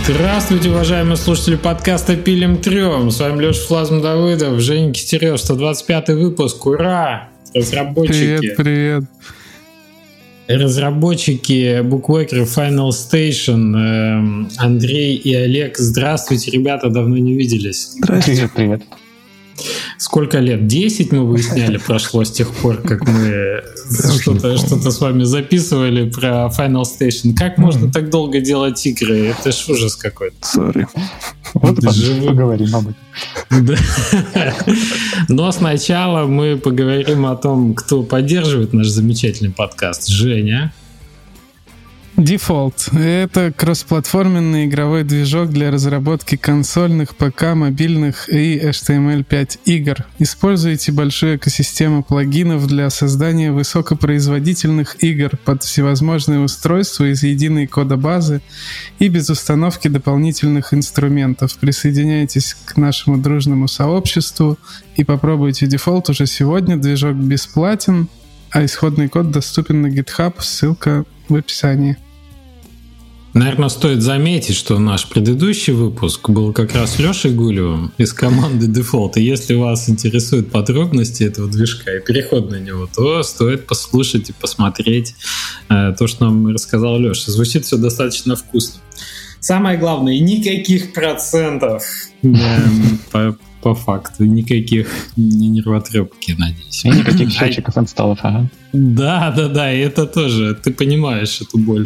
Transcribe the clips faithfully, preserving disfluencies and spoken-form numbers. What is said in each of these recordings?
Здравствуйте, уважаемые слушатели подкаста «Пилим трем». С вами Леша Флазм Давыдов, Женя Кистерев, сто двадцать пятый выпуск. Ура! Разработчики. Привет, привет. Разработчики Bookwalker Final Station, Андрей и Олег. Здравствуйте, ребята, давно не виделись. Здравствуйте. Привет, привет. Сколько лет? десять мы выясняли, прошло с тех пор, как мы что-то, что-то с вами записывали про Final Station. Как можно так долго делать игры? Это ж ужас какой-то. Сори. Вот поговорим об этом. Но сначала мы поговорим о том, кто поддерживает наш замечательный подкаст. Женя. Default — это кроссплатформенный игровой движок для разработки консольных, ПК, мобильных и эйч ти эм эль пять игр. Используйте большую экосистему плагинов для создания высокопроизводительных игр под всевозможные устройства из единой кодобазы и без установки дополнительных инструментов. Присоединяйтесь к нашему дружному сообществу и попробуйте Default уже сегодня. Движок бесплатен, а исходный код доступен на GitHub. Ссылка в описании. Наверное, стоит заметить, что наш предыдущий выпуск был как раз с Лешей Гулевым из команды Default. И если вас интересуют подробности этого движка и переход на него, то стоит послушать и посмотреть э, то, что нам рассказал Леша. Звучит все достаточно вкусно. Самое главное, никаких процентов по, по факту, никаких нервотрепки, надеюсь. И никаких счетчиков инсталлов, ага. Да, да, да, и это тоже, ты понимаешь эту боль.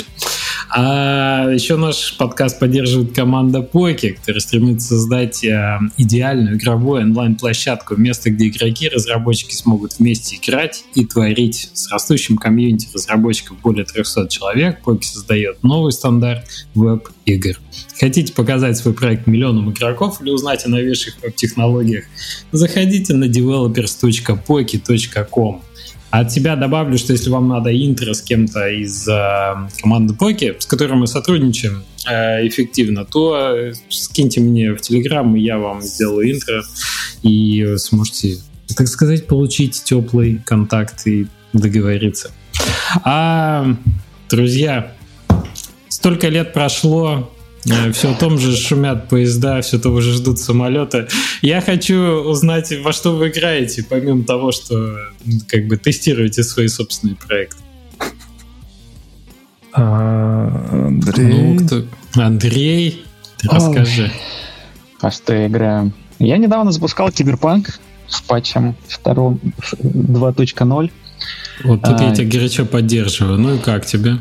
А еще наш подкаст поддерживает команда Poki, которая стремится создать э, идеальную игровую онлайн-площадку, место, где игроки, разработчики смогут вместе играть и творить. С растущим комьюнити разработчиков более триста человек Poki создает новый стандарт веб-игр. Хотите показать свой проект миллионам игроков или узнать о новейших веб-технологиях? Заходите на девелоперс точка поки точка ком. От себя добавлю, что если вам надо интро с кем-то из э, команды Poki, с которой мы сотрудничаем э, эффективно, то э, скиньте мне в Телеграм, и я вам сделаю интро, и сможете, так сказать, получить теплый контакт и договориться. А, друзья, столько лет прошло, все о том же шумят поезда, все того же ждут самолеты. Я хочу узнать, во что вы играете, помимо того, что как бы тестируете свои собственные проекты. А, Андрей. Ну, кто? Андрей, ты Ой. расскажи. А что я играю? Я недавно запускал Киберпанк с патчем два точка ноль. Вот тут а... я тебя горячо поддерживаю. Ну и как тебе?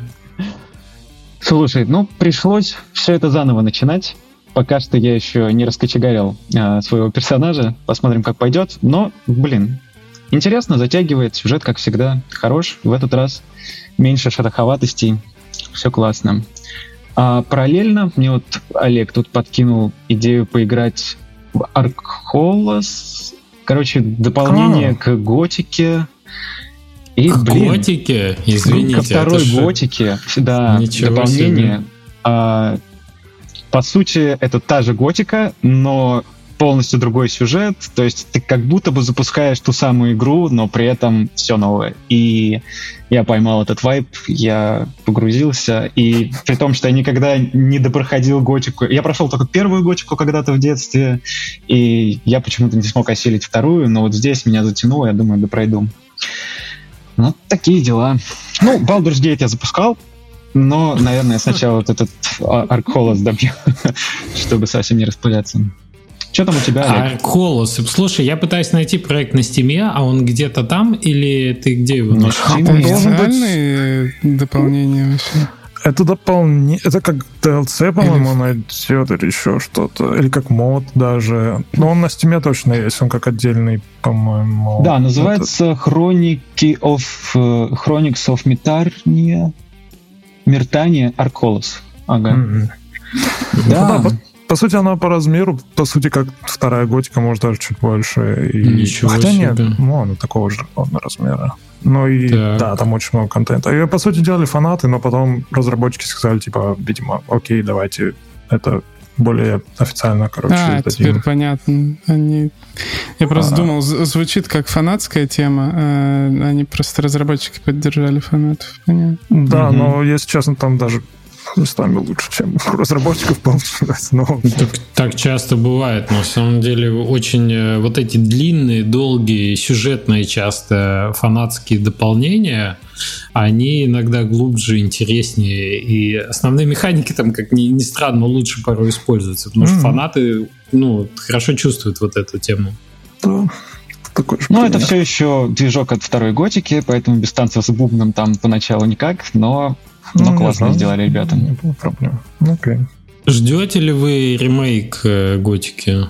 Слушай, ну, пришлось все это заново начинать. Пока что я еще не раскочегарил а, своего персонажа. Посмотрим, как пойдет. Но, блин, интересно, затягивает. Сюжет, как всегда, хорош. В этот раз меньше шероховатостей. Все классно. А параллельно мне вот Олег тут подкинул идею поиграть в Аркхолос. Короче, дополнение а. к Готике. И, к блин, Готике? Извините. Ко второй Готике, да, Ничего дополнение. А, по сути, это та же Готика, но полностью другой сюжет. То есть ты как будто бы запускаешь ту самую игру, но при этом все новое. И я поймал этот вайб, я погрузился. И при том, что я никогда не допроходил Готику. Я прошел только первую Готику когда-то в детстве, и я почему-то не смог осилить вторую, но вот здесь меня затянуло, я думаю, допройду. Ну, такие дела. Ну, Baldur's Gate я запускал, но, наверное, сначала вот этот Аркхолос добью, чтобы совсем не распыляться. Что там у тебя, Олег? Аркхолос. Слушай, я пытаюсь найти проект на Стиме, а он где-то там, или ты где его нашел? Он должен быть дополнение вообще. Это дополнение, это как ди эл си, по-моему, найдет, или еще что-то, или как мод даже. Но он на Steam точно есть, он как отдельный, по-моему. Да, называется Хроники of Chronicles of Миртания, Миртания Аркхолос. Ага. Mm-hmm. Да. Ну, да, по, по сути, она по размеру, по сути, как вторая Готика, может, даже чуть больше. И... Ничего Хотя себе. Нет, ну, она такого же размера. Ну и так. Да, там очень много контента. Ее, по сути, делали фанаты, но потом разработчики сказали, типа, видимо, окей, давайте это более официально, короче. А, дадим. теперь понятно. Они... Я просто а. думал, звучит как фанатская тема, а они просто разработчики поддержали фанатов. Понятно. Да, угу. но, если честно, там даже местами лучше, чем у разработчиков получилось. Но... Так, так часто бывает, но на самом деле очень вот эти длинные, долгие, сюжетные часто фанатские дополнения, они иногда глубже, интереснее, и основные механики там, как ни, ни странно, лучше порой используются, потому mm-hmm. что фанаты, ну, хорошо чувствуют вот эту тему. Да. Такой же ну, пример. это все еще движок от второй готики, поэтому без танцев с бубном там поначалу никак, но, но ну, классно знаю, сделали ребята. Не было проблем. Окей. Ждете ли вы ремейк э, готики?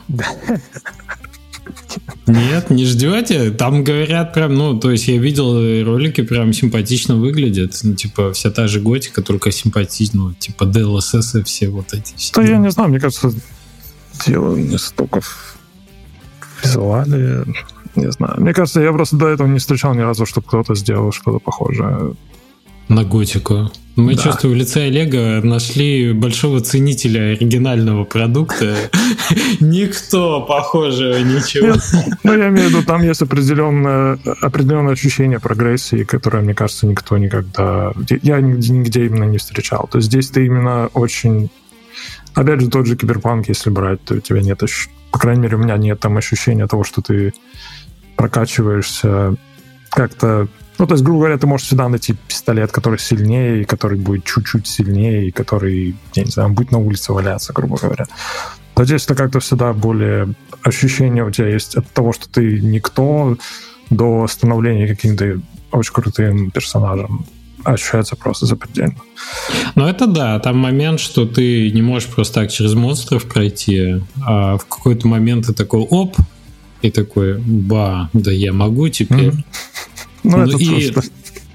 Нет, не ждете? Там говорят прям, ну, то есть я видел ролики, прям симпатично выглядят. Ну, типа, вся та же готика, только симпатично, ну, типа ди эл эс эс и все вот эти. Все. Да я не знаю, мне кажется, дело не столько в визуале, не знаю. Мне кажется, я просто до этого не встречал ни разу, чтобы кто-то сделал что-то похожее. На готику. Мы, да. чувствую, в лице Олега нашли большого ценителя оригинального продукта. Никто похожего, ничего. Ну, я имею в виду, там есть определенное, определенное ощущение прогрессии, которое, мне кажется, никто никогда... Я нигде, нигде именно не встречал. То есть здесь ты именно очень... Опять же, тот же киберпанк, если брать, то у тебя нет... По крайней мере, у меня нет там ощущения того, что ты прокачиваешься как-то... Ну, то есть, грубо говоря, ты можешь всегда найти пистолет, который сильнее, и который будет чуть-чуть сильнее, и который, я не знаю, будет на улице валяться, грубо говоря. То здесь это как-то всегда более ощущение у тебя есть от того, что ты никто, до становления каким-то очень крутым персонажем. Ощущается просто запредельно. Ну, это да, там момент, что ты не можешь просто так через монстров пройти, а в какой-то момент ты такой оп, и такой, ба, да я могу теперь. Mm-hmm. Ну, ну это и просто...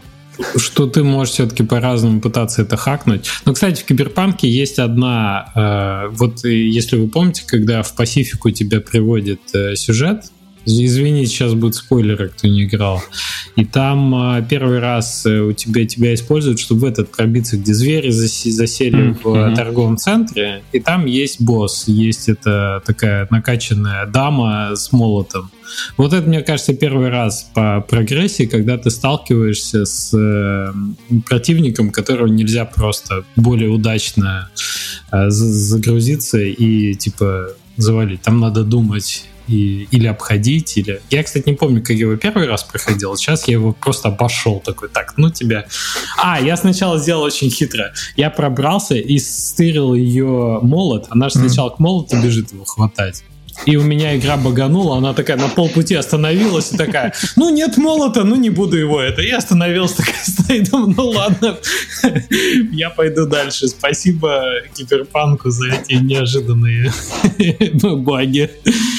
что ты можешь все-таки по-разному пытаться это хакнуть. Но, кстати, в Киберпанке есть одна... Э, вот если вы помните, когда в Пасифику тебя приводит э, сюжет, извините, сейчас будут спойлеры, кто не играл. И там э, первый раз э, у тебя тебя используют, чтобы в этот пробиться, где звери заси, засели mm-hmm. в э, торговом центре. И там есть босс, есть эта такая накачанная дама с молотом. Вот это, мне кажется, первый раз по прогрессии, когда ты сталкиваешься с э, противником, которого нельзя просто более удачно э, загрузиться и типа завалить. Там надо думать и, или обходить, или... Я, кстати, не помню, как я его первый раз проходил. Сейчас я его просто обошел такой, так, ну тебя... А, я сначала сделал очень хитро. Я пробрался и стырил ее молот. Она же сначала к молоту бежит его хватать. И у меня игра баганула, она такая на полпути остановилась и такая, ну нет молота, ну не буду его это. И остановился, такая стоит, ну ладно, я пойду дальше. Спасибо Киберпанку за эти неожиданные баги.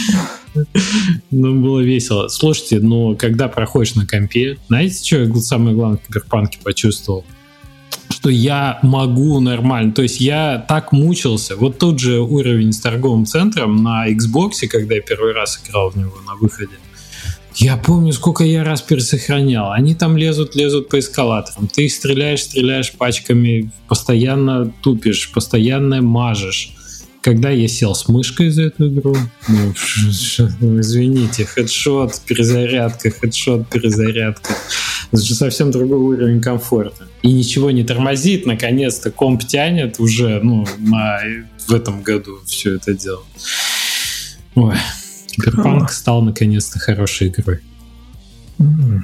Ну, было весело. Слушайте, ну, когда проходишь на компе, знаете, что я самое главное в Киберпанке почувствовал? Что я могу нормально, то есть я так мучился. Вот тот же уровень с торговым центром на Xbox, когда я первый раз играл в него на выходе, я помню, сколько я раз пересохранял. Они там лезут, лезут по эскалаторам. Ты их стреляешь, стреляешь пачками, постоянно тупишь, постоянно мажешь. Когда я сел с мышкой за эту игру, ну, извините, хедшот, перезарядка, хедшот, перезарядка. Это же совсем другой уровень комфорта. И ничего не тормозит, наконец-то комп тянет уже, ну, на, в этом году все это дело. Ой, Киберпанк стал наконец-то хорошей игрой. Mm.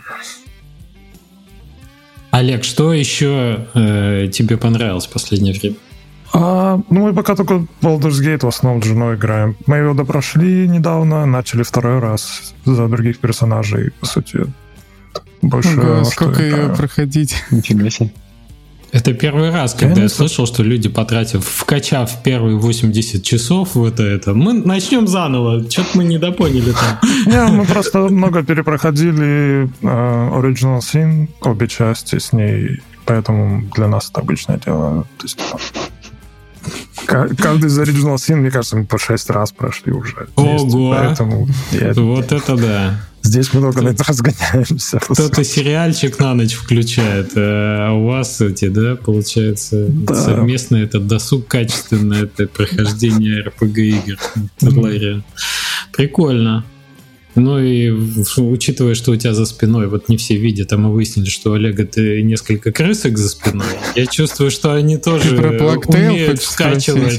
Олег, что еще э, тебе понравилось в последнее время? А, ну, мы пока только Baldur's Gate в основном с женой играем. Мы его допрошли недавно, начали второй раз за других персонажей, по сути. Больше Ого, сколько ее проходить? Нифига себе. Это первый раз, когда я, я слышал, что люди, потратив, вкачав первые восемьдесят часов в это, это, мы начнем заново. Что-то мы недопоняли там. Не, мы просто много перепроходили Original Sin, обе части с ней, поэтому для нас это обычное дело. То есть, каждый из Original Sin, мне кажется, мы по шесть раз прошли уже. Ого! Поэтому я... Вот это да. Здесь мы много на это разгоняемся. Кто-то сериальчик на ночь включает, а у вас эти, да, получается, да. Совместный этот досуг качественное, это прохождение эр пи джи игр. Mm-hmm. Прикольно. Ну и учитывая, что у тебя за спиной, вот не все видят, а мы выяснили, что у Олега ты несколько крысок за спиной, я чувствую, что они тоже умеют вкачивать.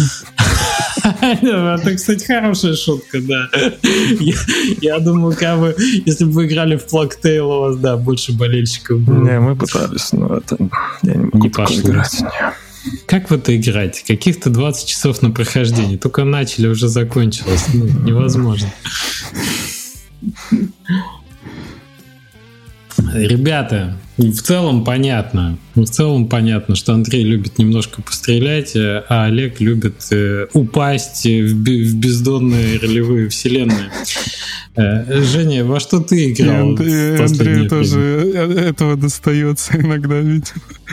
Это, кстати, хорошая шутка, да. Я, я думаю, как бы, если бы вы играли в Blacktail, у вас, да, больше болельщиков было. Не, мы пытались, но это я не могу не пошло. Играть. Как в это играть? Каких-то двадцать часов на прохождение. Только начали, уже закончилось. Ну, невозможно. Ребята, в целом понятно. В целом понятно, что Андрей любит немножко пострелять, а Олег любит э, упасть в, в бездонные ролевые вселенные. Э, Женя, во что ты играл? И Андрею тоже этого достается иногда, ведь.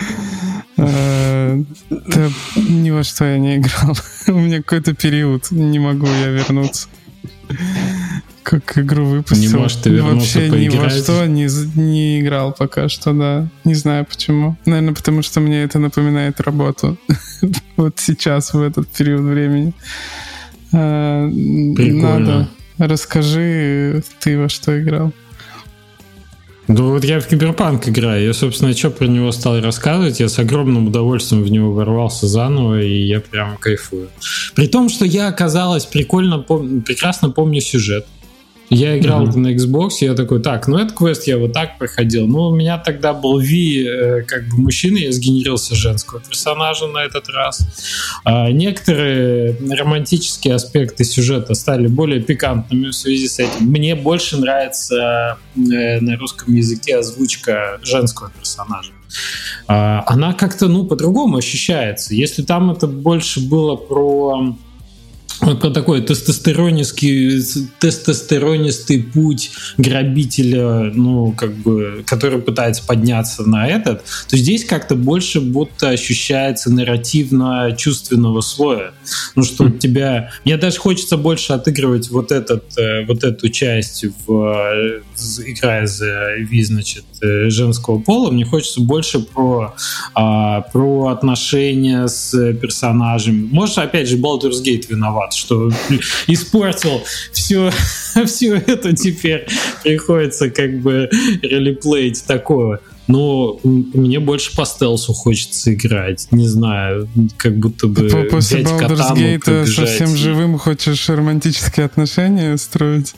Да ни во что я не играл. У меня какой-то период, не могу я вернуться. Как игру выпустил. Не можешь ты вернуться вообще поиграть? Ни во что не, не играл пока что, да. Не знаю почему. Наверное, потому что мне это напоминает работу. Вот сейчас, в этот период времени. Прикольно. Надо. Расскажи, ты во что играл? Ну вот я в Киберпанк играю. Я, собственно, что про него стал рассказывать. Я с огромным удовольствием в него ворвался заново, и я прям кайфую. При том, что я, оказалось, прикольно пом- прекрасно помню сюжет. Я играл mm-hmm. на Xbox, и я такой, так, ну этот квест я вот так проходил. Ну, у меня тогда был Ви, э, как бы мужчина, я сгенерился женского персонажа на этот раз. А некоторые романтические аспекты сюжета стали более пикантными в связи с этим. Мне больше нравится э, на русском языке озвучка женского персонажа. А, она как-то, ну, по-другому ощущается. Если там это больше было про... про такой тестостеронистый, тестостеронистый путь грабителя, ну, как бы, который пытается подняться на этот, то здесь как-то больше будто ощущается нарративно-чувственного слоя. Ну, что у тебя... Мне даже хочется больше отыгрывать вот, этот, вот эту часть, в, играя за Ви, значит, женского пола. Мне хочется больше про, про отношения с персонажами. Может, опять же, Baldur's Gate виноват, что испортил все, все это, теперь приходится как бы релиплеить такое. Но мне больше по стелсу хочется играть. Не знаю, как будто бы после взять Baldur's катану, Gate побежать. Совсем живым хочешь романтические отношения строить?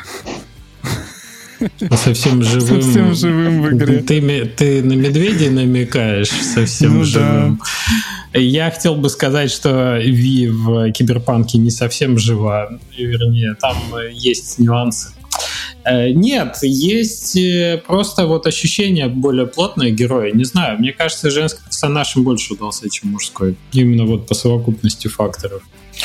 Совсем живым. Совсем живым в игре. Ты, ты на медведя намекаешь совсем ну, живым. Да. Я хотел бы сказать, что Ви в Киберпанке не совсем жива. Вернее, там есть нюансы. Нет, есть просто вот ощущение более плотное героя. Не знаю, мне кажется, женский персонаж им больше удался, чем мужской. Именно вот по совокупности факторов.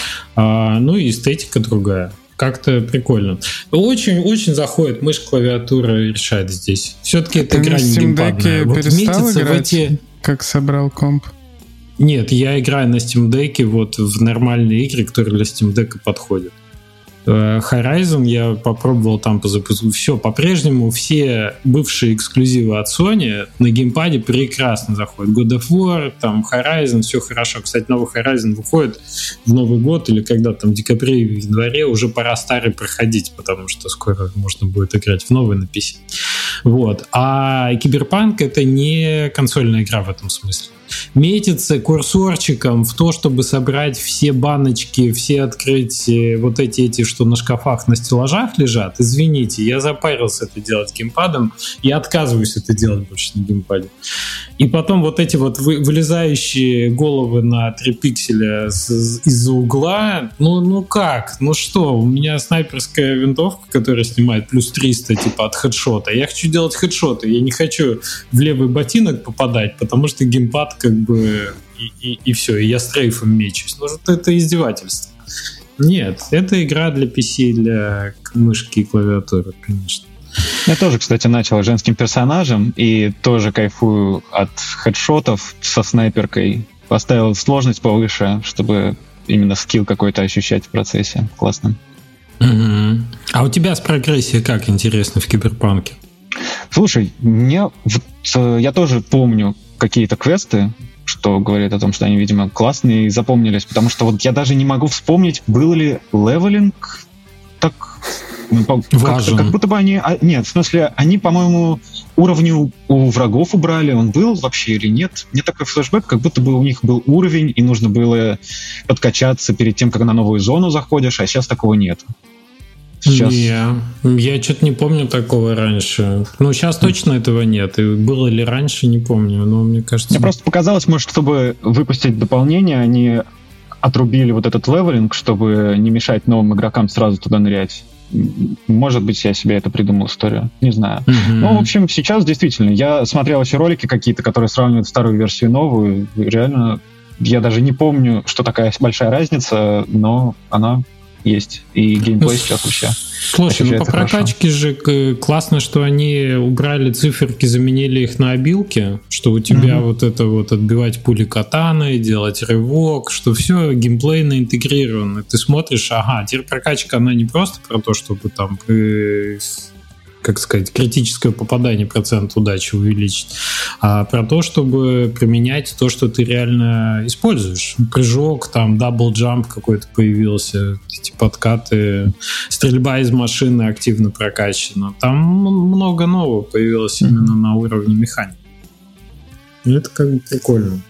А, ну и эстетика другая. Как-то прикольно. Очень-очень заходит мышь, клавиатура решает здесь. Все-таки это игра не геймпадная. Вот перестал играть, эти... как собрал комп? Нет, я играю на Steam Deck вот в нормальные игры, которые для Steam Deck подходят. Horizon я попробовал там позапустить. Все, по-прежнему все бывшие эксклюзивы от Sony на геймпаде прекрасно заходят. God of War, там Horizon, все хорошо. Кстати, новый Horizon выходит в Новый год или когда там в декабре или в январе. Уже пора старый проходить, потому что скоро можно будет играть в новый на пи си. Вот. А Киберпанк — это не консольная игра в этом смысле. Метиться курсорчиком в то, чтобы собрать все баночки, все открыть вот эти, эти, что на шкафах, на стеллажах лежат, извините, я запарился это делать геймпадом и отказываюсь это делать больше на геймпаде. И потом вот эти вот вы, вылезающие головы на три пикселя с, из-за угла, ну, ну как? Ну что? У меня снайперская винтовка, которая снимает плюс триста типа от хедшота. Я хочу делать хедшоты, я не хочу в левый ботинок попадать, потому что геймпад как бы и, и, и все, и я стрейфом мечусь. Ну, это издевательство. Нет, это игра для пи си, для мышки и клавиатуры, конечно. Я тоже, кстати, начал женским персонажем и тоже кайфую от хедшотов со снайперкой. Поставил сложность повыше, чтобы именно скилл какой-то ощущать в процессе. Классно. Угу. А у тебя с прогрессией как, интересно, в Киберпанке? Слушай, мне, вот, я тоже помню какие-то квесты, что говорит о том, что они, видимо, классные и запомнились, потому что вот я даже не могу вспомнить, был ли левелинг так Важен. Как, как будто бы они... А, нет, в смысле, они, по-моему, уровни у, у врагов убрали. Он был вообще или нет? Мне такой флешбэк, как будто бы у них был уровень, и нужно было подкачаться перед тем, как на новую зону заходишь, а сейчас такого нет. Сейчас... Не, я что-то не помню такого раньше. Ну, сейчас точно этого нет. И было ли раньше, не помню. Но мне кажется... Мне просто показалось, может, чтобы выпустить дополнение, они отрубили вот этот левелинг, чтобы не мешать новым игрокам сразу туда нырять. Может быть, я себе это придумал историю. Не знаю. Mm-hmm. Ну, в общем, сейчас действительно. Я смотрел еще ролики какие-то, которые сравнивают старую версию и новую. Реально, я даже не помню, что такая большая разница, но она... есть, и геймплей ну, сейчас вообще. Слушай, ну по прокачке же классно, что они убрали циферки, заменили их на обилки, что у тебя mm-hmm. вот это вот отбивать пули катаны, делать рывок, что все геймплейно интегрировано. Ты смотришь, ага, теперь прокачка, она не просто про то, чтобы там... как сказать, критическое попадание, процент удачи увеличить, а про то, чтобы применять то, что ты реально используешь. Прыжок, там, дабл-джамп какой-то появился, эти подкаты, стрельба из машины активно прокачана. Там много нового появилось именно на уровне механики. И это как бы прикольно.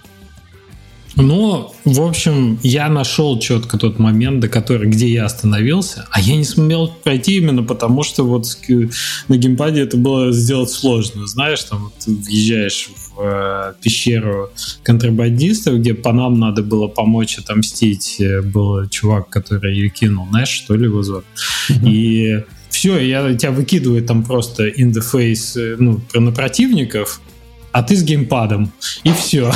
Но, в общем, я нашел четко тот момент, до которого, где я остановился, а я не сумел пройти именно потому, что вот на геймпаде это было сделать сложно. Знаешь, там вот ты въезжаешь в э, пещеру контрабандистов, где по нам надо было помочь отомстить. Был чувак, который ее кинул, знаешь, что ли, его зовут. Mm-hmm. И все, я, тебя выкидывает там просто in the face, ну, на противников, а ты с геймпадом, и все.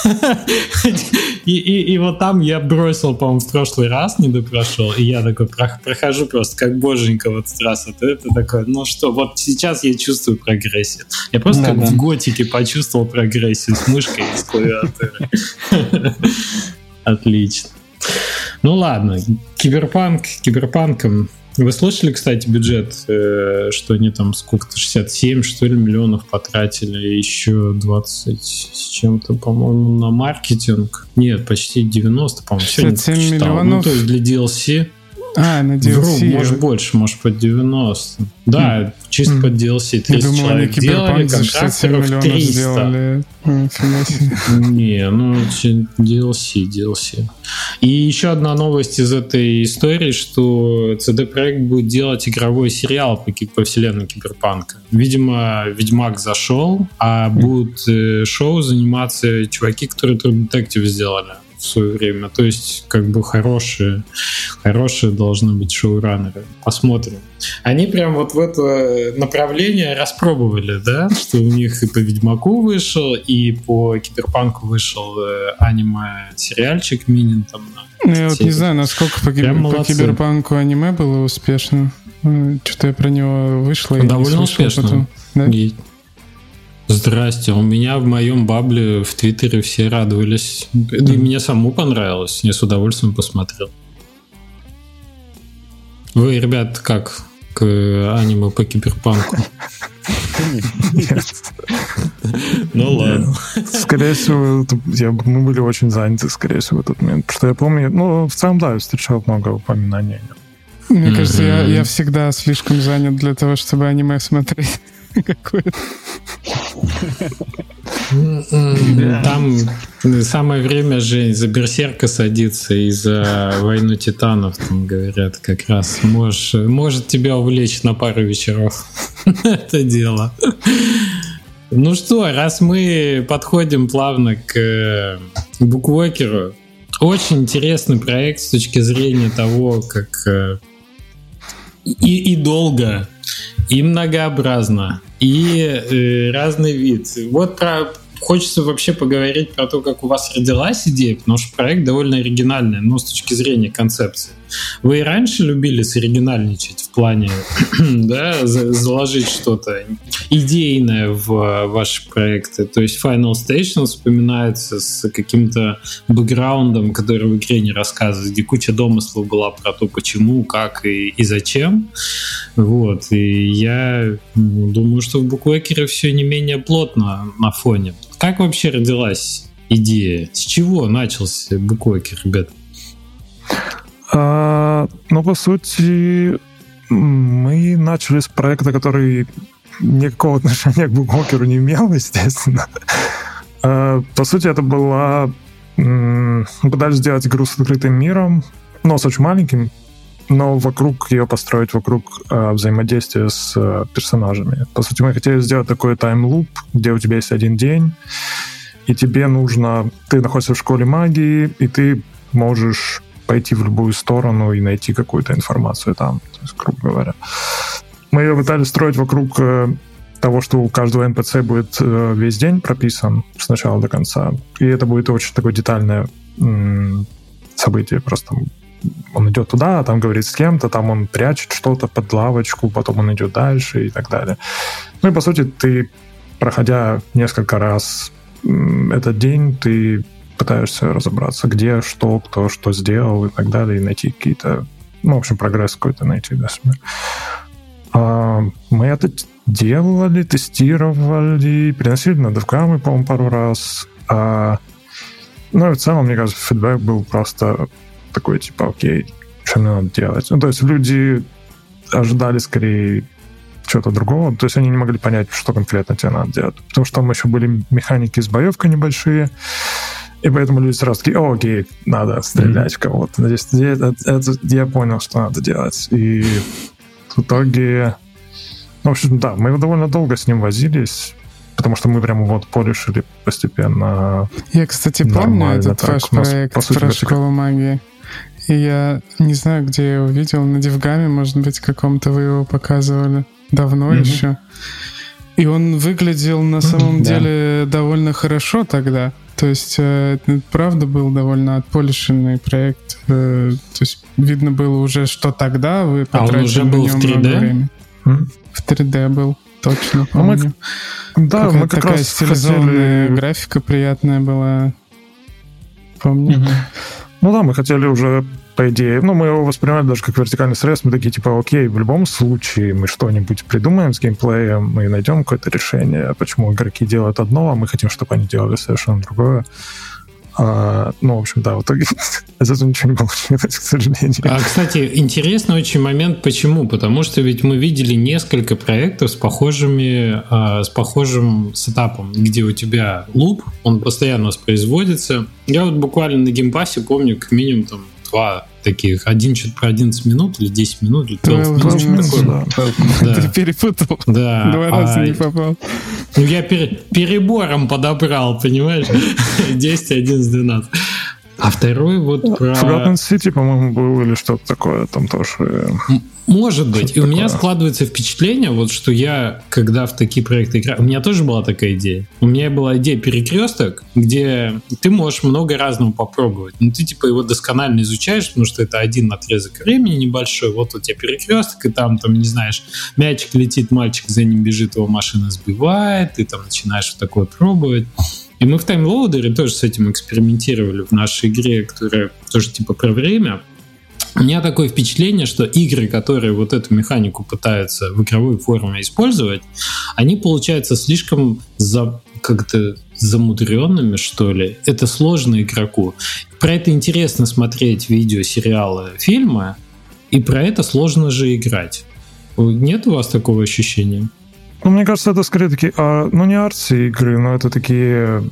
и, и, и вот там я бросил, по-моему, в прошлый раз, не допрошел, и я такой прохожу просто как боженька в этот раз. Это, это такое, ну что, вот сейчас я чувствую прогрессию. Я просто да, как да. в готике почувствовал прогрессию с мышкой и с клавиатурой. Отлично. Ну ладно, киберпанк, киберпанком. Вы слышали, кстати, бюджет, э, что они там сколько-то, шестьдесят семь, что ли, миллионов потратили, еще двадцать с чем-то, по-моему, на маркетинг. Нет, почти девяносто, по-моему, сегодня шестьдесят семь миллионов? Ну, то есть для ди эл си. А, на ди эл си. Вру, может больше, может под девяносто. Да, mm. чисто mm. под ди эл си. тридцать думаю, человек делали, контракторов триста. Не, ну ди эл си, ди эл си. И еще одна новость из этой истории, что си ди Projekt будет делать игровой сериал по, по вселенной Киберпанка. Видимо, Ведьмак зашел, а будут э, шоу заниматься чуваки, которые True Detective сделали в свое время. То есть, как бы хорошие, хорошие должны быть шоураннеры. Посмотрим. Они прям вот в это направление распробовали, да, что у них и по Ведьмаку вышел, и по Киберпанку вышел э, аниме-сериальчик Минин там. Ну, я вот не знаю, насколько по, кибер... по Киберпанку аниме было успешно. Что-то я про него вышло. Довольно успешно. Потом. Да? Здрасте, у меня в моем бабле в Твиттере все радовались. Mm-hmm. И мне самому понравилось. Я с удовольствием посмотрел. Вы, ребят, как к аниме по Киберпанку? Ну ладно. Скорее всего, мы были очень заняты, скорее всего, в этот момент. Потому что я помню, ну, в целом, да, я встречал много упоминаний. Мне кажется, я всегда слишком занят для того, чтобы аниме смотреть. Какое-то. Там самое время, Жень, за Берсерка садиться и за Войну Титанов, там говорят, как раз можешь, может тебя увлечь на пару вечеров это дело. Ну что, раз мы подходим плавно к Буквокеру, очень интересный проект с точки зрения того, как и, и долго, и многообразно, и э, разный вид. Вот про хочется вообще поговорить про то, как у вас родилась идея, потому что проект довольно оригинальный, но с точки зрения концепции. Вы и раньше любили соригинальничать в плане, да, заложить что-то идейное в ваши проекты. То есть Final Station вспоминается с каким-то бэкграундом, который в игре не рассказывает, где куча домыслов была про то, почему, как и, и зачем. Вот. И я думаю, что в Буквокере все не менее плотно на фоне. Как вообще родилась идея? С чего начался Буквокер, ребят? А, ну, по сути, Мы начали с проекта, который никакого отношения к букмекеру не имел, естественно. По сути, это была... Мы пытались сделать игру с открытым миром, но с очень маленьким, но вокруг ее построить вокруг взаимодействия с персонажами. По сути, мы хотели сделать такой таймлуп, где у тебя есть один день, и тебе нужно... Ты находишься в школе магии, и ты можешь пойти в любую сторону и найти какую-то информацию там, то есть, грубо говоря. Мы ее пытались строить вокруг того, что у каждого эн пи си будет весь день прописан с начала до конца. И это будет очень такое детальное м- событие. Просто он идет туда, там говорит с кем-то, там он прячет что-то под лавочку, потом он идет дальше и так далее. Ну и, по сути, ты, проходя несколько раз м- этот день, ты пытаешься разобраться, где, что, кто, что сделал и так далее, и найти какие-то... Ну, в общем, прогресс какой-то найти, да, себе. А, мы это делали, тестировали, приносили на DevCam, по-моему, пару раз. А, ну, и в целом, мне кажется, фидбэк был просто такой, типа, окей, что мне надо делать? Ну, то есть люди ожидали скорее чего-то другого, то есть они не могли понять, что конкретно тебе надо делать. Потому что там еще были механики с боевкой небольшие, и поэтому люди сразу такие, о, окей, надо стрелять mm-hmm. в кого-то. Здесь, это, это, я понял, что надо делать. И в итоге... Ну, в общем, да, мы довольно долго с ним возились, потому что мы прямо вот порешили постепенно. Я, кстати, помню этот так. ваш проект нас, про школу магии. И я не знаю, где я его видел, на DevGam'е, может быть, каком-то вы его показывали давно mm-hmm. еще. И он выглядел на самом mm-hmm, деле да. довольно хорошо тогда. То есть, это правда был довольно отполишенный проект. То есть, видно было уже, что тогда вы потратили а он уже был в три дэ? Времени. Mm-hmm. В три дэ был, точно помню. Мы, да, Какая-то мы как такая раз стилизованная хотели... графика приятная была. Помню. Mm-hmm. Ну да, мы хотели уже, по идее, ну, мы его воспринимали даже как вертикальный срез, мы такие, типа, окей, в любом случае мы что-нибудь придумаем с геймплеем, мы найдем какое-то решение, почему игроки делают одно, а мы хотим, чтобы они делали совершенно другое. А, ну, в общем, да, в итоге из этого ничего не получилось, к сожалению. А, кстати, интересный очень момент, почему? Потому что ведь мы видели несколько проектов с похожими, а, с похожим сетапом, где у тебя луп, он постоянно воспроизводится. Я вот буквально на геймпассе помню как минимум там два таких. Один что-то про одиннадцать минут или десять минут, или двенадцать минут. Да. Ты перепутал. Да. Два раза не попал. Ну, я пер, перебором подобрал, понимаешь? десять, одиннадцать, двенадцать. А второй вот про... Forgotten City, по-моему, был или что-то такое там тоже... Может быть. И у меня складывается впечатление, вот что я, когда в такие проекты играю... У меня тоже была такая идея. У меня была идея перекресток, где ты можешь много разного попробовать. Но ты типа его досконально изучаешь, потому что это один отрезок времени небольшой. Вот у тебя перекресток, и там, там не знаешь, мячик летит, мальчик за ним бежит, его машина сбивает, ты там начинаешь вот такое пробовать. И мы в таймлоудере тоже с этим экспериментировали в нашей игре, которая тоже типа про время. У меня такое впечатление, что игры, которые вот эту механику пытаются в игровой форме использовать, они получаются слишком за, как-то замудренными, что ли. Это сложно игроку. Про это интересно смотреть видео, сериалы, фильмы, и про это сложно же играть. Нет у вас такого ощущения? Ну, мне кажется, это скорее такие, а, ну, не арти игры, но это такие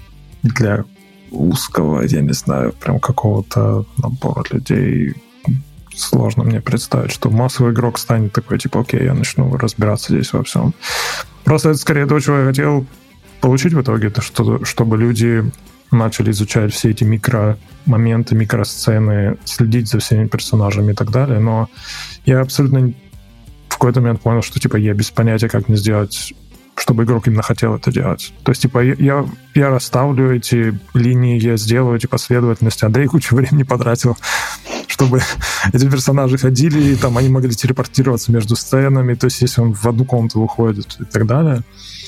для узкого, я не знаю, прям какого-то набора людей. Сложно мне представить, что массовый игрок станет такой, типа, окей, я начну разбираться здесь во всем. Просто это скорее то, чего я хотел получить в итоге, это что, чтобы люди начали изучать все эти микромоменты, микросцены, следить за всеми персонажами и так далее, но я абсолютно в какой-то момент понял, что, типа, я без понятия, как мне сделать, чтобы игрок именно хотел это делать. То есть, типа, я, я расставлю эти линии, я сделаю эти последовательности. Андрей кучу времени потратил, чтобы эти персонажи ходили, и там они могли телепортироваться между сценами, то есть, если он в одну комнату выходит и так далее.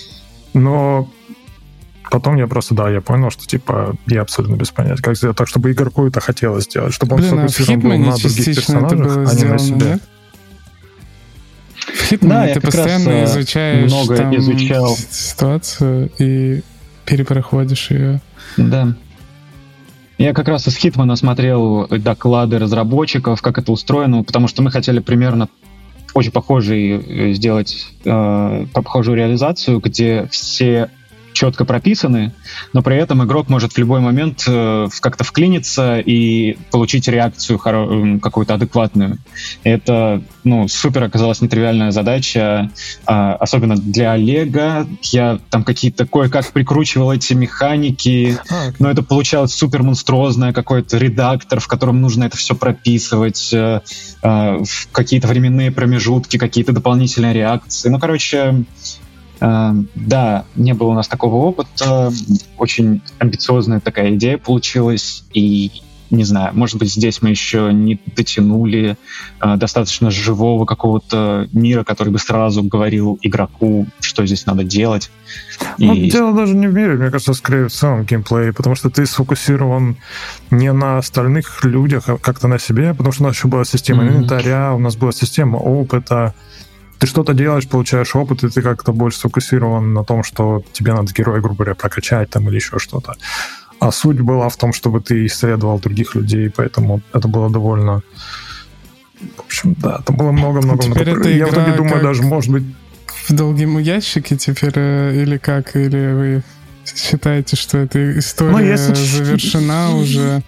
Но потом я просто, да, я понял, что, типа, я абсолютно без понятия, как сделать так, чтобы игроку это хотелось сделать, чтобы он сфокусирован был на других персонажах, а не на себе. Нет? В Хитмане да, ты постоянно изучаешь много там изучал. ситуацию и перепроходишь ее. Да. Я как раз из Хитмана смотрел доклады разработчиков, как это устроено, потому что мы хотели примерно очень похожий сделать, э, похожую реализацию, где все четко прописаны, но при этом игрок может в любой момент э, как-то вклиниться и получить реакцию хоро- какую-то адекватную. Это, ну, супер оказалась нетривиальная задача, э, особенно для Олега. Я там какие-то кое-как прикручивал эти механики, а, okay. но это получалось супер монструозное, какой-то редактор, в котором нужно это все прописывать, э, э, в какие-то временные промежутки, какие-то дополнительные реакции. Ну, короче... Uh, да, не было у нас такого опыта, очень амбициозная такая идея получилась, и, не знаю, может быть, здесь мы еще не дотянули uh, достаточно живого какого-то мира, который бы сразу говорил игроку, что здесь надо делать. Ну, и... дело даже не в мире, мне кажется, скорее в самом геймплее, потому что ты сфокусирован не на остальных людях, а как-то на себе, потому что у нас еще была система mm-hmm. инвентаря, у нас была система опыта. Ты что-то делаешь, получаешь опыт, и ты как-то больше сфокусирован на том, что тебе надо героя, грубо говоря, прокачать там или еще что-то. А суть была в том, чтобы ты исследовал других людей, поэтому это было довольно... В общем, да, это было много-много... много... Я в итоге думаю, даже, может быть... В долгом ящике теперь или как? Или вы считаете, что эта история ну, если... завершена уже...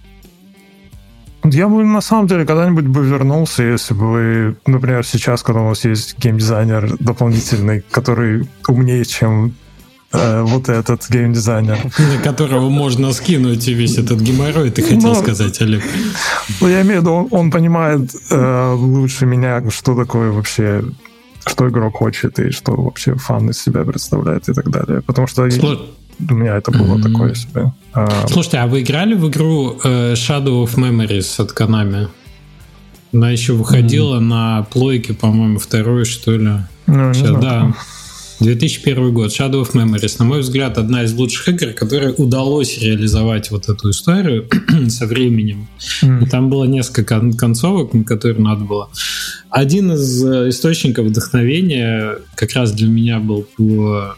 Я бы, на самом деле, когда-нибудь бы вернулся, если бы вы, например, сейчас, когда у вас есть геймдизайнер дополнительный, который умнее, чем э, вот этот геймдизайнер. На которого можно скинуть весь этот геморрой, ты хотел Но, сказать, Олег. Ну, я имею в виду, он, он понимает э, лучше меня, что такое вообще, что игрок хочет, и что вообще фан из себя представляет, и так далее. Потому что... Слушай, у меня это было mm-hmm. такое себе. Слушайте, а вы играли в игру Shadow of Memories от Konami? Она еще выходила mm-hmm. на плойке, по-моему, второй, что ли. Ну, Сейчас, не знаю. Да. две тысячи первый год. Shadow of Memories. На мой взгляд, одна из лучших игр, которой удалось реализовать вот эту историю со временем. Mm-hmm. И там было несколько концовок, на которые надо было. Один из источников вдохновения как раз для меня был по...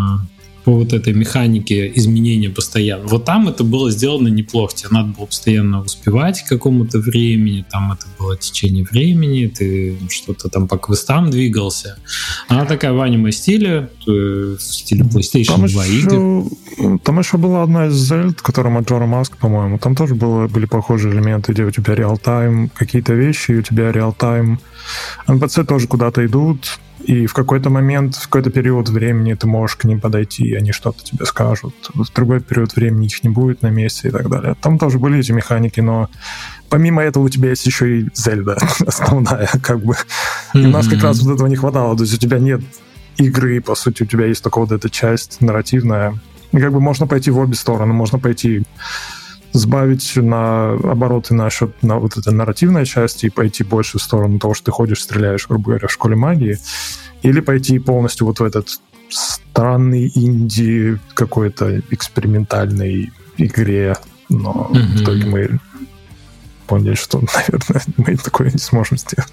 по вот этой механике изменения постоянно. Вот там это было сделано неплохо. Тебе надо было постоянно успевать к какому-то времени, там это было течение времени, ты что-то там по квестам двигался. Она такая в аниме-стиле, в стиле PlayStation там два еще, игры. Там еще была одна из Зельд, которая Маджора Маск, по-моему. Там тоже было, были похожие элементы, где у тебя реал-тайм, какие-то вещи, и у тебя реал-тайм. эн пи си тоже куда-то идут, и в какой-то момент, в какой-то период времени ты можешь к ним подойти, и они что-то тебе скажут. В другой период времени их не будет на месте и так далее. Там тоже были эти механики, но помимо этого у тебя есть еще и Зельда основная, как бы. И у нас как раз вот этого не хватало. То есть у тебя нет игры, по сути, у тебя есть только вот эта часть нарративная. И как бы можно пойти в обе стороны. Можно пойти сбавить на обороты насчет на вот этой нарративной части и пойти больше в сторону того, что ты ходишь, стреляешь, грубо говоря, в школе магии, или пойти полностью вот в этот странный инди какой-то экспериментальной игре, но mm-hmm. в итоге мы поняли, что, наверное, мы такое не сможем сделать.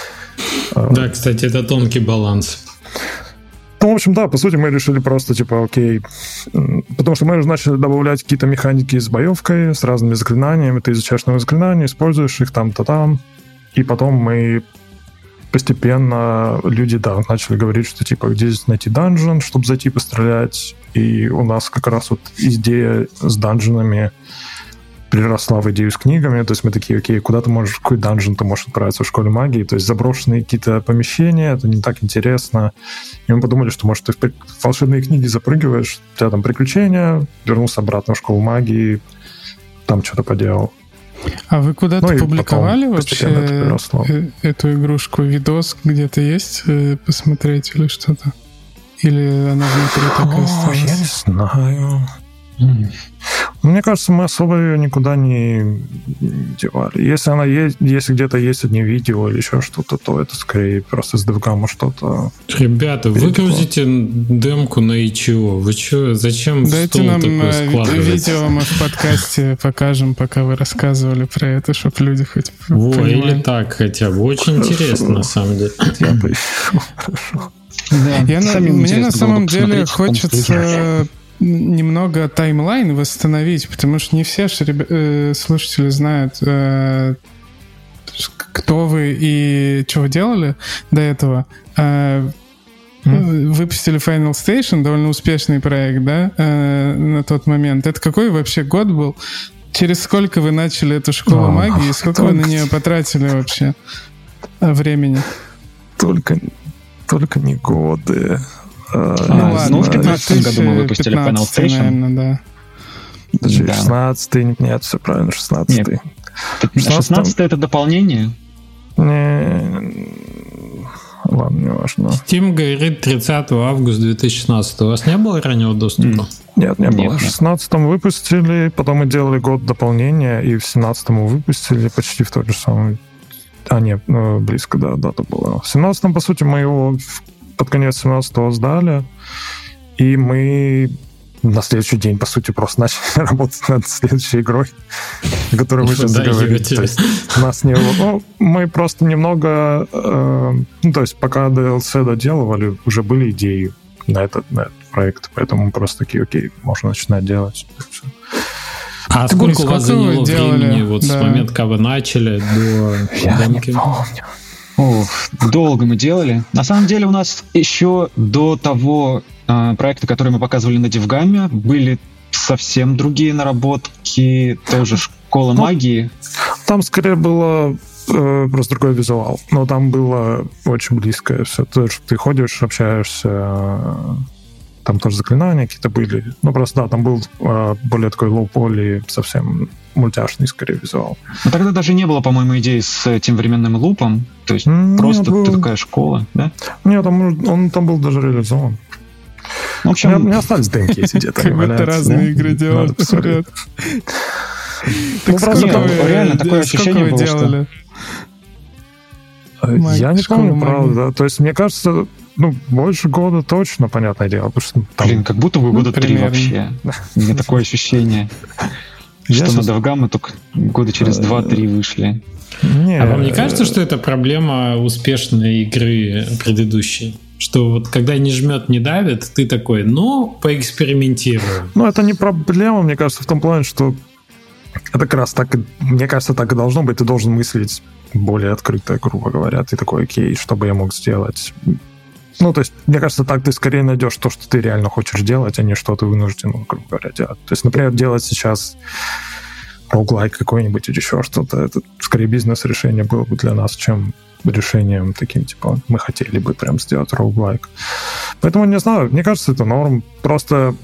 Да, кстати, это тонкий баланс. Ну, в общем, да, по сути, мы решили просто, типа, окей, потому что мы уже начали добавлять какие-то механики с боевкой, с разными заклинаниями, ты изучаешь новые заклинания, используешь их там-то там, и потом мы постепенно, люди, да, начали говорить, что, типа, где здесь найти данжен, чтобы зайти пострелять, и у нас как раз вот идея с данженами переросла в идею с книгами, то есть мы такие, окей, куда ты можешь, в какой данжен ты можешь отправиться в школе магии, то есть заброшенные какие-то помещения, это не так интересно. И мы подумали, что, может, ты в волшебные книги запрыгиваешь, у тебя там приключения, вернулся обратно в школу магии, там что-то поделал. А вы куда-то ну, публиковали вообще эту игрушку? Видос где-то есть посмотреть или что-то? Или она внутри такая осталась? Я не знаю. Mm. Мне кажется, мы особо ее никуда не девали. Если она есть, если где-то есть одни видео или еще что-то, то это скорее просто с девгама что-то. Ребята, выгрузите демку на ичи о. Вы что, зачем Дайте стол нам такой складывать? Видео мы в подкасте покажем, пока вы рассказывали про это, чтобы люди хоть Во, понимали. Или так хотя бы. Очень Хорошо. Интересно, на самом деле. Я поищу. Хорошо. Да, Я на, мне на самом деле хочется немного таймлайн восстановить, потому что не все же, э, слушатели знают, э, кто вы и что вы делали до этого. Mm. Выпустили Final Station, довольно успешный проект, да, на тот момент. Это какой вообще год был? Через сколько вы начали эту школу oh, магии и сколько только... вы на нее потратили вообще времени? Только, только не годы. А, ну, ладно, ну в пятнадцатом году мы выпустили Final Station. Наверное, да. шестнадцатый, нет, все правильно, шестнадцатый. шестнадцатый это дополнение? Не, ладно, не важно. Steam говорит тридцатого августа две тысячи шестнадцатого. У вас не было раннего доступа? Mm. Нет, не было. В шестнадцатом выпустили, потом мы делали год дополнения, и в семнадцатом выпустили почти в тот же самый... А, нет, ну, близко, да, дата была. В семнадцатом, по сути, мы его под конец семнадцатого сдали, и мы на следующий день, по сути, просто начали работать над следующей игрой, о которой мы сейчас заговорили. То есть нас не было... Ну, мы просто немного... Э, ну, то есть пока ди эл си доделывали, уже были идеи на этот, на этот проект, поэтому мы просто такие, окей, можно начинать делать. А сколько, сколько у вас заняло времени вот да. с момента, когда вы начали, до Я демки? Не помню. О, долго мы делали. На самом деле у нас еще до того э, проекта, который мы показывали на Девгаме, были совсем другие наработки, тоже школа ну, магии. Там скорее было э, просто другой визуал, но там было очень близкое все. То, что ты ходишь, общаешься, э, там тоже заклинания какие-то были. Ну, просто, да, там был э, более такой лоу-поли, совсем мультяшный, скорее, визуал. Но тогда даже не было, по-моему, идеи с тем временным лупом. То есть Нет, просто был... такая школа, да? Нет, там, он там был даже реализован. В общем... У меня остались демки эти где-то. Как будто разные игры делают. Ну, просто реально такое ощущение было, что... Я не помню, правда. То есть, мне кажется... Ну, больше года точно, понятное дело. Потому что там... Блин, как будто бы года ну, три вообще. У меня такое ощущение, что на Девгам мы только года через два-три вышли. А вам не кажется, что это проблема успешной игры предыдущей? Что вот когда не жмет, не давит, ты такой, ну, поэкспериментируем. Ну, это не проблема, мне кажется, в том плане, что это как раз так, мне кажется, так и должно быть. Ты должен мыслить более открыто, грубо говоря. Ты такой, окей, что бы я мог сделать? Ну, то есть, мне кажется, так ты скорее найдешь то, что ты реально хочешь делать, а не что ты вынужден, грубо говоря, делать. То есть, например, делать сейчас роуглайк какой-нибудь или еще что-то, это скорее бизнес-решение было бы для нас, чем решением таким, типа, мы хотели бы прям сделать роуглайк. Поэтому, не знаю, мне кажется, это норм. Просто,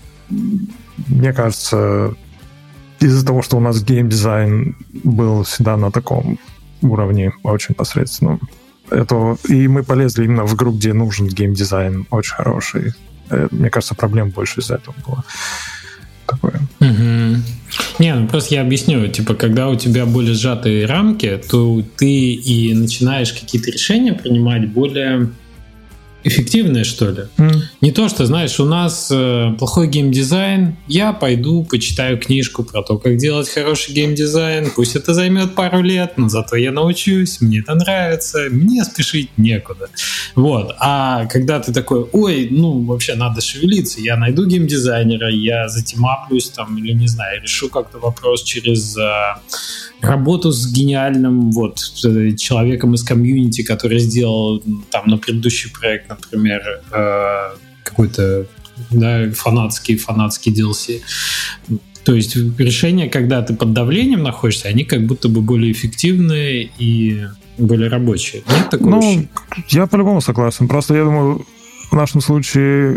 мне кажется, из-за того, что у нас геймдизайн был всегда на таком уровне очень посредственном, это, и мы полезли именно в игру, где нужен геймдизайн очень хороший. Мне кажется, проблем больше из-за этого было. Такое. Угу. Не, ну просто я объясню. Типа, когда у тебя более сжатые рамки, то ты и начинаешь какие-то решения принимать более эффективные, что ли. Mm. Не то, что, знаешь, у нас э, плохой геймдизайн, я пойду почитаю книжку про то, как делать хороший геймдизайн, пусть это займет пару лет, но зато я научусь, мне это нравится, мне спешить некуда. Вот. А когда ты такой, ой, ну, вообще надо шевелиться, я найду геймдизайнера, я затимаплюсь там, или, не знаю, решу как-то вопрос через э, работу с гениальным вот человеком из комьюнити, который сделал там на предыдущий проект, например, э, какой-то да, фанатский, фанатский ди эл си. То есть решения, когда ты под давлением находишься, они как будто бы более эффективные и более рабочие. Нет такого? Ну, я по-любому согласен. Просто я думаю, в нашем случае,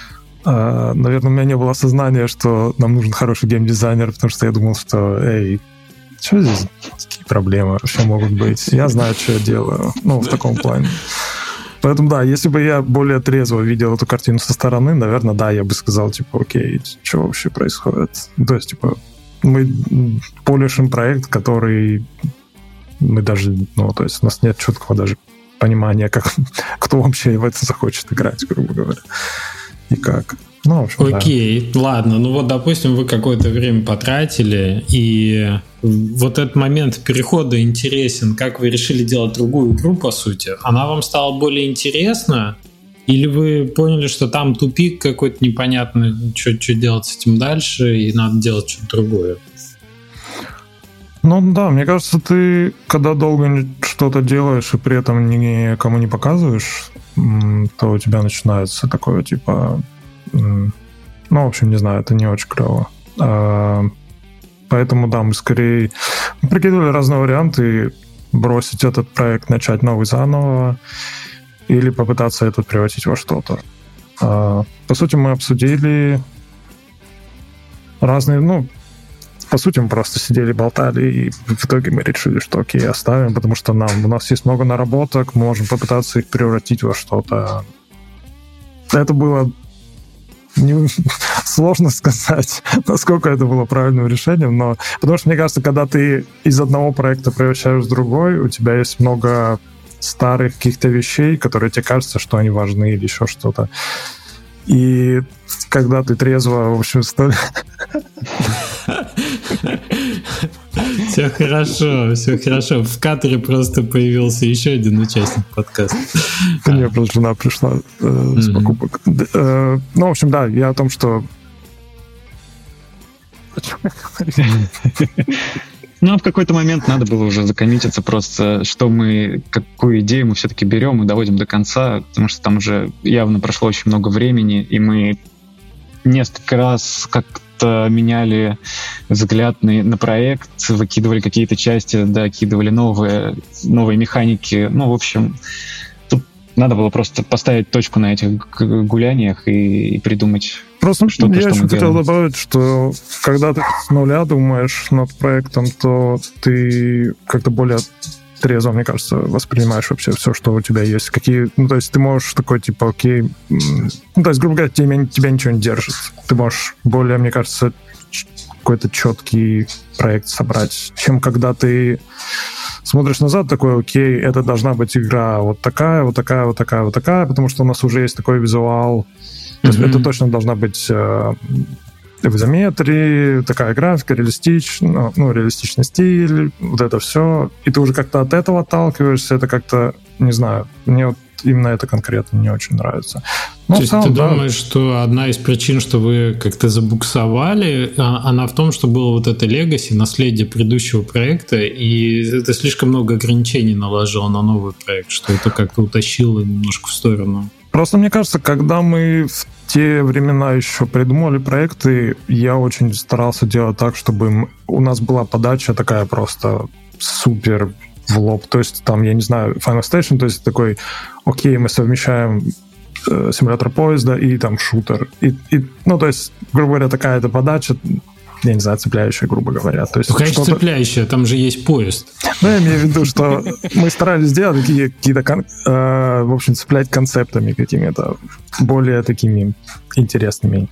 э, наверное, у меня не было осознания, что нам нужен хороший геймдизайнер, потому что я думал, что, эй, что здесь, какие проблемы вообще могут быть? Я знаю, что я делаю. Ну, в таком плане. Поэтому, да, если бы я более трезво видел эту картину со стороны, наверное, да, я бы сказал, типа, окей, что вообще происходит? То есть, типа, мы полишим проект, который мы даже, ну, то есть у нас нет четкого даже понимания, как, кто вообще в это захочет играть, грубо говоря, и как. Ну, в общем, окей, да. Ладно, ну вот, допустим, вы какое-то время потратили, и вот этот момент перехода интересен, как вы решили делать другую игру, по сути, она вам стала более интересна, или вы поняли, что там тупик какой-то непонятный, что делать с этим дальше, и надо делать что-то другое? Ну да, мне кажется, ты, когда долго что-то делаешь и при этом никому не показываешь, то у тебя начинается такое, типа... Ну, в общем, не знаю, это не очень клево. Поэтому, да, мы скорее прикидывали разные варианты: бросить этот проект, начать новый заново, или попытаться этот превратить во что-то. По сути, мы обсудили разные... Ну, по сути, мы просто сидели, болтали, и в итоге мы решили, что окей, оставим, потому что нам, у нас есть много наработок, мы можем попытаться их превратить во что-то. Это было... Не, сложно сказать, насколько это было правильным решением, но потому что, мне кажется, когда ты из одного проекта превращаешь в другой, у тебя есть много старых каких-то вещей, которые тебе кажется, что они важны или еще что-то. И когда ты трезво, в общем, стали... Все хорошо, все хорошо. В кадре просто появился еще один участник подкаста. Да нет, просто жена пришла э, с покупок. Э, ну, в общем, да, я о том, что... Ну, а в какой-то момент надо было уже закоммититься просто, что мы, какую идею мы все-таки берем и доводим до конца, потому что там уже явно прошло очень много времени, и мы несколько раз как-то меняли взгляд на, на проект, выкидывали какие-то части, докидывали новые, новые механики. Ну, в общем, тут надо было просто поставить точку на этих гуляниях и, и придумать просто что-то, я что еще мы хотел делаем. добавить, что когда ты с нуля думаешь над проектом, то ты как-то более трезво, мне кажется, воспринимаешь вообще все, что у тебя есть. Какие, ну, то есть ты можешь такой, типа, окей... Ну, то есть, грубо говоря, тебя, тебя ничего не держит. Ты можешь более, мне кажется, какой-то четкий проект собрать, чем когда ты смотришь назад, такой, окей, это должна быть игра вот такая, вот такая, вот такая, вот такая, потому что у нас уже есть такой визуал. То есть mm-hmm. это точно должна быть э, в изометрии, такая графика, реалистичная, ну, реалистичный стиль, вот это все. И ты уже как-то от этого отталкиваешься, это как-то, не знаю, мне вот именно это конкретно не очень нравится. Но То есть целом, ты да. думаешь, что одна из причин, что вы как-то забуксовали, она в том, что было вот это легаси, наследие предыдущего проекта, и это слишком много ограничений наложило на новый проект, что это как-то утащило немножко в сторону? Просто мне кажется, когда мы в те времена еще придумали проекты, я очень старался делать так, чтобы у нас была подача такая просто супер в лоб. То есть там, я не знаю, Final Station, то есть такой, окей, мы совмещаем э, симулятор поезда и там шутер. И, и, ну, то есть, грубо говоря, такая-то подача, я не знаю, цепляющая, грубо говоря. То есть, ну, конечно, что-то... цепляющая, там же есть поезд. Ну, я имею в виду, что мы старались сделать такие, какие-то, э, в общем, цеплять концептами какими-то более такими интересными.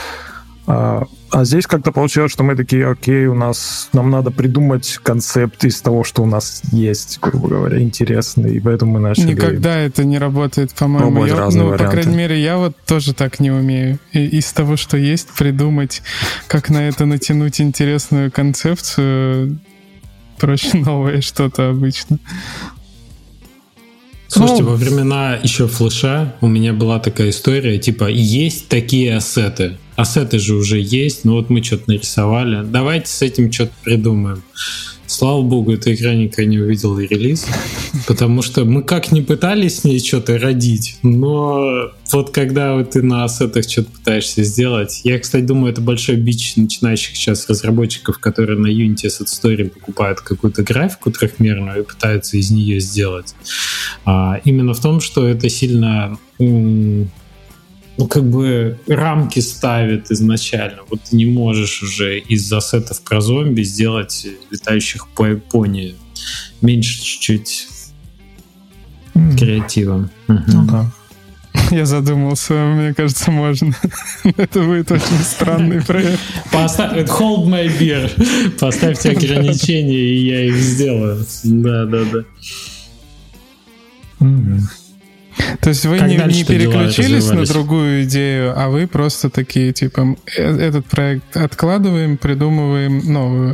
А, а здесь как-то получилось, что мы такие, окей, у нас, нам надо придумать концепт из того, что у нас есть, грубо говоря, интересный, и поэтому мы начали... Никогда это не работает, по-моему. Я, ну, варианты. По крайней мере, я вот тоже так не умею. И из того, что есть, придумать, как на это натянуть интересную концепцию, проще новое что-то обычно. Слушайте, ну, во времена еще флеша у меня была такая история, типа, есть такие ассеты. Ассеты же уже есть, ну вот мы что-то нарисовали. Давайте с этим что-то придумаем. Слава богу, эта игра никогда не увидела релиз, потому что мы как ни пытались с ней что-то родить, но вот когда вот ты на ассетах что-то пытаешься сделать, я, кстати, думаю, это большой бич начинающих сейчас разработчиков, которые на Unity Asset Story покупают какую-то графику трехмерную и пытаются из нее сделать. А, именно в том, что это сильно... ну, как бы рамки ставит изначально. Вот ты не можешь уже из ассетов про зомби сделать летающих пони. Меньше чуть-чуть mm. креатива. Uh-huh. Ну да. Я задумался, мне кажется, можно. Это будет очень странный проект. Поставь, hold my beer. Поставьте ограничения, и я их сделаю. Да, да, да. Mm-hmm. То есть вы не, не переключились на другую идею, а вы просто такие, типа, этот проект откладываем, придумываем новую.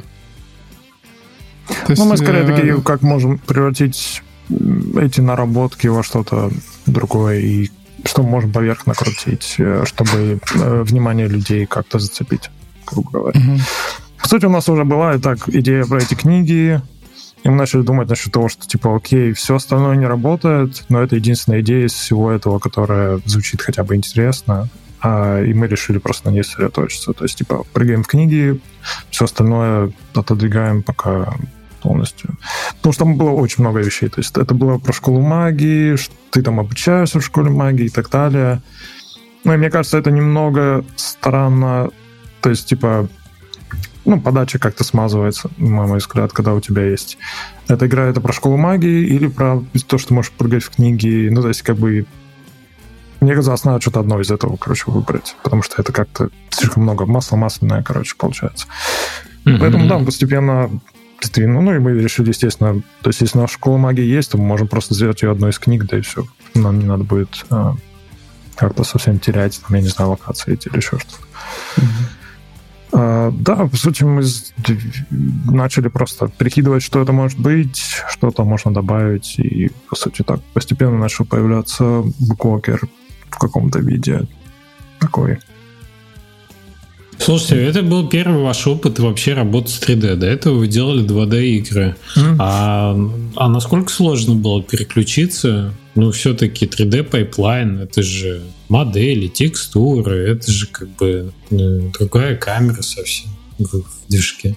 То есть, ну, мы скорее э, такие, как можем превратить эти наработки во что-то другое, и что мы можем поверх накрутить, чтобы внимание людей как-то зацепить, грубо говоря. Угу. По сути, у нас уже была и так идея про эти книги, и мы начали думать насчет того, что, типа, окей, все остальное не работает, но это единственная идея из всего этого, которая звучит хотя бы интересно, а, и мы решили просто на ней сосредоточиться. То есть, типа, прыгаем в книги, все остальное отодвигаем пока полностью. Потому что там было очень много вещей. То есть это было про школу магии, ты там обучаешься в школе магии и так далее. Ну, и мне кажется, это немного странно. То есть, типа, ну, подача как-то смазывается, на мой взгляд, когда у тебя есть эта игра, это про школу магии или про то, что ты можешь прыгать в книги. Ну, то есть, как бы, мне казалось, надо что-то одно из этого, короче, выбрать, потому что это как-то слишком много масла масляное, короче, получается. Mm-hmm. Поэтому, да, постепенно ну, ну, и мы решили, естественно, то есть, если наша школа магии есть, то мы можем просто сделать ее одной из книг, да и все. Нам не надо будет а, как-то совсем терять, там, я не знаю, локации эти или еще что-то. Mm-hmm. А, да, по сути, мы начали просто прикидывать, что это может быть, что там можно добавить, и, по сути, так постепенно начал появляться буквокер в каком-то виде такой. Слушайте, это был первый ваш опыт вообще работы с три дэ. До этого вы делали два дэ-игры. Mm-hmm. А, а насколько сложно было переключиться? Ну, все-таки три дэ-пайплайн, это же модели, текстуры, это же как бы ну, другая камера совсем в движке.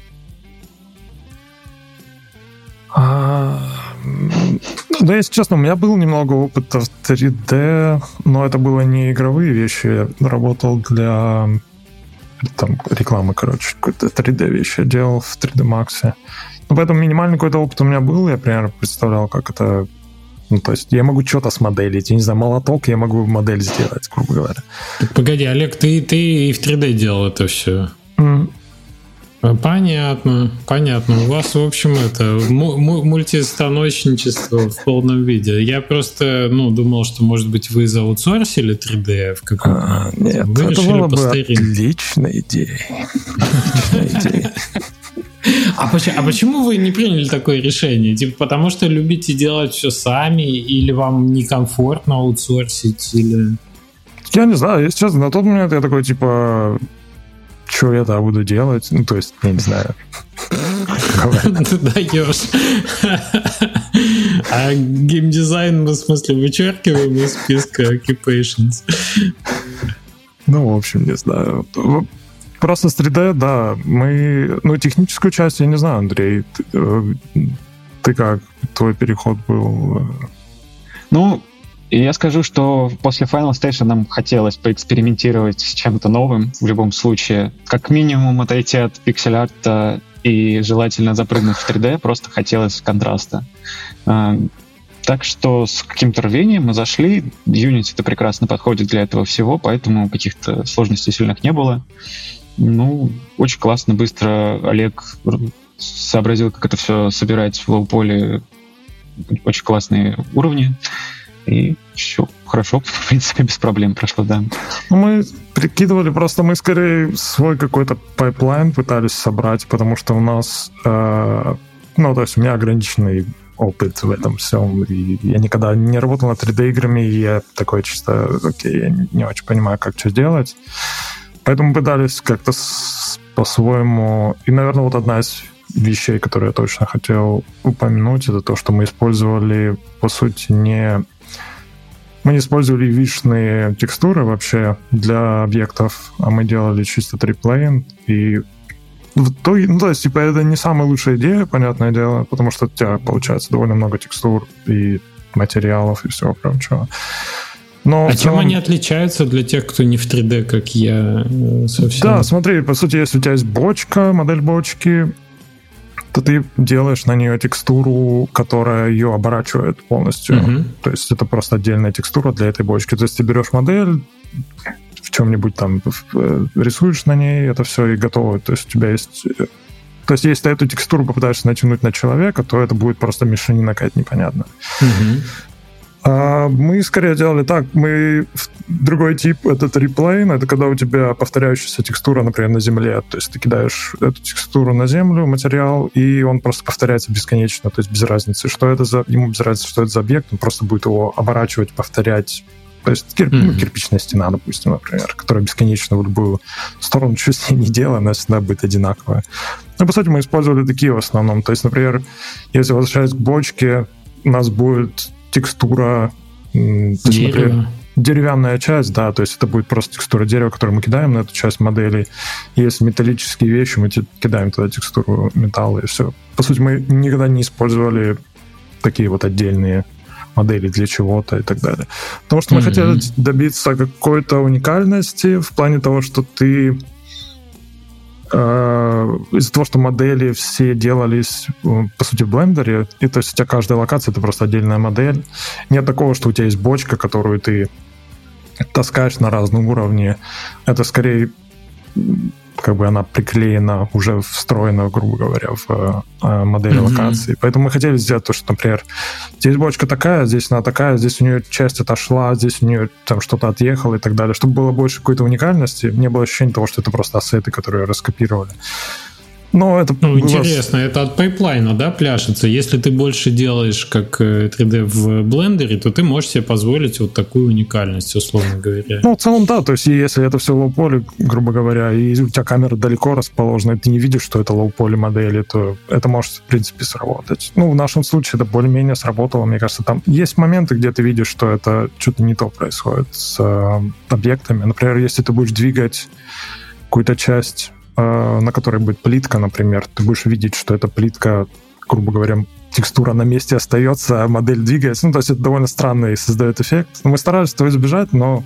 А, да, если честно, у меня был немного опыта в три дэ, но это было не игровые вещи. Я работал для... там рекламы, короче, какой-то три дэ вещи я делал в три дэ Max. Ну, поэтому минимальный какой-то опыт у меня был, я примерно представлял, как это... Ну, то есть я могу что-то смоделить, я не знаю, молоток, я могу модель сделать, грубо говоря. Погоди, Олег, ты, ты и в три дэ делал это все? Mm. Понятно, понятно. У вас, в общем, это м- мультистаночничество в полном виде. Я просто, ну, думал, что, может быть, вы заутсорсили три дэ в каком-то... А, нет, вы это было бы отличной идеей. Отличной идеей. А почему, а почему вы не приняли такое решение? Типа, потому что любите делать все сами, или вам некомфортно аутсорсить, или... Я не знаю, если честно, на тот момент я такой, типа... Что я это буду делать? Ну, то есть, я не знаю. Ты даешь. А геймдизайн мы, в смысле, вычеркиваем из списка occupations. Ну, в общем, не знаю. Просто с три дэ, да, мы... Ну, техническую часть, я не знаю, Андрей. Ты, ты как? Твой переход был... Ну... И я скажу, что после Final Station нам хотелось поэкспериментировать с чем-то новым в любом случае. Как минимум отойти от пиксель-арта и желательно запрыгнуть в три дэ, просто хотелось контраста. Так что с каким-то рвением мы зашли. Unity-то прекрасно подходит для этого всего, поэтому каких-то сложностей сильных не было. Ну, очень классно, быстро Олег сообразил, как это все собирать в лоу-поле. Очень классные уровни. И все хорошо, в принципе, без проблем прошло, да. Мы прикидывали, просто мы скорее свой какой-то пайплайн пытались собрать, потому что у нас, э, ну, то есть у меня ограниченный опыт в этом всем, и я никогда не работал над три дэ-играми, и я такой чисто, окей, я не очень понимаю, как что делать. Поэтому пытались как-то с, по-своему... И, наверное, вот одна из вещей, которые я точно хотел упомянуть, это то, что мы использовали, по сути, не... Мы не использовали вишные текстуры вообще для объектов, а мы делали чисто триплейн. И в итоге, ну, то есть, типа, это не самая лучшая идея, понятное дело, потому что у тебя получается довольно много текстур и материалов и всего прочего. Но а целом... чем они отличаются для тех, кто не в три дэ, как я совсем? Да, смотри, по сути, если у тебя есть бочка, модель бочки, то ты делаешь на нее текстуру, которая ее оборачивает полностью. Uh-huh. То есть это просто отдельная текстура для этой бочки. То есть ты берешь модель, в чем-нибудь там рисуешь на ней, это все и готово. То есть у тебя есть... То есть если ты эту текстуру попытаешься натянуть на человека, то это будет просто мешанина какая-то непонятная. Uh-huh. А мы скорее делали так. Мы другой тип, это триплейн, это когда у тебя повторяющаяся текстура, например, на земле. То есть ты кидаешь эту текстуру на землю, материал, и он просто повторяется бесконечно, то есть без разницы, что это за... Ему без разницы, что это за объект, он просто будет его оборачивать, повторять То есть кир, mm-hmm. ну, кирпичная стена, допустим, например, которая бесконечно в любую сторону, что с ней не делаем, она всегда будет одинаковая. Ну, по сути, мы использовали такие в основном. То есть, например, если возвращаясь к бочке, у нас будет текстура... То есть, например, деревянная часть, да, то есть это будет просто текстура дерева, которую мы кидаем на эту часть модели. Если металлические вещи, мы кидаем туда текстуру металла, и все. По сути, мы никогда не использовали такие вот отдельные модели для чего-то и так далее. Потому что мы mm-hmm. хотели добиться какой-то уникальности в плане того, что ты э, из-за того, что модели все делались, по сути, в блендере, и то есть у тебя каждая локация — это просто отдельная модель. Нет такого, что у тебя есть бочка, которую ты таскаешь на разном уровне. Это скорее как бы она приклеена, уже встроена, грубо говоря, в э, модели mm-hmm. локации. Поэтому мы хотели сделать то, что, например, здесь бочка такая, здесь она такая, здесь у нее часть отошла, здесь у нее там что-то отъехало и так далее, чтобы было больше какой-то уникальности. Не было ощущения того, что это просто ассеты, которые раскопировали. Но это ну, было... интересно, это от пайплайна, да, пляшется? Если ты больше делаешь как три дэ в блендере, то ты можешь себе позволить вот такую уникальность, условно говоря. Ну, в целом, да, то есть если это все лоу-поли, грубо говоря, и у тебя камера далеко расположена, и ты не видишь, что это лоу-поли модели, то это может, в принципе, сработать. Ну, в нашем случае это более-менее сработало, мне кажется. Там есть моменты, где ты видишь, что это что-то не то происходит с э, объектами. Например, если ты будешь двигать какую-то часть, на которой будет плитка, например, ты будешь видеть, что эта плитка, грубо говоря, текстура на месте остается, а модель двигается. Ну, то есть это довольно странно и создает эффект. Мы старались этого избежать, но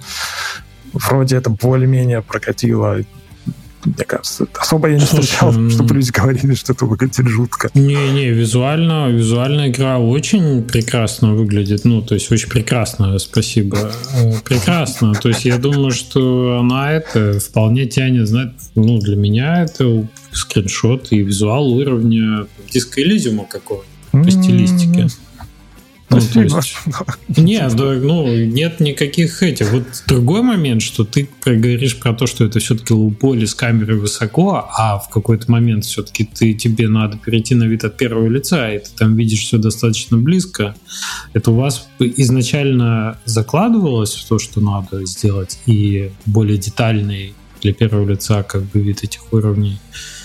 вроде это более-менее прокатило. Мне кажется, особо я не встречал, чтобы люди говорили, что это выглядит жутко. Не-не, визуально, визуальная игра очень прекрасно выглядит. Ну, то есть очень прекрасно, спасибо. Прекрасно. То есть я думаю, что она это вполне тянет, знаете, ну, для меня это скриншот и визуал уровня Disco Elysium какого-нибудь по стилистике. Ну, то есть, нет, да, ну, нет никаких этих. Вот другой момент, что ты говоришь про то, что это все-таки лоу-поли с камерой высоко, а в какой-то момент все-таки ты, тебе надо перейти на вид от первого лица, и ты там видишь все достаточно близко. Это у вас изначально закладывалось в то, что надо сделать, и более детальный для первого лица как бы вид этих уровней?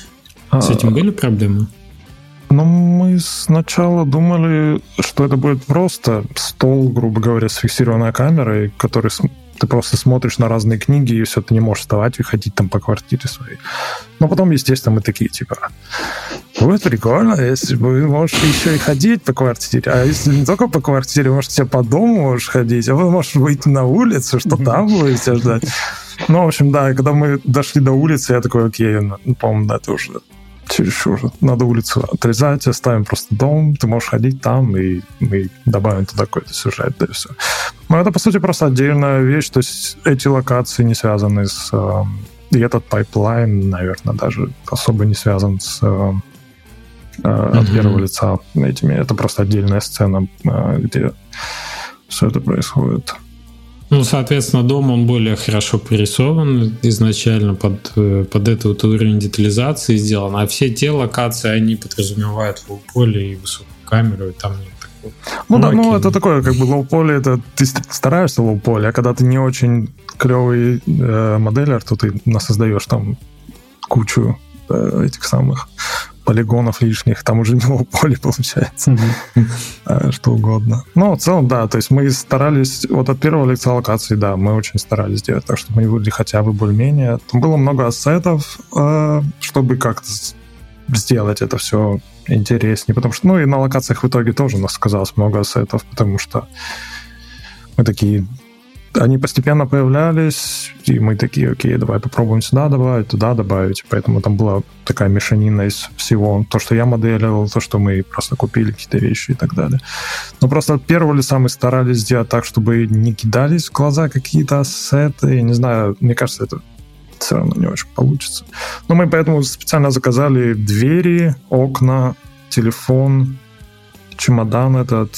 С этим были проблемы? Ну, мы сначала думали, что это будет просто стол, грубо говоря, с фиксированной камерой, который ты просто смотришь на разные книги, и все, ты не можешь вставать и ходить там по квартире своей. Но потом, естественно, мы такие, типа, будет прикольно, если вы можете еще и ходить по квартире. А если не только по квартире, может, тебе по дому можешь ходить, а вы можете выйти на улицу, что там будете ждать. Ну, в общем, да, и когда мы дошли до улицы, я такой, окей, ну, по-моему, да, это уже чересчур. Надо улицу отрезать, оставим просто дом, ты можешь ходить там, и мы добавим туда какой-то сюжет, да и все. Но это, по сути, просто отдельная вещь, то есть эти локации не связаны с... Э, и этот пайплайн, наверное, даже особо не связан с... Э, mm-hmm. от первого лица этими. Это просто отдельная сцена, э, где все это происходит. Ну, соответственно, дом, он более хорошо прорисован изначально под, под этот вот уровень детализации сделан, а все те локации, они подразумевают лоу-поли и высокую камеру, и там нет такого. Ну, ну да, окей. Ну это такое, как бы лоу-поли, это ты стараешься лоу-поли, а когда ты не очень клевый э, моделер, то ты создаешь там кучу э, этих самых полигонов лишних, там уже не лоу-поли получается, mm-hmm. что угодно. Но в целом, да, то есть мы старались, вот от первого лица локации, да, мы очень старались сделать так, чтобы они выглядели хотя бы более-менее. Там было много ассетов, чтобы как-то сделать это все интереснее, потому что, ну и на локациях в итоге тоже у нас оказалось много ассетов, потому что мы такие... Они постепенно появлялись, и мы такие, окей, давай попробуем сюда добавить, туда добавить. Поэтому там была такая мешанина из всего. То, что я моделировал, то, что мы просто купили какие-то вещи и так далее. Но просто от первого лица мы старались сделать так, чтобы не кидались в глаза какие-то ассеты. Я не знаю, мне кажется, это все равно не очень получится. Но мы поэтому специально заказали двери, окна, телефон, чемодан этот...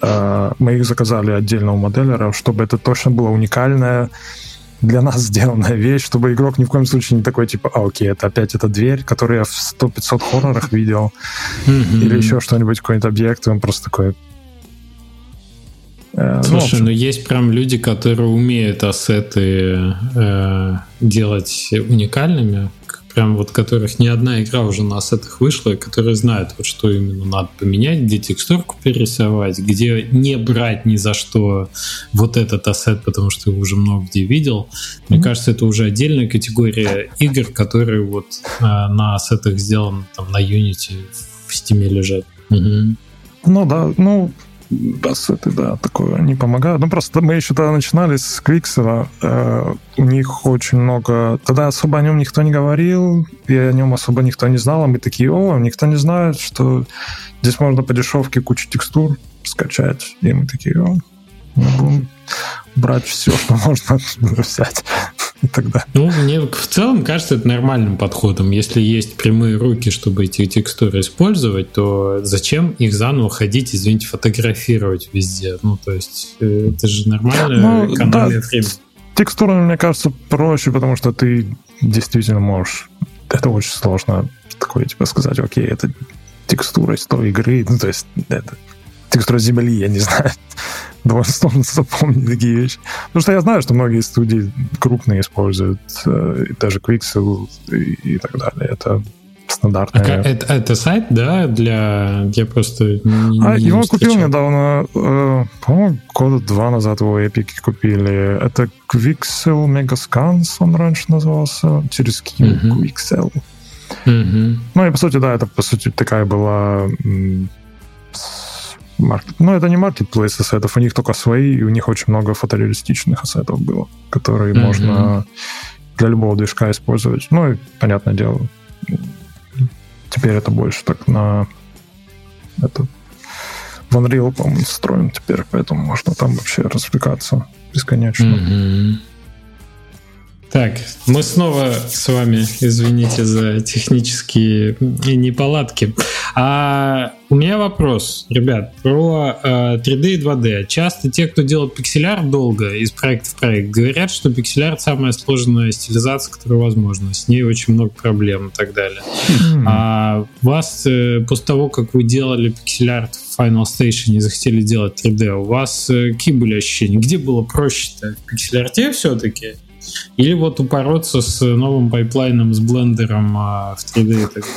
Мы их заказали отдельного моделера, чтобы это точно была уникальная для нас сделанная вещь, чтобы игрок ни в коем случае не такой, типа, а, окей, это опять эта дверь, которую я в сто-пятьсот хоррорах видел, mm-hmm. или еще что-нибудь, какой-нибудь объект, и он просто такой... Слушай, ну, ну есть прям люди, которые умеют ассеты э, делать уникальными, прям вот которых ни одна игра уже на ассетах вышла, и которые знают, вот что именно надо поменять, где текстурку перерисовать, где не брать ни за что вот этот ассет, потому что его уже много где видел. Мне mm-hmm. кажется, это уже отдельная категория игр, которые вот э, на ассетах сделаны, там, на Unity в Steam лежат. Угу. Ну да, ну ассеты, да, такое не помогают. Ну просто мы еще тогда начинали с Quixel, э, у них очень много... Тогда особо о нем никто не говорил, и о нем особо никто не знал, а мы такие, о, никто не знает, что здесь можно по дешевке кучу текстур скачать, и мы такие, о, мы будем брать все, что можно взять. И так далее. Ну, мне в целом кажется это нормальным подходом. Если есть прямые руки, чтобы эти текстуры использовать, то зачем их заново ходить, извините, фотографировать везде? Ну, то есть, это же нормальная ну, экономия да, времени. Текстурами, мне кажется, проще, потому что ты действительно можешь... Это очень сложно такое, типа, сказать, окей, это текстура из той игры, ну, то есть, это... текстура земли, я не знаю. Довольно сложно запомнить такие вещи. Потому что я знаю, что многие студии крупные используют э, даже Quixel и, и так далее. Это стандартное. А это, это сайт, да, для... Я просто не, а не его встречал. Купил недавно, э, по-моему, года два назад его Epic купили. Это Quixel Megascans, он раньше назывался. Через Q, uh-huh. Quixel. Uh-huh. Ну и, по сути, да, это, по сути, такая была... М- Маркет. Ну, это не маркетплейс ассетов, у них только свои, и у них очень много фотореалистичных ассетов было, которые mm-hmm. можно для любого движка использовать. Ну, и, понятное дело, теперь это больше так на... Это... В Unreal, по-моему, строим теперь, поэтому можно там вообще развлекаться бесконечно. Mm-hmm. Так, мы снова с вами, извините за технические неполадки. А у меня вопрос, ребят, про э, три дэ и два дэ. Часто те, кто делает пиксель-арт долго из проекта в проект, говорят, что пиксель-арт самая сложная стилизация, которая возможна. С ней очень много проблем и так далее. Mm-hmm. А вас, э, после того, как вы делали пиксель-арт в Final Station и захотели делать три дэ, у вас э, какие были ощущения? Где было проще-то? В пиксель-арте все-таки? Или вот упороться с новым пайплайном, с блендером а, в три дэ и так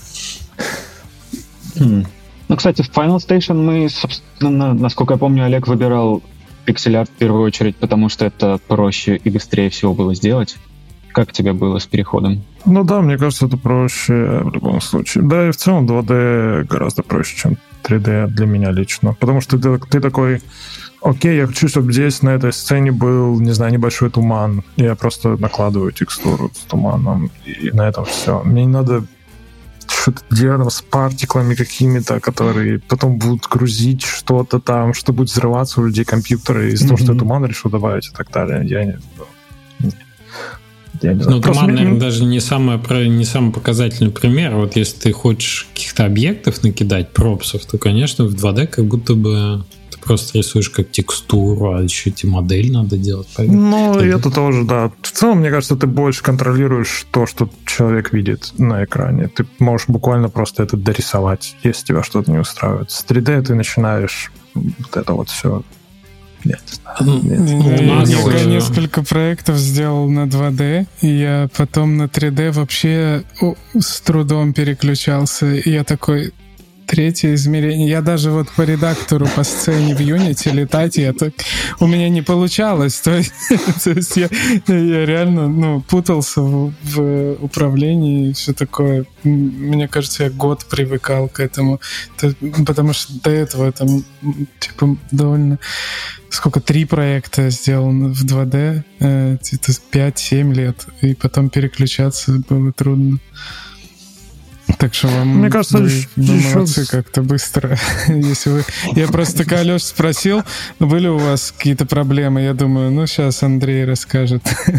далее? Mm. Ну, кстати, в Final Station мы, собственно, насколько я помню, Олег выбирал пиксель-арт в первую очередь, потому что это проще и быстрее всего было сделать. Как тебе было с переходом? Ну да, мне кажется, это проще в любом случае. Да, и в целом два дэ гораздо проще, чем три дэ для меня лично. Потому что ты, ты такой... Окей, я хочу, чтобы здесь на этой сцене был, не знаю, небольшой туман. Я просто накладываю текстуру с туманом, и на этом все. Мне не надо что-то делать с партиклами какими-то, которые потом будут грузить что-то там, что будет взрываться у людей компьютеры из-за mm-hmm. того, что я туман решил добавить и так далее. Я не... Я не знаю. Ну, туман, мне... наверное, даже не самый, не самый показательный пример. Вот если ты хочешь каких-то объектов накидать, пропсов, то, конечно, в два дэ как будто бы... Просто рисуешь как текстуру, а еще и модель надо делать. Ну, и это тоже, да. В целом, мне кажется, ты больше контролируешь то, что человек видит на экране. Ты можешь буквально просто это дорисовать, если тебя что-то не устраивает. С три дэ ты начинаешь вот это вот все... Нет, нет. Нет. Я, я несколько проектов сделал на два дэ, и я потом на три дэ вообще с трудом переключался. И я такой... Третье измерение. Я даже вот по редактору по сцене в Unity летать, я так... у меня не получалось. То есть, то есть я, я реально ну, путался в, в управлении и все такое. Мне кажется, я год привыкал к этому. То, потому что до этого там типа довольно... Сколько? Три проекта сделал в два дэ. Э, пять-семь лет. И потом переключаться было трудно. Так что вам, мне кажется, вы, еще... вы молодцы как-то быстро. Если вы... Я просто как Алёша спросил, были у вас какие-то проблемы? Я думаю, ну сейчас Андрей расскажет.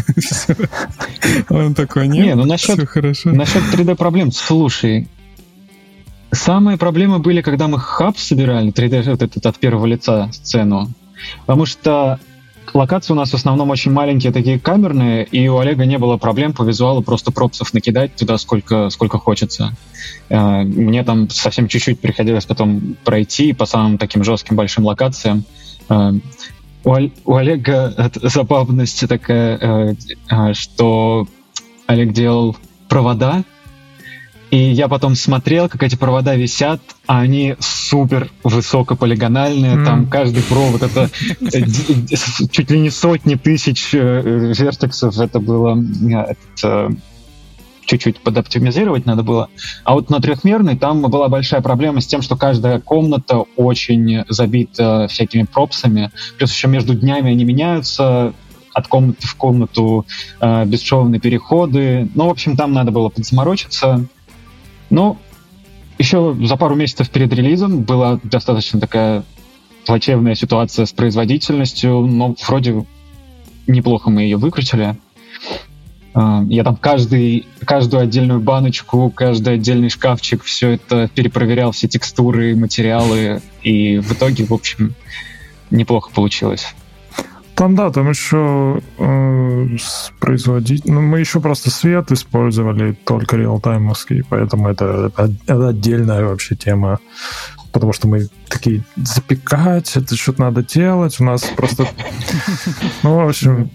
Он такой, нет, не, ну, насчет, все хорошо. Насчет три дэ проблем, слушай, самые проблемы были, когда мы хаб собирали, три дэ вот этот от первого лица сцену, потому что локации у нас в основном очень маленькие, такие камерные, и у Олега не было проблем по визуалу просто пропсов накидать туда сколько, сколько хочется. Мне там совсем чуть-чуть приходилось потом пройти по самым таким жестким большим локациям. У, Оль, у Олега забавность такая, что Олег делал провода, и я потом смотрел, как эти провода висят, а они супер высокополигональные, mm. там каждый провод, это чуть ли не сотни тысяч вертексов, это было это, чуть-чуть подоптимизировать надо было. А вот на трехмерной там была большая проблема с тем, что каждая комната очень забита всякими пропсами, плюс еще между днями они меняются, от комнаты в комнату э, бесшовные переходы. Ну, в общем, там надо было подзаморочиться. Ну, еще за пару месяцев перед релизом была достаточно такая плачевная ситуация с производительностью, но вроде неплохо мы ее выкрутили. Э, я там каждый, каждую отдельную баночку, каждый отдельный шкафчик, все это перепроверял, все текстуры, материалы, и в итоге, в общем, неплохо получилось. Там, да, там еще э, производить... Ну, мы еще просто свет использовали, только реалтаймовский, поэтому это, это отдельная вообще тема, потому что мы такие, запекать, это что-то надо делать, у нас просто... Ну, в общем...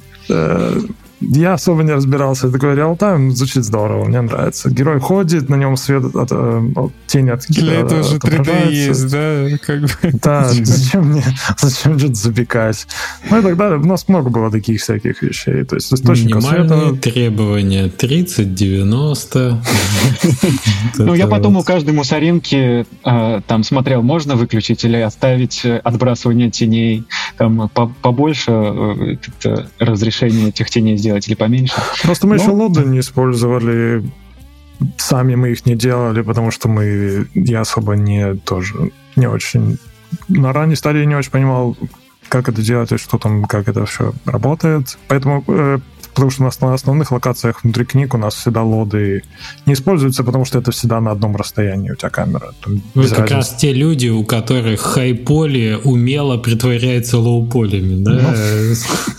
Я особо не разбирался. Я такой, реалтайм звучит здорово, мне нравится. Герой ходит, на нем свет от, от тени от Для этого же три дэ есть, да? Как бы. Да, зачем мне зачем что-то запекать? Ну и так далее. У нас много было таких всяких вещей. То есть источников света... Минимальные требования тридцать девяносто. Ну, я потом у каждой мусоринки там смотрел, можно выключить или оставить отбрасывание теней. Там побольше разрешения этих теней сделать или поменьше. Просто мы Но... еще лоды не использовали, сами мы их не делали, потому что мы, я особо не тоже не очень на ранней стадии не очень понимал, как это делать и что там, как это все работает. Поэтому, э, потому что у нас на основных локациях внутри книг у нас всегда лоды не используются, потому что это всегда на одном расстоянии у тебя камера. Вы как разницы. Раз те люди, у которых хай-поли умело притворяется лоу-полями, да? Ну...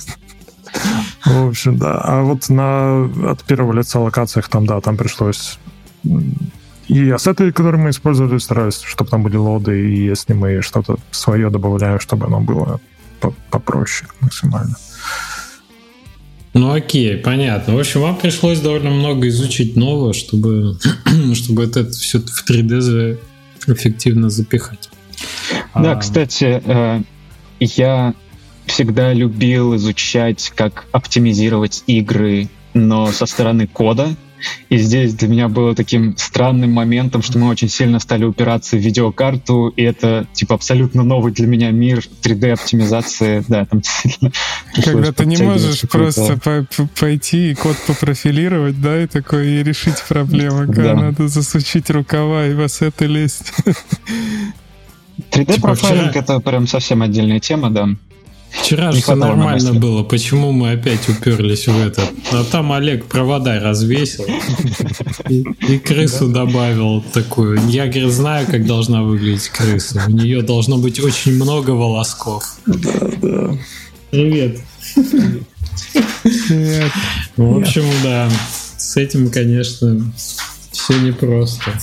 В общем, да. А вот на от первого лица локациях там, да, там пришлось... И ассеты, которые мы использовали, старались, чтобы там были лоды, и если мы что-то свое добавляем, чтобы оно было попроще максимально. Ну окей, понятно. В общем, вам пришлось довольно много изучить нового, чтобы, чтобы это все в три дэ эффективно запихать. Да, а... кстати, я... всегда любил изучать, как оптимизировать игры, но со стороны кода. И здесь для меня было таким странным моментом, что мы очень сильно стали упираться в видеокарту, и это типа абсолютно новый для меня мир три дэ-оптимизации. Да, там действительно... Когда ты не можешь просто по- пойти и код попрофилировать, да, и такой, и решить проблему, когда да. надо засучить рукава и в ассеты лезть. три дэ-профайлинг — это прям совсем отдельная тема, да. Вчера же все нормально было, почему мы опять уперлись в это? А там Олег провода развесил и, и крысу добавил такую. Я, говорит, знаю, как должна выглядеть крыса. У нее должно быть очень много волосков. Да, да. Привет. Привет. В общем, да, с этим, конечно, все непросто.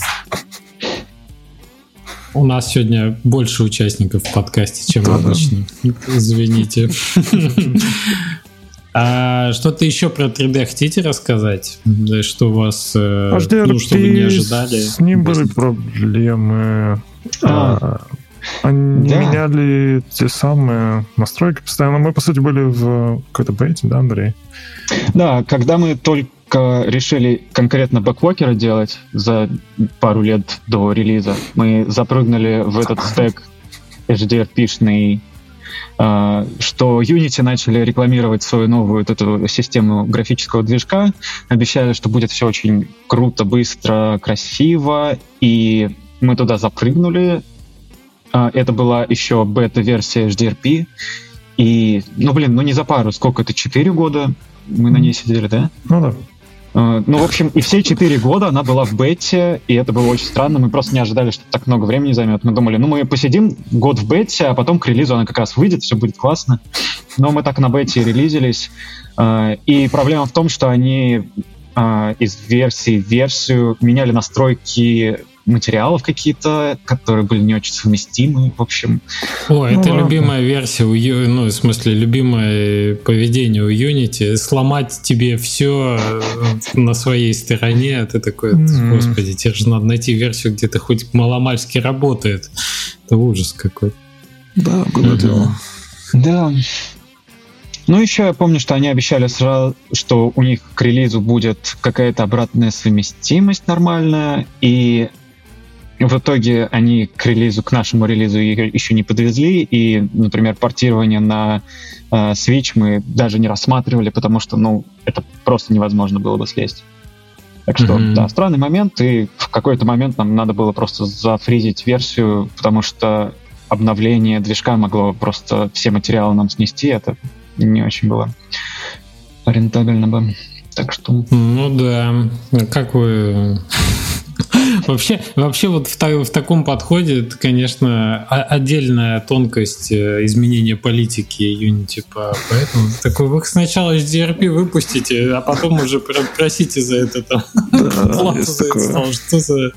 У нас сегодня больше участников в подкасте, чем обычно. Извините. А что-то еще про три дэ хотите рассказать? Что у вас, ну, что вы не ожидали? С ним были проблемы. А, они да. меняли те самые настройки постоянно. Мы, по сути, были в какой-то бете, да, Андрей? Да, когда мы только решили конкретно бэквокера делать за пару лет до релиза, мы запрыгнули в этот стек эйч ди ар пи-шный, что Unity начали рекламировать свою новую вот эту систему графического движка, обещали, что будет все очень круто, быстро, красиво, и мы туда запрыгнули. Это была еще бета-версия эйч ди ар пи, и, ну, блин, ну не за пару, сколько это, четыре года мы на ней сидели, да? Ну да. Uh, ну, в общем, и все четыре года она была в бете, и это было очень странно. Мы просто не ожидали, что так много времени займет. Мы думали, ну, мы посидим год в бете, а потом к релизу она как раз выйдет, все будет классно. Но мы так на бете и релизились. Uh, и проблема в том, что они uh, из версии в версию меняли настройки материалов какие-то, которые были не очень совместимы, в общем. О, это ну, любимая версия, у, ну, в смысле, любимое поведение у Unity. Сломать тебе все на своей стороне, ты такой, mm-hmm. господи, тебе же надо найти версию, где ты хоть маломальски работает. Это ужас какой-то. Да, было mm-hmm. дело. Да. Ну, еще я помню, что они обещали сразу, что у них к релизу будет какая-то обратная совместимость нормальная, и в итоге они к релизу, к нашему релизу ее еще не подвезли, и, например, портирование на э, Switch мы даже не рассматривали, потому что, ну, это просто невозможно было бы слезть. Так что, mm-hmm. да, странный момент, и в какой-то момент нам надо было просто зафризить версию, потому что обновление движка могло просто все материалы нам снести, это не очень было рентабельно бы. Так что... Ну да. Как вы... Вообще, вообще вот в, та- в таком подходе, это, конечно, отдельная тонкость изменения политики Unity. Поэтому такой, вы сначала эйч ди ар пи выпустите, а потом уже просите за это там плату за это. Что за...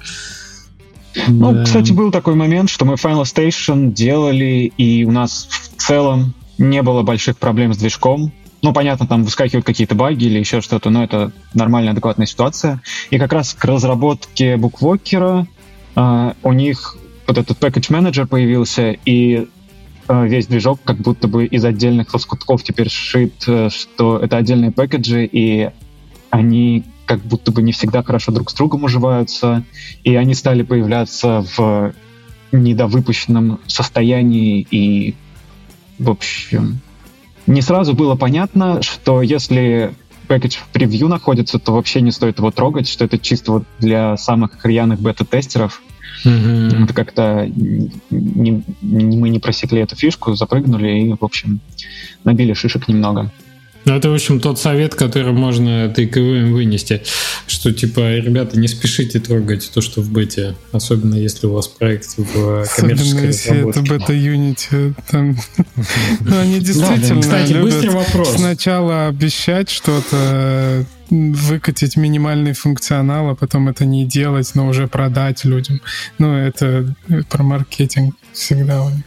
Ну, да. Кстати, был такой момент, что мы Final Station делали, и у нас в целом не было больших проблем с движком. Ну, понятно, там выскакивают какие-то баги или еще что-то, но это нормальная, адекватная ситуация. И как раз к разработке Bookwalker э, у них вот этот package manager появился, и э, весь движок как будто бы из отдельных лоскутков теперь сшит, э, что это отдельные пэкэджи, и они как будто бы не всегда хорошо друг с другом уживаются, и они стали появляться в недовыпущенном состоянии, и, в общем... Не сразу было понятно, что если пэкэдж в превью находится, то вообще не стоит его трогать, что это чисто вот для самых рьяных бета-тестеров. Mm-hmm. Это как-то не, не, мы не просекли эту фишку, запрыгнули и, в общем, набили шишек немного. Ну, это, в общем, тот совет, который можно тейковым вынести, что, типа, ребята, не спешите трогать то, что в бете, особенно если у вас проект в коммерческой разработке. Особенно если это бета-юнити. Там... Ну, они действительно Кстати, любят вопрос. Сначала обещать что-то, выкатить минимальный функционал, а потом это не делать, но уже продать людям. Ну, это про маркетинг всегда у них.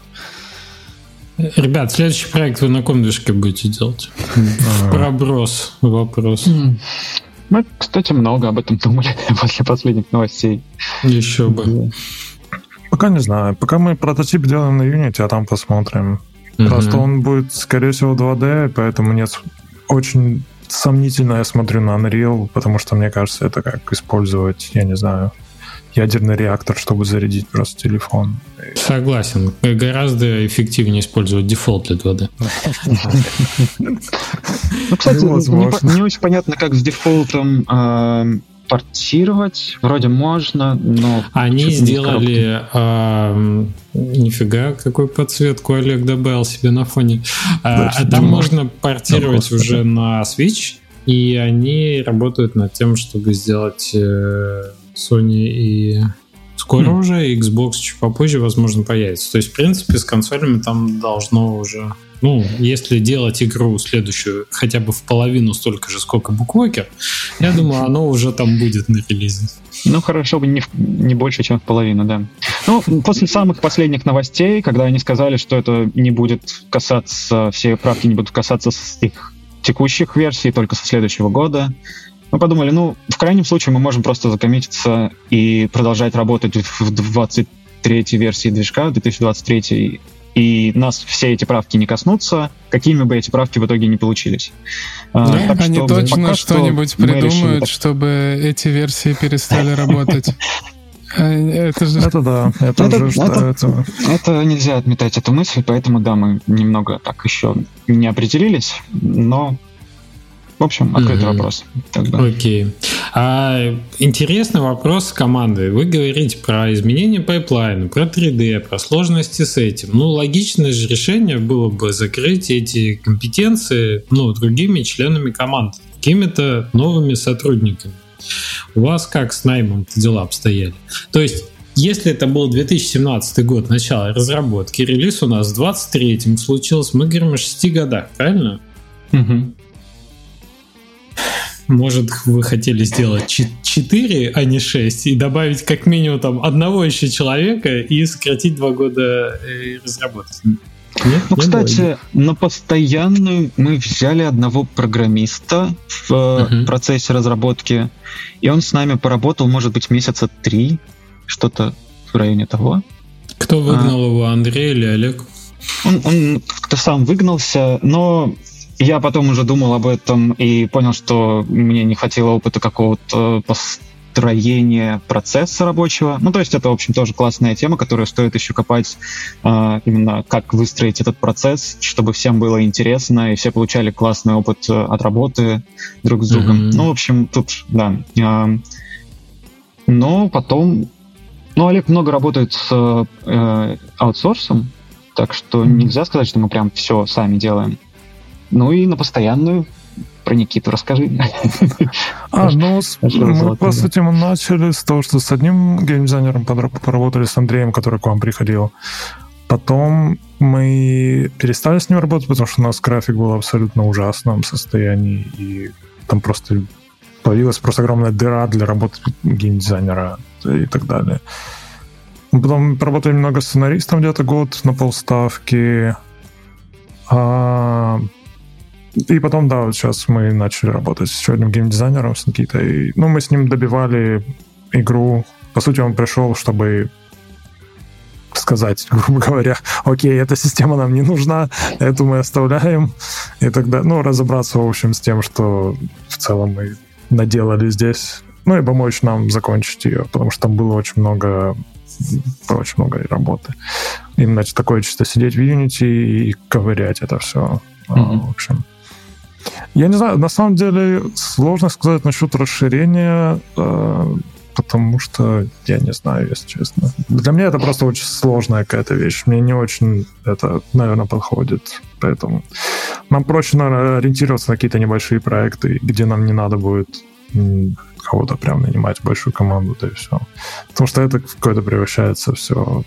Ребят, следующий проект вы на каком движке будете делать? Проброс вопрос. Мы, кстати, много об этом думали после последних новостей. Еще бы. Пока не знаю. Пока мы прототип делаем на Unity, а там посмотрим. Uh-huh. Просто он будет, скорее всего, два дэ, поэтому нет. Очень сомнительно я смотрю на Unreal, потому что, мне кажется, это как использовать, я не знаю, ядерный реактор, чтобы зарядить просто телефон. Согласен. Гораздо эффективнее использовать дефолт для два дэ. Ну, кстати, не очень понятно, как с дефолтом портировать. Вроде можно, но... Они сделали... Нифига, какую подсветку Олег добавил себе на фоне. Там можно портировать уже на Switch, и они работают над тем, чтобы сделать... Sony и скоро mm. уже, Xbox чуть попозже, возможно, появится. То есть, в принципе, с консолями там должно уже... Ну, если делать игру следующую хотя бы в половину столько же, сколько Bookwalker, я думаю, оно уже там будет на релизе. Ну, хорошо бы не, не больше, чем в половину, да. Ну, после самых последних новостей, когда они сказали, что это не будет касаться, все правки не будут касаться их текущих версий, только со следующего года, мы подумали, ну, в крайнем случае мы можем просто закоммититься и продолжать работать в двадцать третьей версии движка, в две тысячи двадцать третьей, и нас все эти правки не коснутся, какими бы эти правки в итоге не получились. Да, так они что, точно что-нибудь что придумают, решили, чтобы эти версии перестали работать. Это же... Это да, это, это уже это, это, это нельзя отметать эту мысль, поэтому да, мы немного так еще не определились, но... В общем, открытый mm-hmm. вопрос. Тогда. Окей. А, интересный вопрос с командой. Вы говорите про изменение пайплайна, про три дэ, про сложности с этим. Ну, логичное же решение было бы закрыть эти компетенции, ну, другими членами команды, какими-то новыми сотрудниками. У вас как с наймом дела обстояли? То есть, если это был две тысячи семнадцатый год, начало разработки, релиз у нас в двадцать третьем случился, мы говорим о шести годах, правильно? Угу. Может, вы хотели сделать четыре, а не шесть, и добавить как минимум там одного еще человека и сократить два года разработки? Нет, ну, кстати, было. На постоянную мы взяли одного программиста в uh-huh. процессе разработки, и он с нами поработал, может быть, месяца три, что-то в районе того. Кто выгнал а, его, Андрей или Олег? Он, он кто сам выгнался, но я потом уже думал об этом и понял, что мне не хватило опыта какого-то построения процесса рабочего. Ну, то есть это, в общем, тоже классная тема, которую стоит еще копать, а, именно как выстроить этот процесс, чтобы всем было интересно и все получали классный опыт от работы друг с другом. Mm-hmm. Ну, в общем, тут, да. А, но потом... Ну, Олег много работает с э, аутсорсом, так что нельзя сказать, что мы прям все сами делаем. Ну и на постоянную про Никиту расскажи. А, ну, мы, по сути, мы начали с того, что с одним геймдизайнером поработали, с Андреем, который к вам приходил. Потом мы перестали с ним работать, потому что у нас график был в абсолютно ужасном состоянии, и там просто появилась просто огромная дыра для работы геймдизайнера и так далее. Потом поработали немного сценаристом, где-то год на полставки. А... И потом, да, вот сейчас мы начали работать с еще одним геймдизайнером, с Никитой. Ну, мы с ним добивали игру. По сути, он пришел, чтобы сказать, грубо говоря, окей, эта система нам не нужна, эту мы оставляем. И тогда, ну, разобраться, в общем, с тем, что в целом мы наделали здесь. Ну, и помочь нам закончить ее, потому что там было очень много очень много работы. Именно такое чисто сидеть в Unity и ковырять это все. Mm-hmm. В общем. Я не знаю, на самом деле сложно сказать насчет расширения, потому что я не знаю, если честно. Для меня это просто очень сложная какая-то вещь. Мне не очень это, наверное, подходит. Поэтому нам проще, наверное, ориентироваться на какие-то небольшие проекты, где нам не надо будет кого-то прям нанимать, большую команду, да и все. Потому что это какое-то превращается все...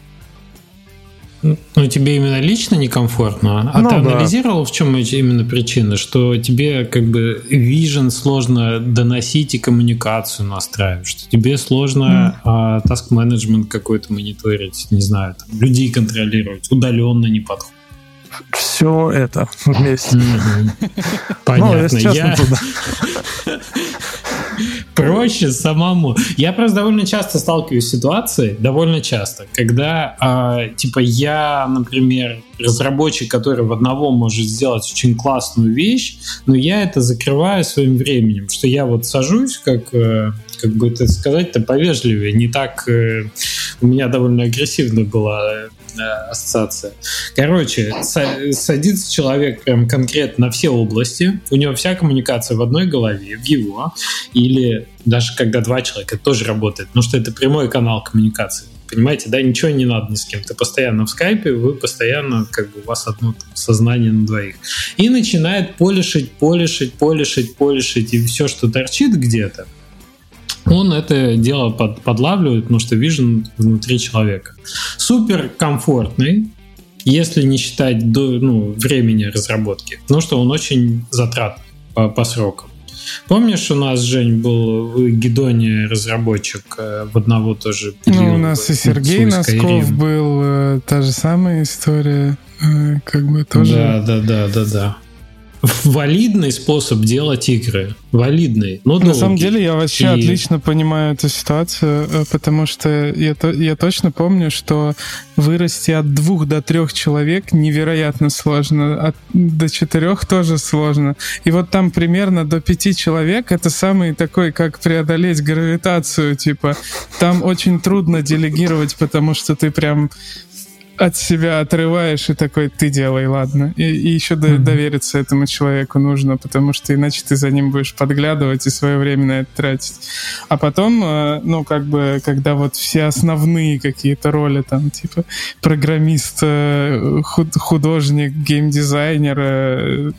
Ну, тебе именно лично некомфортно? А ну, ты анализировал, да. В чем именно причина? Что тебе как бы vision сложно доносить и коммуникацию настраивать? Что тебе сложно mm. task-менеджмент какой-то мониторить, не знаю, там, людей контролировать, удаленно не подходит? Все это вместе. Понятно. Я... Проще самому. Я просто довольно часто сталкиваюсь с ситуацией, довольно часто, когда, э, типа, я, например, разработчик, который в одного может сделать очень классную вещь, но я это закрываю своим временем, что я вот сажусь, как, э, как бы это сказать-то повежливее, не так... Э, у меня довольно агрессивно была э, ассоциация. Короче, са- садится человек прям конкретно на все области, у него вся коммуникация в одной голове, в его, или даже когда два человека, это тоже работает, потому что это прямой канал коммуникации. Понимаете, да, ничего не надо ни с кем. Ты постоянно в скайпе, вы постоянно, как бы, у вас одно там сознание на двоих. И начинает полишить, полишить, полишить, полишить, и все, что торчит где-то, он это дело под, подлавливает, потому что vision внутри человека. Супер комфортный, если не считать до, ну, времени разработки, потому что он очень затратный по, по срокам. Помнишь, у нас, Жень, был в Гидоне разработчик в одного тоже периода? Ну, у нас и Сергей Носков был, та же самая история, как бы тоже... Да, да, да, да, да. Валидный способ делать игры. Валидный, но долгий. На самом деле я вообще и... отлично понимаю эту ситуацию, потому что я, я точно помню, что вырасти от двух до трех человек невероятно сложно, от, до четырех тоже сложно. И вот там примерно до пяти человек это самый такой, как преодолеть гравитацию, типа там очень трудно делегировать, потому что ты прям от себя отрываешь и такой, ты делай, ладно. И, и еще mm-hmm. довериться этому человеку нужно, потому что иначе ты за ним будешь подглядывать и свое время на это тратить. А потом, ну, как бы, когда вот все основные какие-то роли, там, типа, программист, художник, геймдизайнер,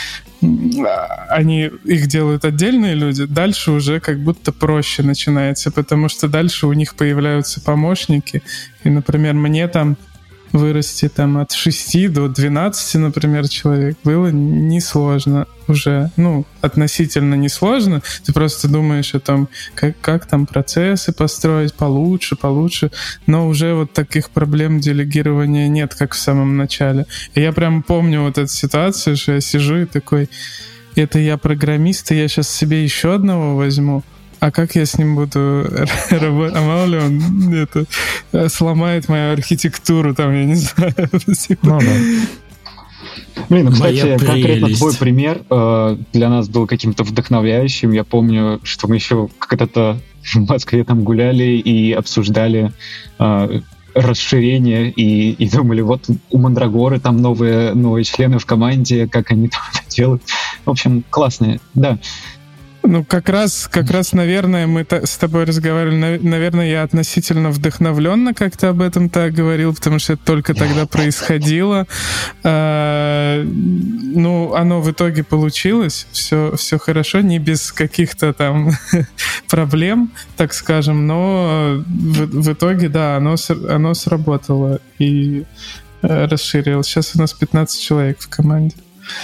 они, их делают отдельные люди, дальше уже как будто проще начинается, потому что дальше у них появляются помощники. И, например, мне там вырасти там от шести до двенадцати, например, человек, было несложно уже. Ну, относительно несложно. Ты просто думаешь о том, как, как там процессы построить получше, получше. Но уже вот таких проблем делегирования нет, как в самом начале. И я прям помню вот эту ситуацию, что я сижу и такой: это я программист, и я сейчас себе еще одного возьму. А как я с ним буду работать? А мало ли он это сломает мою архитектуру, там, я не знаю. Ну, да. Блин, кстати, конкретно твой пример э, для нас был каким-то вдохновляющим. Я помню, что мы еще когда-то в Москве там гуляли и обсуждали э, расширение и, и думали, вот у Мандрагоры там новые, новые члены в команде, как они там это делают. В общем, классные, да. Ну, как раз, как раз, наверное, мы с тобой разговаривали, наверное, я относительно вдохновленно как-то об этом так говорил, потому что это только тогда происходило. А, ну, оно в итоге получилось, все, все хорошо, не без каких-то там проблем, так скажем, но в, в итоге, да, оно, оно сработало и расширилось. Сейчас у нас пятнадцать человек в команде.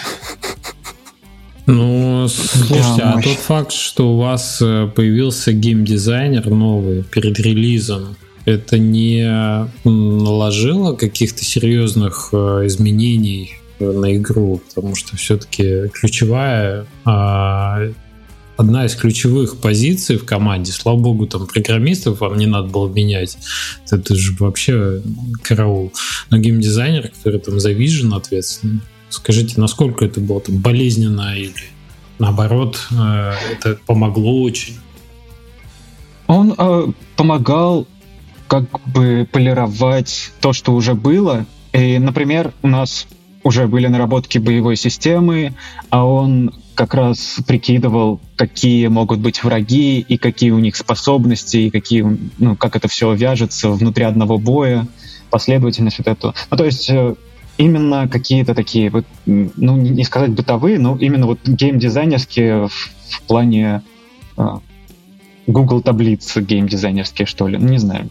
Ну, слушайте, да, а тот факт, что у вас появился геймдизайнер новый перед релизом, это не наложило каких-то серьезных изменений на игру? Потому что все-таки ключевая, одна из ключевых позиций в команде, слава богу, там программистов вам не надо было менять, это же вообще караул. Но геймдизайнер, который там за Vision ответственный, скажите, насколько это было там болезненно или наоборот э, это помогло очень? Он э, помогал как бы полировать то, что уже было. И, например, у нас уже были наработки боевой системы, а он как раз прикидывал, какие могут быть враги и какие у них способности, и какие, ну, как это все вяжется внутри одного боя, последовательность вот эту. Ну, то есть э, именно какие-то такие, вот, ну, не сказать бытовые, но именно вот геймдизайнерские в, в плане э, Google таблицы геймдизайнерские, что ли, не знаю.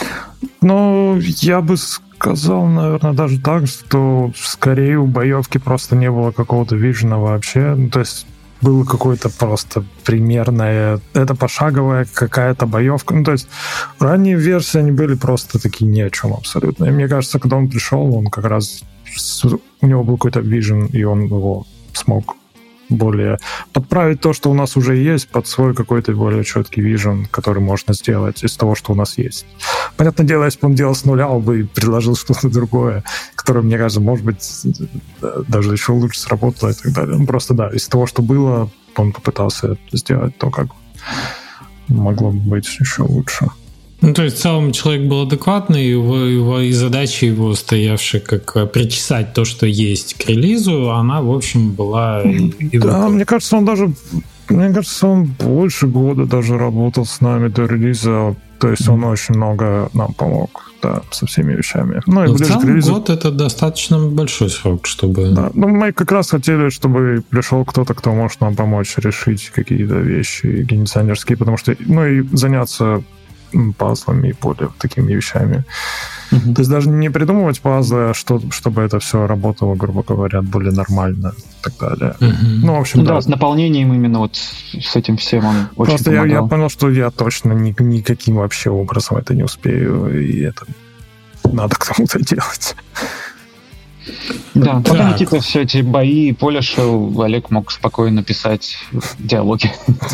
Ну, я бы сказал, наверное, даже так, что скорее у боевки просто не было какого-то вижена вообще, ну, то есть было какое-то просто примерное, это пошаговая какая-то боевка. Ну, то есть ранние версии, они были просто такие ни о чем абсолютно. И мне кажется, когда он пришел, он как раз, у него был какой-то вижен, и он его смог более подправить то, что у нас уже есть, под свой какой-то более четкий вижен, который можно сделать из того, что у нас есть. Понятное дело, если бы он делал с нуля, он бы предложил что-то другое, которое, мне кажется, может быть, даже еще лучше сработало и так далее. Ну, просто, да, из того, что было, он попытался сделать то, как могло быть еще лучше. Ну, то есть, в целом, человек был адекватный, и, его, его, и задача его, стоявшая как причесать то, что есть к релизу, она, в общем, была... И, и да, выполнена. Мне кажется, он даже... Мне кажется, он больше года даже работал с нами до релиза, то есть mm-hmm. он очень много нам помог, да, со всеми вещами. Ну, и в целом релизу... год — это достаточно большой срок, чтобы... Да, ну, мы как раз хотели, чтобы пришел кто-то, кто может нам помочь решить какие-то вещи геймдизайнерские, потому что, ну, и заняться пазлами и более такими вещами. Mm-hmm. То есть даже не придумывать пазлы, а что, чтобы это все работало, грубо говоря, более нормально и так далее. Mm-hmm. Ну, в общем, да, да. С наполнением именно вот с этим всем он очень Просто помогал. Я, я понял, что я точно ни, никаким вообще образом это не успею, и это надо кому-то делать. Да, потом какие-то все эти бои, полишил, Олег мог спокойно писать диалоги.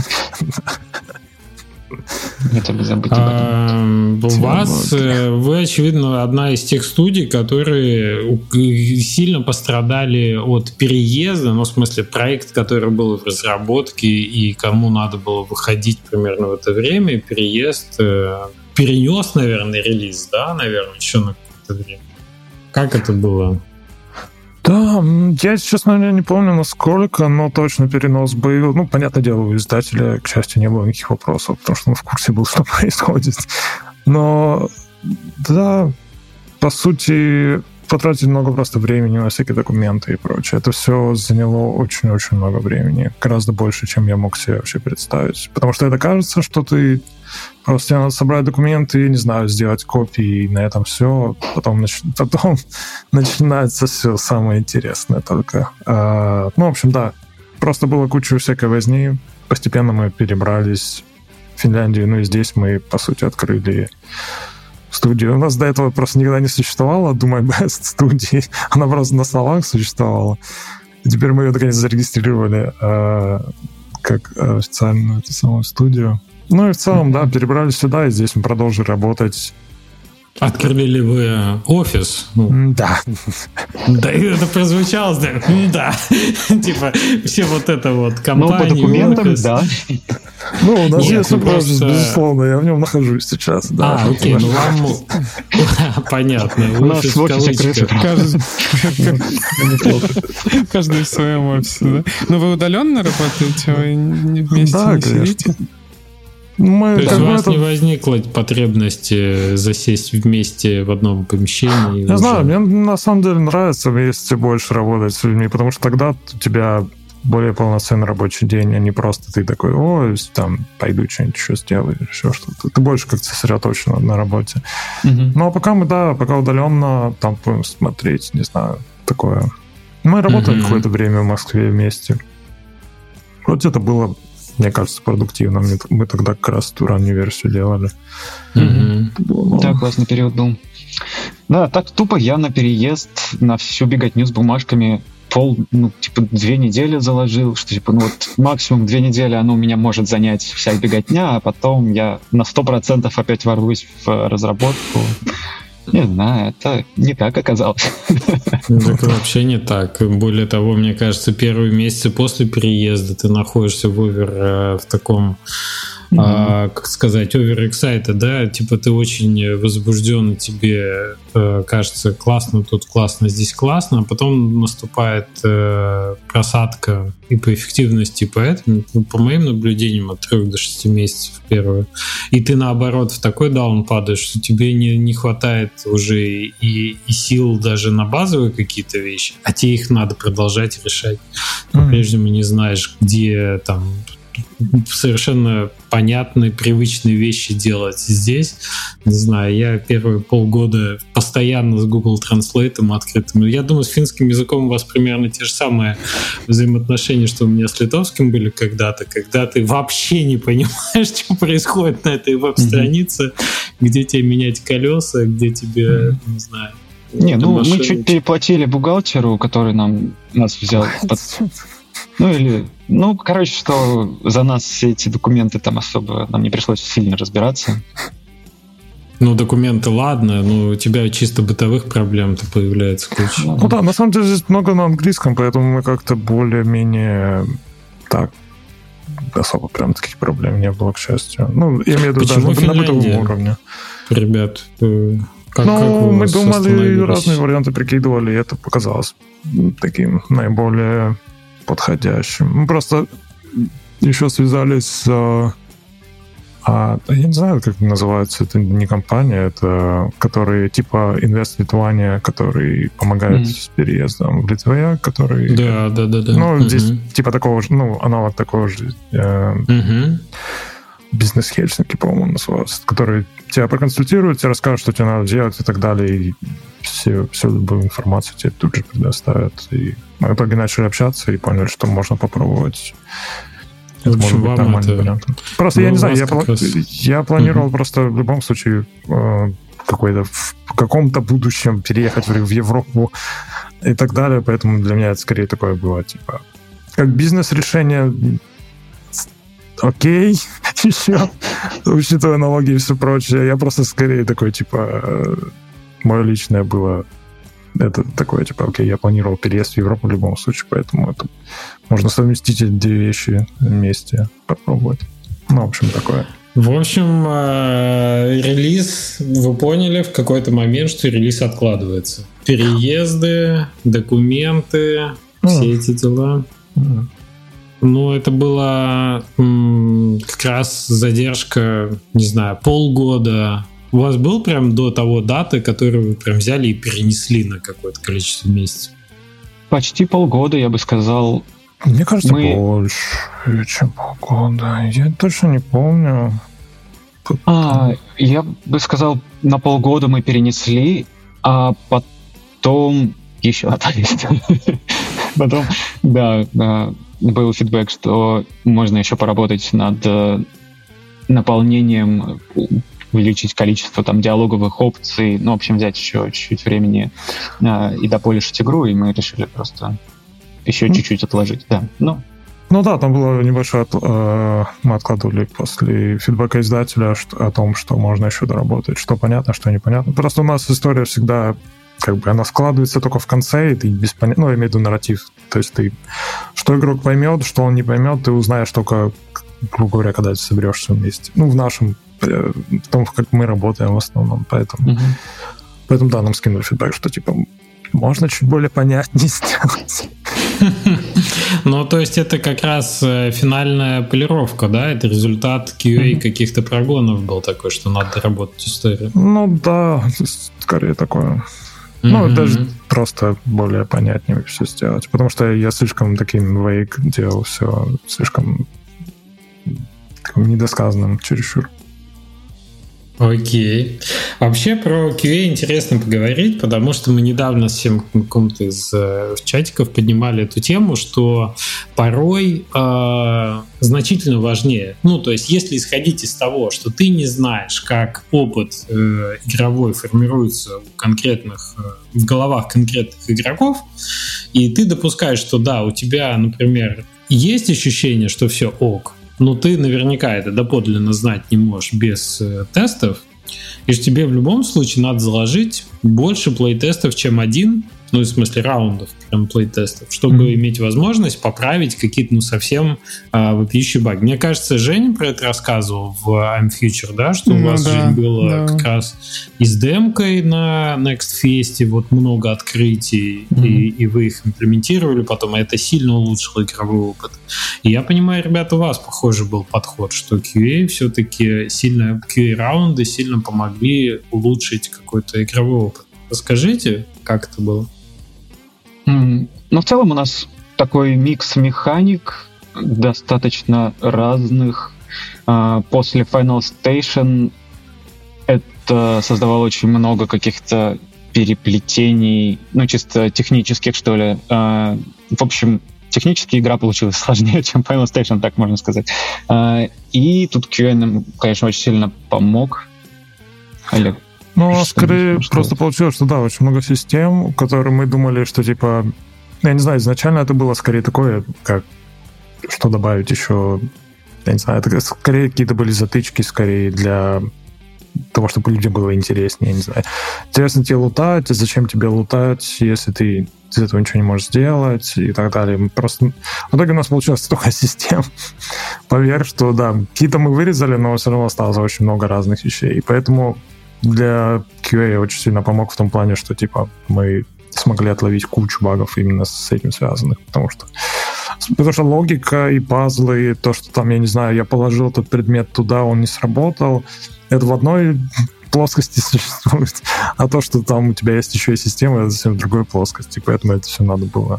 Это бы забыть об этом. У вас, вы, очевидно, одна из тех студий, которые сильно пострадали от переезда, ну, в смысле, проект, который был в разработке, и кому надо было выходить примерно в это время, переезд перенес, наверное, релиз, да, наверное, еще на какое-то время. Как это было? Да, я, честно говоря, не помню, насколько, но точно перенос был. Ну, понятное дело, у издателя, к счастью, не было никаких вопросов, потому что он в курсе был, что происходит. Но, да, по сути, потратить много просто времени на всякие документы и прочее. Это все заняло очень-очень много времени. Гораздо больше, чем я мог себе вообще представить. Потому что это кажется, что ты Просто тебе надо собрать документы, не знаю, сделать копии, и на этом все. Потом, нач... Потом начинается все самое интересное только. А, ну, в общем, да. Просто было куча всякой возни. Постепенно мы перебрались в Финляндию. Ну и здесь мы, по сути, открыли студию. У нас до этого просто никогда не существовало Do My Best студии. Она просто на словах существовала. И теперь мы ее, наконец, зарегистрировали а, как официальную эту самую студию. Ну и в целом, да, перебрались сюда, и здесь мы продолжили работать. Открыли ли вы офис? Да. Да, это прозвучало, да. Типа, все вот это вот компании, ну, по документам, офис. Да. Ну, у нас Нет, есть ну офис, просто... безусловно, я в нем нахожусь сейчас. Да. А, окей, ну вам... Понятно. У нас в офисе крыша. Каждый в своем офисе, да? Но вы удаленно работаете? Вы вместе не сидите? Мы, То есть у вас это... не возникла потребности засесть вместе в одном помещении? Я знаю, мне на самом деле нравится вместе больше работать с людьми, потому что тогда у тебя более полноценный рабочий день, а не просто ты такой, о, там, пойду что-нибудь еще сделаю, или еще что-то. Ты больше как-то сосредоточен на работе. Mm-hmm. Ну, а пока мы, да, пока удаленно, там будем смотреть, не знаю, такое. Мы работали mm-hmm. какое-то время в Москве вместе. Вот это было... Мне кажется, продуктивно. Мы, мы тогда как раз ту раннюю версию делали. Mm-hmm. Да, классный период был. Да, так тупо я на переезд, на всю беготню с бумажками пол, ну, типа, две недели заложил, что, типа, ну, вот максимум две недели оно у меня может занять вся беготня, а потом я на сто процентов опять ворвусь в разработку. Не знаю, это не так оказалось. Это вообще не так. Более того, мне кажется, первые месяцы после переезда ты находишься в овер, в таком, mm-hmm. а, как сказать, over-excited, да, типа ты очень возбужден, тебе э, кажется классно, тут классно, здесь классно, а потом наступает э, просадка и по эффективности, и по этому, по моим наблюдениям, от трех до шести месяцев первую. И ты, наоборот, в такой даун падаешь, что тебе не, не хватает уже и, и сил даже на базовые какие-то вещи, а тебе их надо продолжать решать. По-прежнему не знаешь, где там совершенно понятные, привычные вещи делать здесь. Не знаю, я первые полгода постоянно с Google Translate открытым. Я думаю, с финским языком у вас примерно те же самые взаимоотношения, что у меня с литовским были когда-то, когда ты вообще не понимаешь, что происходит на этой веб-странице, mm-hmm. где тебе менять колеса, где тебе, mm-hmm. не знаю... Не, ну машины. Мы чуть переплатили бухгалтеру, который нам нас взял под... Ну или, ну, короче, что за нас все эти документы там особо нам не пришлось сильно разбираться. Ну, документы, ладно, но у тебя чисто бытовых проблем-то появляется куча. Ну да, на самом деле здесь много на английском, поэтому мы как-то более-менее так особо прям таких проблем не было, к счастью. Ну, я имею в виду даже на бытовом уровне. Ребят, как, ну, как мы думали, разные варианты прикидывали, и это показалось таким наиболее подходящим. Мы просто еще связались с... А, я не знаю, как называется. Это не компания, это которые типа Invest Литвания, который помогает mm. с переездом в Литве, который... Да, да, да. да. Ну, uh-huh. здесь типа такого же, ну, аналог такого же... Э, uh-huh. Бизнес-хедж, по-моему, называется, который тебя проконсультирует, тебе расскажет, что тебе надо делать и так далее, и все, всю любую информацию тебе тут же предоставят. И мы в итоге начали общаться и поняли, что можно попробовать. Это может быть нормальный вариант. Просто ну, я не знаю, я, пла- я планировал mm-hmm. просто в любом случае э, какой-то в каком-то будущем переехать в, в Европу и так далее, поэтому для меня это скорее такое было, типа, как бизнес-решение. Окей, еще, учитывая налоги и все прочее. Я просто скорее такой, типа, мое личное было, это такое, типа, окей, я планировал переезд в Европу в любом случае, поэтому это можно совместить эти две вещи вместе, попробовать. Ну, в общем, такое. В общем, релиз, вы поняли в какой-то момент, что релиз откладывается. Переезды, документы, все mm. эти дела. Mm. Ну, это была м, как раз задержка, не знаю, полгода. У вас был прям до того даты, которую вы прям взяли и перенесли на какое-то количество месяцев? Почти полгода, я бы сказал. Мне кажется, мы... больше, чем полгода. Я точно не помню. А, я бы сказал, на полгода мы перенесли, а потом еще есть. Потом, да, да, был фидбэк, что можно еще поработать над наполнением, увеличить количество там диалоговых опций, ну, в общем, взять еще чуть-чуть времени а, и дополишить игру, и мы решили просто еще mm. чуть-чуть отложить, да, ну. Ну да, там было небольшое, э, мы откладывали после фидбэка издателя о том, что можно еще доработать, что понятно, что непонятно. Просто у нас история всегда, как бы, она складывается только в конце, и ты без понятия, ну, я имею в виду нарратив, то есть ты, что игрок поймет, что он не поймет, ты узнаешь только, грубо говоря, когда ты соберешься вместе. Ну, в нашем, в том, как мы работаем в основном, поэтому, mm-hmm. поэтому да, нам скинули фидбэк, что, типа, можно чуть более понятнее сделать. Ну, то есть это как раз финальная полировка, да? Это результат кью эй mm-hmm. каких-то прогонов был такой, что надо доработать историю. Ну да, скорее такое. Mm-hmm. Ну, даже просто более понятнее все сделать. Потому что я слишком таким вейк делал все, слишком недосказанным чересчур. Окей. Вообще про кью эй интересно поговорить, потому что мы недавно с всем кем-то из э, чатиков поднимали эту тему, что порой э, значительно важнее. Ну, то есть, если исходить из того, что ты не знаешь, как опыт э, игровой формируется у конкретных, э, в головах конкретных игроков, и ты допускаешь, что да, у тебя, например, есть ощущение, что все ок, но ты наверняка это доподлинно знать не можешь без э, тестов, и что тебе в любом случае надо заложить больше плей-тестов, чем один, ну, в смысле раундов, прям плей-тестов, чтобы mm-hmm. иметь возможность поправить какие-то, ну, совсем а, вопиющие баги. Мне кажется, Женя про это рассказывал в I'm Future, да, что ну, у вас, да, Жень, было да. как раз и с демкой на Next Fest вот много открытий, mm-hmm. и, и вы их имплементировали потом, и это сильно улучшило игровой опыт. И я понимаю, ребята, у вас, похоже, был подход, что кью эй все-таки сильно, кью эй-раунды сильно помогли улучшить какой-то игровой опыт. Расскажите, как это было? Mm. Ну, в целом у нас такой микс механик достаточно разных. Uh, после Final Station это создавало очень много каких-то переплетений, ну, чисто технических, что ли. Uh, в общем, технически игра получилась сложнее, чем Final Station, так можно сказать. Uh, и тут кью эй нам, конечно, очень сильно помог. Олег? Ну, что скорее просто получилось, что да, очень много систем, которые мы думали, что типа, я не знаю, изначально это было скорее такое, как что добавить еще, я не знаю, это скорее какие-то были затычки, скорее для того, чтобы людям было интереснее, я не знаю. Интересно тебе лутать, зачем тебе лутать, если ты из этого ничего не можешь сделать и так далее. Просто в итоге у нас получилось столько систем. Поверь, что да, какие-то мы вырезали, но все равно осталось очень много разных вещей. И поэтому для кью эй очень сильно помог в том плане, что типа мы смогли отловить кучу багов именно с этим связанных, потому что потому что логика и пазлы, и то, что там, я не знаю, я положил этот предмет туда, он не сработал, это в одной плоскости существует, а то, что там у тебя есть еще и система, это совсем в другой плоскости, поэтому это все надо было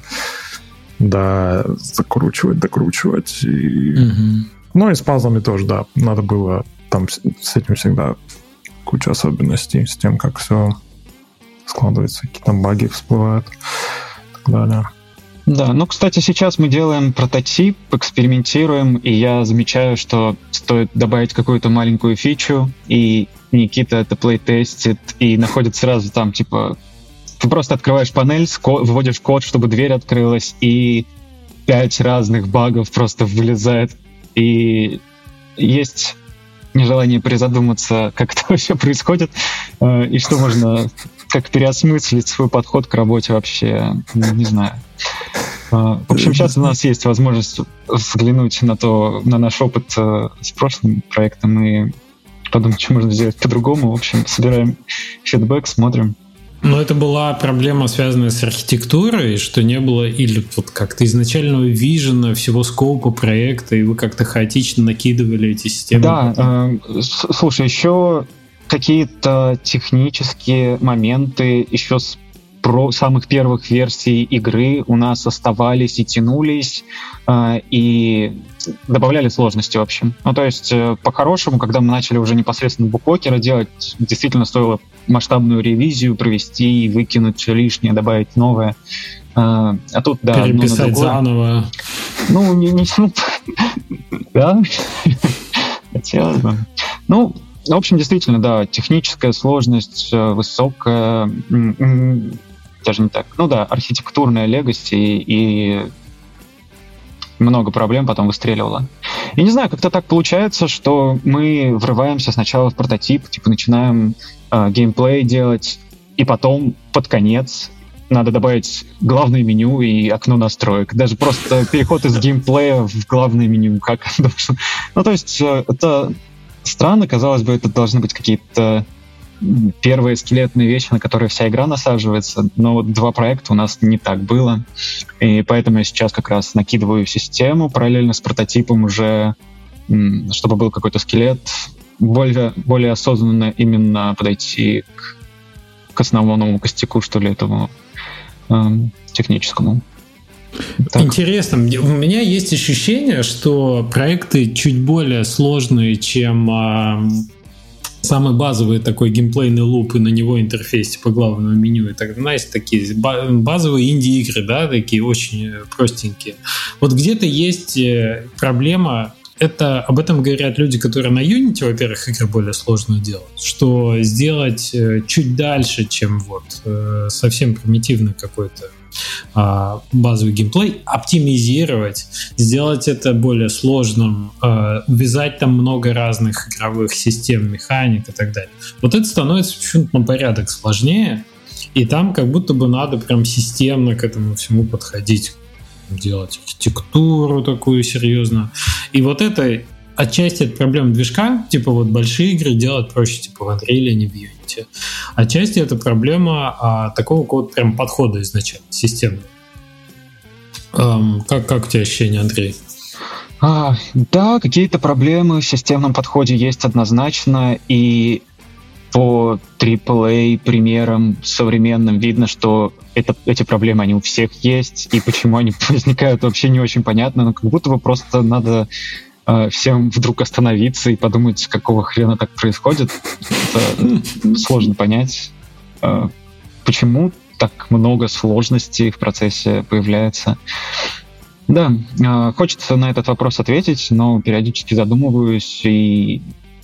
да, закручивать, докручивать. И... Mm-hmm. Ну и с пазлами тоже, да, надо было там с этим всегда куча особенностей с тем, как все складывается, какие там баги всплывают и так далее. Да, ну, кстати, сейчас мы делаем прототип, экспериментируем, и я замечаю, что стоит добавить какую-то маленькую фичу, и Никита это плей-тестит, и находит сразу там, типа, ты просто открываешь панель, вводишь код, чтобы дверь открылась, и пять разных багов просто вылезает, и есть... нежелание призадуматься, как это вообще происходит, э, и что можно, как переосмыслить свой подход к работе вообще, не знаю. Э, в общем, сейчас у нас есть возможность взглянуть на то, на наш опыт э, с прошлым проектом и подумать, что можно сделать по-другому. В общем, собираем фидбэк, смотрим. Но это была проблема, связанная с архитектурой, что не было или вот как-то изначального вижена, всего скопа проекта, и вы как-то хаотично накидывали эти системы? Да, э, слушай, еще какие-то технические моменты еще с про самых первых версий игры у нас оставались и тянулись, э, и добавляли сложности, в общем. Ну, то есть, э, по-хорошему, когда мы начали уже непосредственно буквокера делать, действительно стоило масштабную ревизию провести, выкинуть лишнее, добавить новое. А, а тут, да, переписать заново. Ну, не, не, ну, да, хотелось бы. Ну, в общем, действительно, да, техническая сложность высокая, даже не так, ну да, архитектурная легаси и много проблем потом выстреливало. Я не знаю, как-то так получается, что мы врываемся сначала в прототип, типа начинаем э, геймплей делать, и потом под конец надо добавить главное меню и окно настроек. Даже просто переход из геймплея в главное меню. Как должен... Ну, то есть это странно, казалось бы, это должны быть какие-то первые скелетные вещи, на которые вся игра насаживается, но вот два проекта у нас не так было, и поэтому я сейчас как раз накидываю систему параллельно с прототипом уже, чтобы был какой-то скелет, более, более осознанно именно подойти к, к основному костяку, что ли, этому э, техническому. Так. Интересно. У меня есть ощущение, что проекты чуть более сложные, чем э, самый базовый такой геймплейный луп и на него интерфейс типа главного меню. И так, знаете, такие базовые инди-игры, да, такие очень простенькие. Вот где-то есть проблема. Это, об этом говорят люди, которые на Unity, во-первых, игры более сложно делают. Что сделать э, чуть дальше, чем вот э, совсем примитивный какой-то э, базовый геймплей, оптимизировать, сделать это более сложным, э, ввязать там много разных игровых систем, механик и так далее. Вот это становится почему-то на порядок сложнее, и там как будто бы надо прям системно к этому всему подходить, делать архитектуру такую серьезную. И вот это отчасти это проблема движка, типа вот большие игры делать проще, типа в Unreal, а не в Unity. Отчасти это проблема а, такого какого-то прям подхода изначально, системного. Эм, как, как у тебя ощущения, Андрей? А, да, какие-то проблемы в системном подходе есть однозначно, и по трипл эй примерам современным видно, что это, эти проблемы, они у всех есть, и почему они возникают, вообще не очень понятно, но как будто бы просто надо э, всем вдруг остановиться и подумать, какого хрена так происходит. Это сложно понять, э, почему так много сложностей в процессе появляется. Да, э, хочется на этот вопрос ответить, но периодически задумываюсь, и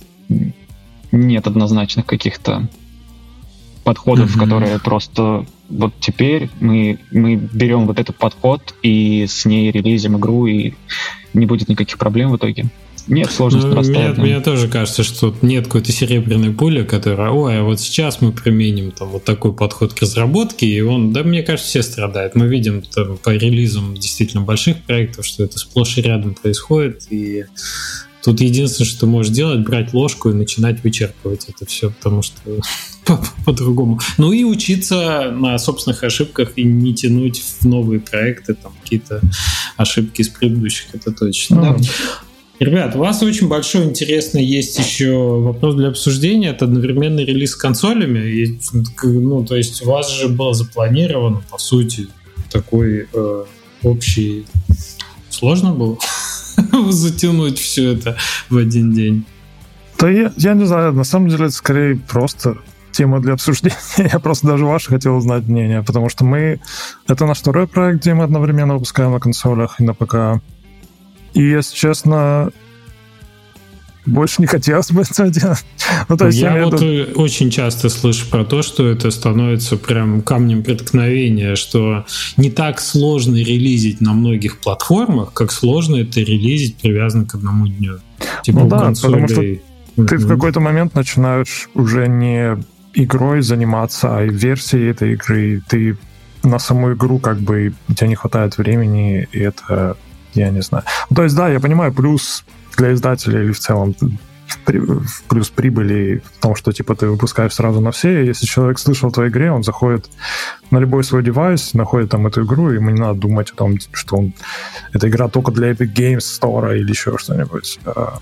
нет однозначных каких-то подходов, mm-hmm. которые просто вот теперь мы, мы берем вот этот подход и с ней релизим игру, и не будет никаких проблем в итоге. Нет, сложность ну, простая. Мне, мне тоже кажется, что нет какой-то серебряной пули, которая, ой, а вот сейчас мы применим там вот такой подход к разработке, и он, да, мне кажется, все страдают. Мы видим там, по релизам действительно больших проектов, что это сплошь и рядом происходит, и тут единственное, что ты можешь делать, брать ложку и начинать вычерпывать это все, потому что по-другому. Ну и учиться на собственных ошибках и не тянуть в новые проекты там какие-то ошибки из предыдущих, это точно. Да. Ребят, у вас очень большой интересный есть еще вопрос для обсуждения. Это одновременный релиз с консолями. И, ну, то есть у вас же было запланировано, по сути, такой э, общий... Сложно было затянуть все это в один день? Да я, я не знаю, на самом деле это скорее просто тема для обсуждения. Я просто даже ваше хотел узнать мнение, потому что мы... Это наш второй проект, где мы одновременно выпускаем на консолях и на ПК. И, если честно, больше не хотелось бы это делать. Ну, то есть я, я вот это... очень часто слышу про то, что это становится прям камнем преткновения, что не так сложно релизить на многих платформах, как сложно это релизить привязано к одному дню. Типа ну да, потому что mm-hmm. ты в какой-то момент начинаешь уже не игрой заниматься, а и версией этой игры. Ты на саму игру как бы у тебя не хватает времени, и это... Я не знаю. То есть, да, я понимаю, плюс для издателя или в целом плюс прибыли в том, что типа ты выпускаешь сразу на все, и если человек слышал о твоей игре, он заходит на любой свой девайс, находит там эту игру, и ему не надо думать о том, что он, эта игра только для Epic Games Store или еще что-нибудь.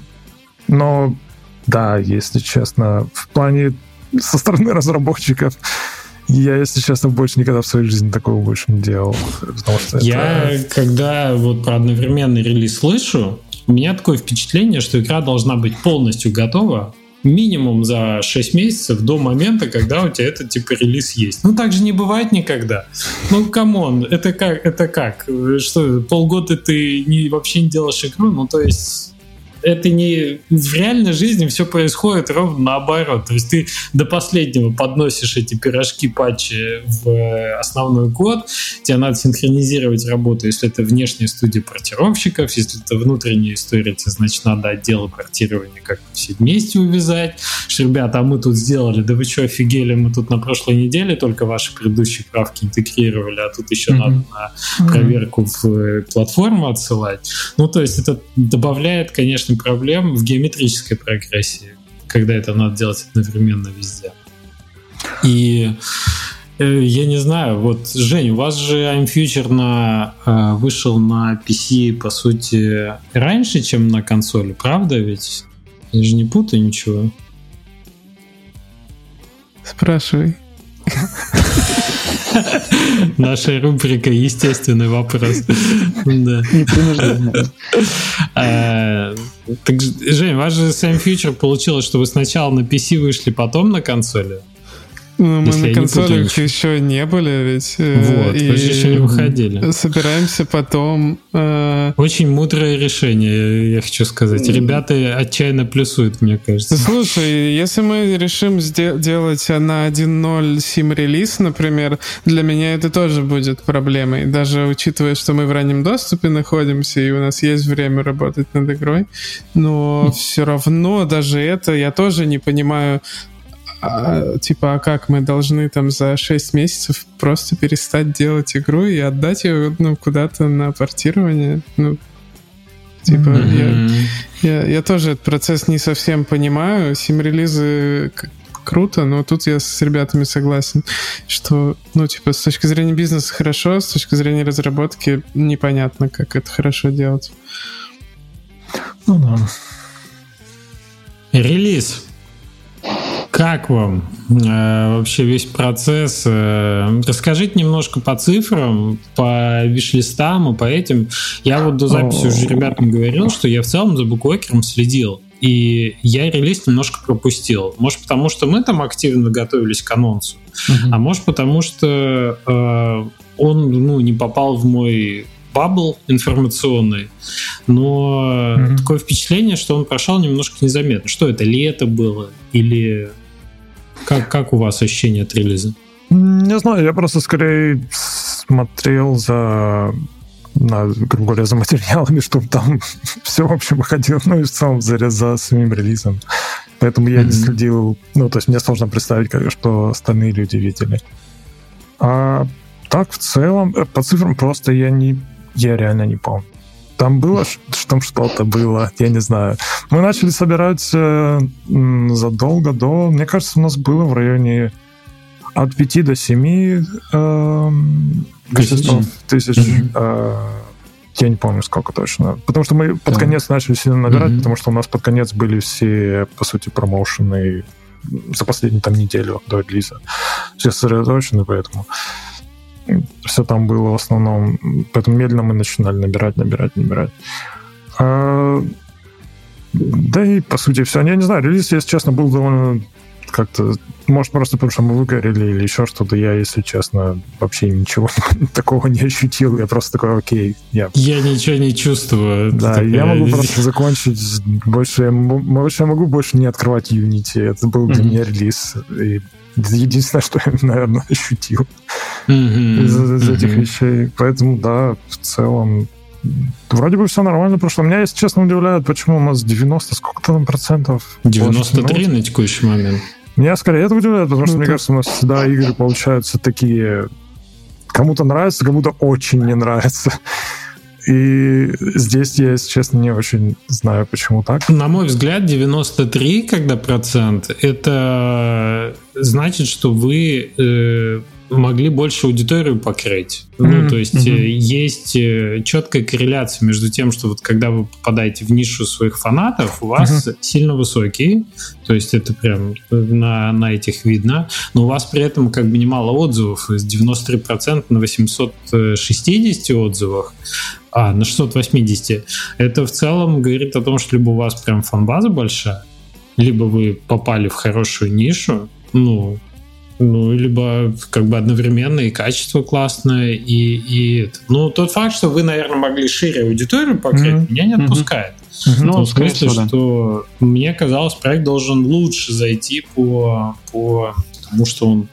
Но, да, если честно, в плане со стороны разработчиков Я, если честно, больше никогда в своей жизни такого больше не делал. Потому что я, это... когда вот про одновременный релиз слышу, у меня такое впечатление, что игра должна быть полностью готова минимум за шесть месяцев до момента, когда у тебя этот типа релиз есть. Ну, так же не бывает никогда. Ну, камон, это как? Это как? Что, полгода ты не, вообще не делаешь игру? Ну, то есть... Это не... В реальной жизни все происходит ровно наоборот. То есть ты до последнего подносишь эти пирожки, патчи в основной код, тебе надо синхронизировать работу, если это внешняя студия портировщиков, если это внутренняя история, тебе, значит, надо отделы портирования как-то все вместе увязать. Что, ребята, а мы тут сделали, да вы что, офигели, мы тут на прошлой неделе только ваши предыдущие правки интегрировали, а тут еще mm-hmm. надо на проверку в платформу отсылать. Ну, то есть это добавляет, конечно, проблем в геометрической прогрессии, когда это надо делать одновременно везде. И э, я не знаю, вот, Жень, у вас же I'm Future на, э, вышел на пи си, по сути, раньше, чем на консоли, правда ведь? Я же не путаю ничего. Спрашивай. Наша рубрика «Естественный вопрос». Да. Так, Жень, у вас же с I'm Future получилось, что вы сначала на пи си вышли, потом на консоли? Ну, мы на консолях еще не были, ведь. Вот, вы же еще не выходили. Собираемся потом. Э... Очень мудрое решение, я хочу сказать. Ребята отчаянно плюсуют, мне кажется. Слушай, если мы решим сдел- делать на один ноль сим-релиз, например, для меня это тоже будет проблемой. Даже учитывая, что мы в раннем доступе находимся, и у нас есть время работать над игрой. Но все равно даже это я тоже не понимаю. А, типа, а как мы должны там за шесть месяцев просто перестать делать игру и отдать ее, ну, куда-то на портирование? Ну, типа, mm-hmm. я, я, я тоже этот процесс не совсем понимаю. Сим-релизы круто, но тут я с ребятами согласен, что, ну, типа, с точки зрения бизнеса хорошо, с точки зрения разработки непонятно, как это хорошо делать. Ну да. Релиз. Как вам э, вообще весь процесс? Э, расскажите немножко по цифрам, по виш-листам и по этим. Я вот до записи уже ребятам говорил, что я в целом за буквокером следил. И я релиз немножко пропустил. Может, потому что мы там активно готовились к анонсу, uh-huh. а может, потому что э, он ну, не попал в мой бабл информационный. Но uh-huh. такое впечатление, что он прошел немножко незаметно. Что это, лето было? Или как, как у вас ощущение от релиза? Не знаю, я просто скорее смотрел за... На, грубо говоря, за материалами, чтобы там все, в общем, выходило, ну и в целом за, за самим релизом. Поэтому я mm-hmm. не следил, ну, то есть мне сложно представить, как, что остальные люди видели. А так, в целом, по цифрам просто я не, я реально не помню. Там было, там что-то было, я не знаю. Мы начали собирать э, задолго до, мне кажется, у нас было в районе от пяти до семи э, тысяч. тысяч mm-hmm. э, я не помню, сколько точно. Потому что мы под конец yeah. начали сильно набирать, mm-hmm. потому что у нас под конец были все, по сути, промоушены за последнюю там неделю до релиза. Все сосредоточены, поэтому все там было в основном. Поэтому медленно мы начинали набирать, набирать, набирать. А, да и, по сути, все. Я не знаю, релиз, если честно, был довольно как-то... Может, просто потому что мы выгорели или еще что-то. Я, если честно, вообще ничего такого не ощутил. Я просто такой, окей. Я, я ничего не чувствую. Да, такая... я могу просто закончить. Больше я, больше я могу больше не открывать Unity. Это был для mm-hmm. меня релиз. И единственное, что я, наверное, ощутил mm-hmm. из, из mm-hmm. этих вещей. Поэтому, да, в целом вроде бы все нормально прошло. Меня, если честно, удивляет, почему у нас девяносто, сколько-то там процентов? девяносто три на текущий момент. Меня скорее это удивляет, потому что, ну, мне это... кажется, у нас всегда игры получаются такие... Кому-то нравится, кому-то очень не нравится. И здесь я, если честно, не очень знаю, почему так. На мой взгляд, девяносто три, когда процент, это значит, что вы... Э... могли больше аудиторию покрыть. Mm-hmm. Ну, то есть mm-hmm. есть четкая корреляция между тем, что вот когда вы попадаете в нишу своих фанатов, у вас mm-hmm. сильно высокие, то есть это прям на, на этих видно, но у вас при этом как бы немало отзывов, из девяносто три процента на восемьсот шестьдесят отзывах, а, на шестьсот восемьдесят. Это в целом говорит о том, что либо у вас прям фан-база большая, либо вы попали в хорошую нишу, ну, ну, либо как бы одновременно и качество классное, и, и ну, тот факт, что вы, наверное, могли шире аудиторию покрыть, mm-hmm. меня не отпускает. Mm-hmm. Ну, в том смысле, да. что мне казалось, проект должен лучше зайти по, по тому, что он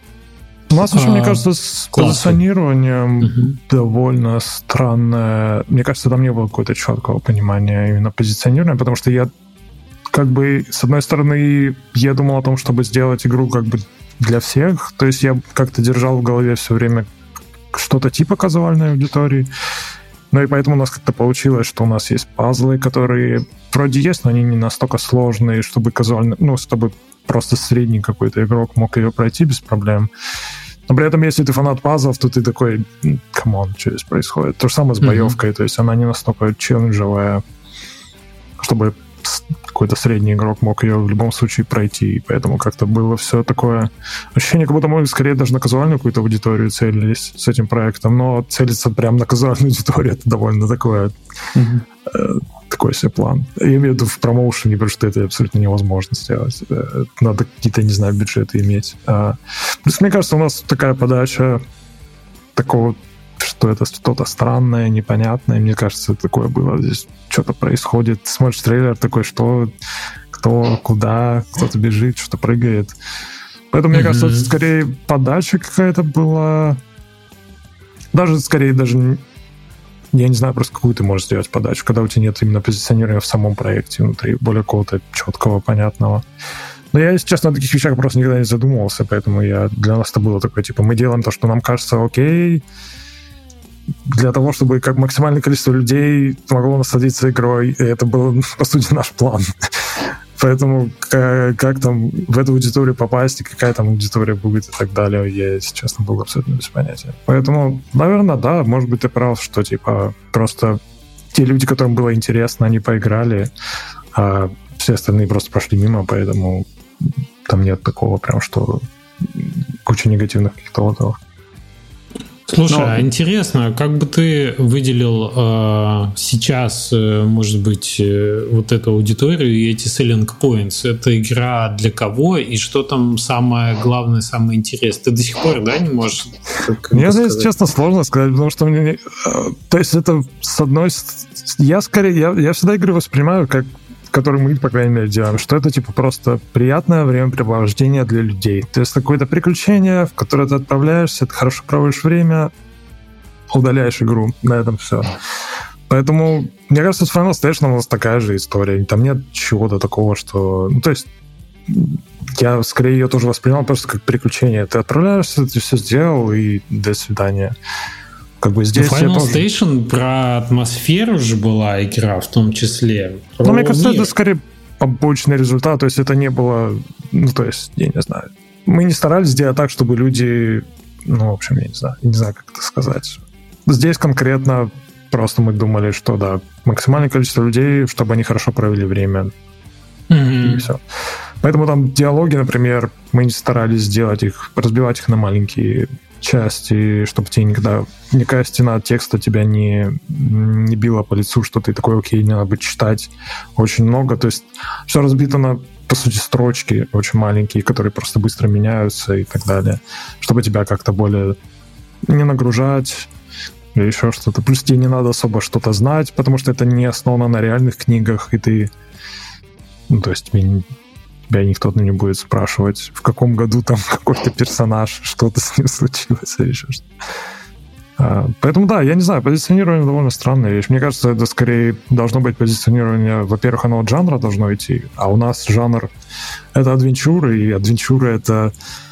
у нас еще, а, мне кажется, с классный. Позиционированием uh-huh. довольно странное. Мне кажется, там не было какого-то четкого понимания именно позиционирования, потому что я как бы, с одной стороны, я думал о том, чтобы сделать игру как бы для всех, то есть я как-то держал в голове все время что-то типа казуальной аудитории, ну и поэтому у нас как-то получилось, что у нас есть пазлы, которые вроде есть, но они не настолько сложные, чтобы казуально, ну, чтобы просто средний какой-то игрок мог ее пройти без проблем. Но при этом, если ты фанат пазлов, то ты такой, камон, что здесь происходит? То же самое с боевкой, mm-hmm. то есть она не настолько челленджевая, чтобы какой-то средний игрок мог ее в любом случае пройти, и поэтому как-то было все такое ощущение, как будто мы скорее даже на казуальную какую-то аудиторию целились с этим проектом, но целиться прямо на казуальную аудиторию — это довольно такое mm-hmm. э, такой себе план. Я имею в виду в промоушене, потому что это абсолютно невозможно сделать. Надо какие-то, не знаю, бюджеты иметь. А, плюс, мне кажется, у нас такая подача такого, что это что-то странное, непонятное. Мне кажется, такое было. Здесь что-то происходит. Смотришь трейлер такой, что, кто, куда, кто-то бежит, что-то прыгает. Поэтому, mm-hmm. мне кажется, это скорее подача какая-то была. Даже, скорее, даже... Я не знаю просто, какую ты можешь сделать подачу, когда у тебя нет именно позиционирования в самом проекте внутри, более какого-то четкого, понятного. Но я, если честно, о таких вещах просто никогда не задумывался, поэтому я, для нас это было такое, типа, мы делаем то, что нам кажется окей, для того, чтобы как максимальное количество людей могло насладиться игрой, и это был, по сути, наш план. Поэтому как, как там в эту аудиторию попасть, и какая там аудитория будет и так далее, я, если честно, был абсолютно без понятия. Поэтому, наверное, да, может быть, ты прав, что типа просто те люди, которым было интересно, они поиграли, а все остальные просто прошли мимо, поэтому там нет такого прям, что куча негативных каких-то отзывов. Слушай, Но... а интересно, как бы ты выделил э, сейчас, э, может быть, э, вот эту аудиторию и эти selling points? Это игра для кого и что там самое главное, самое интересное? Ты до сих пор, да, не можешь? Мне здесь, честно, сложно сказать, потому что мне... Э, то есть это с одной... Я скорее... Я, я всегда игры воспринимаю как который мы, по крайней мере, делаем, что это, типа, просто приятное времяпрепровождение для людей. То есть какое-то приключение, в которое ты отправляешься, ты хорошо проводишь время, удаляешь игру, на этом все. Поэтому, мне кажется, с Final Station у нас такая же история. Там нет чего-то такого, что... Ну, то есть я, скорее, ее тоже воспринимал просто как приключение. Ты отправляешься, ты все сделал, и до свидания. Как бы здесь Final тоже... Station про атмосферу же была игра, в том числе. Ну, мне кажется, мир. Это скорее побочный результат, то есть это не было, ну, то есть, я не знаю, мы не старались сделать так, чтобы люди, ну, в общем, я не знаю, не знаю, как это сказать. Здесь конкретно просто мы думали, что, да, максимальное количество людей, чтобы они хорошо провели время, mm-hmm. и все. Поэтому там диалоги, например, мы не старались сделать их, разбивать их на маленькие части, чтобы тебе никогда никакая стена текста тебя не, не била по лицу, что ты такой, окей, не надо бы читать очень много. То есть все разбито на, по сути, строчки очень маленькие, которые просто быстро меняются и так далее, чтобы тебя как-то более не нагружать или еще что-то. Плюс тебе не надо особо что-то знать, потому что это не основано на реальных книгах, и ты... Ну, то есть тебя никто не будет спрашивать, в каком году там какой-то персонаж, что-то с ним случилось или еще что-то. А, поэтому, да, я не знаю, позиционирование довольно странная вещь. Мне кажется, это скорее должно быть позиционирование, во-первых, оно от жанра должно идти, а у нас жанр — это адвенчуры, и адвенчуры — это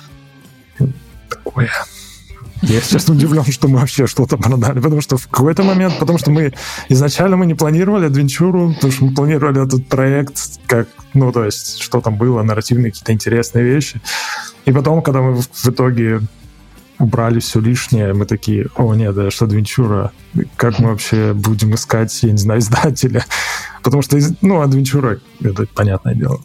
такое... Я, честно, удивлен, что мы вообще что-то продали, потому что в какой-то момент, потому что мы изначально мы не планировали адвенчуру, потому что мы планировали этот проект как, ну, то есть, что там было, нарративные какие-то интересные вещи. И потом, когда мы в итоге убрали все лишнее, мы такие, о нет, это что адвенчура, как мы вообще будем искать, я не знаю, издателя, потому что, ну, адвенчура, это понятное дело.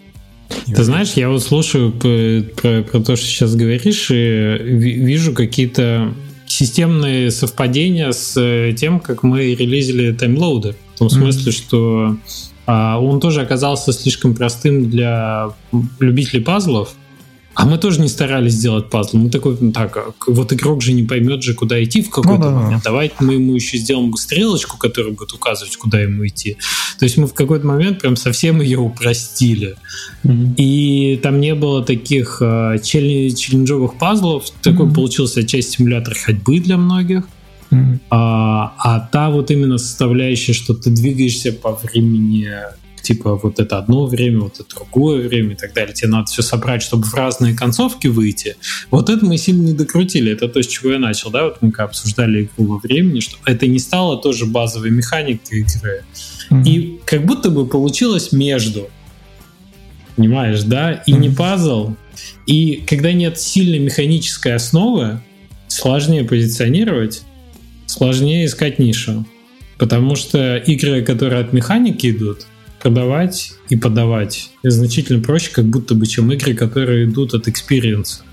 Ты знаешь, я вот слушаю про, про, про то, что сейчас говоришь, и вижу какие-то системные совпадения с тем, как мы релизили таймлоуды. В том смысле, mm-hmm. что а, он тоже оказался слишком простым для любителей пазлов, а мы тоже не старались сделать пазл. Мы такой, ну так, вот игрок же не поймет же, куда идти в какой-то ну, момент. Да. Давайте мы ему еще сделаем стрелочку, которая будет указывать, куда ему идти. То есть мы в какой-то момент прям совсем ее упростили. Mm-hmm. И там не было таких uh, челленджовых пазлов. Mm-hmm. Такой получился часть симулятора ходьбы для многих. Mm-hmm. А, а та вот именно составляющая, что ты двигаешься по времени... типа вот это одно время, вот это другое время и так далее. Тебе надо все собрать, чтобы в разные концовки выйти. Вот это мы сильно не докрутили. Это то, с чего я начал, да, вот мы как обсуждали игру во времени, что это не стало тоже базовой механикой игры. Mm-hmm. И как будто бы получилось между. Понимаешь, да? И mm-hmm. не пазл. И когда нет сильной механической основы, сложнее позиционировать, сложнее искать нишу. Потому что игры, которые от механики идут, продавать и подавать значительно проще, как будто бы, чем игры, которые идут от экспириенса.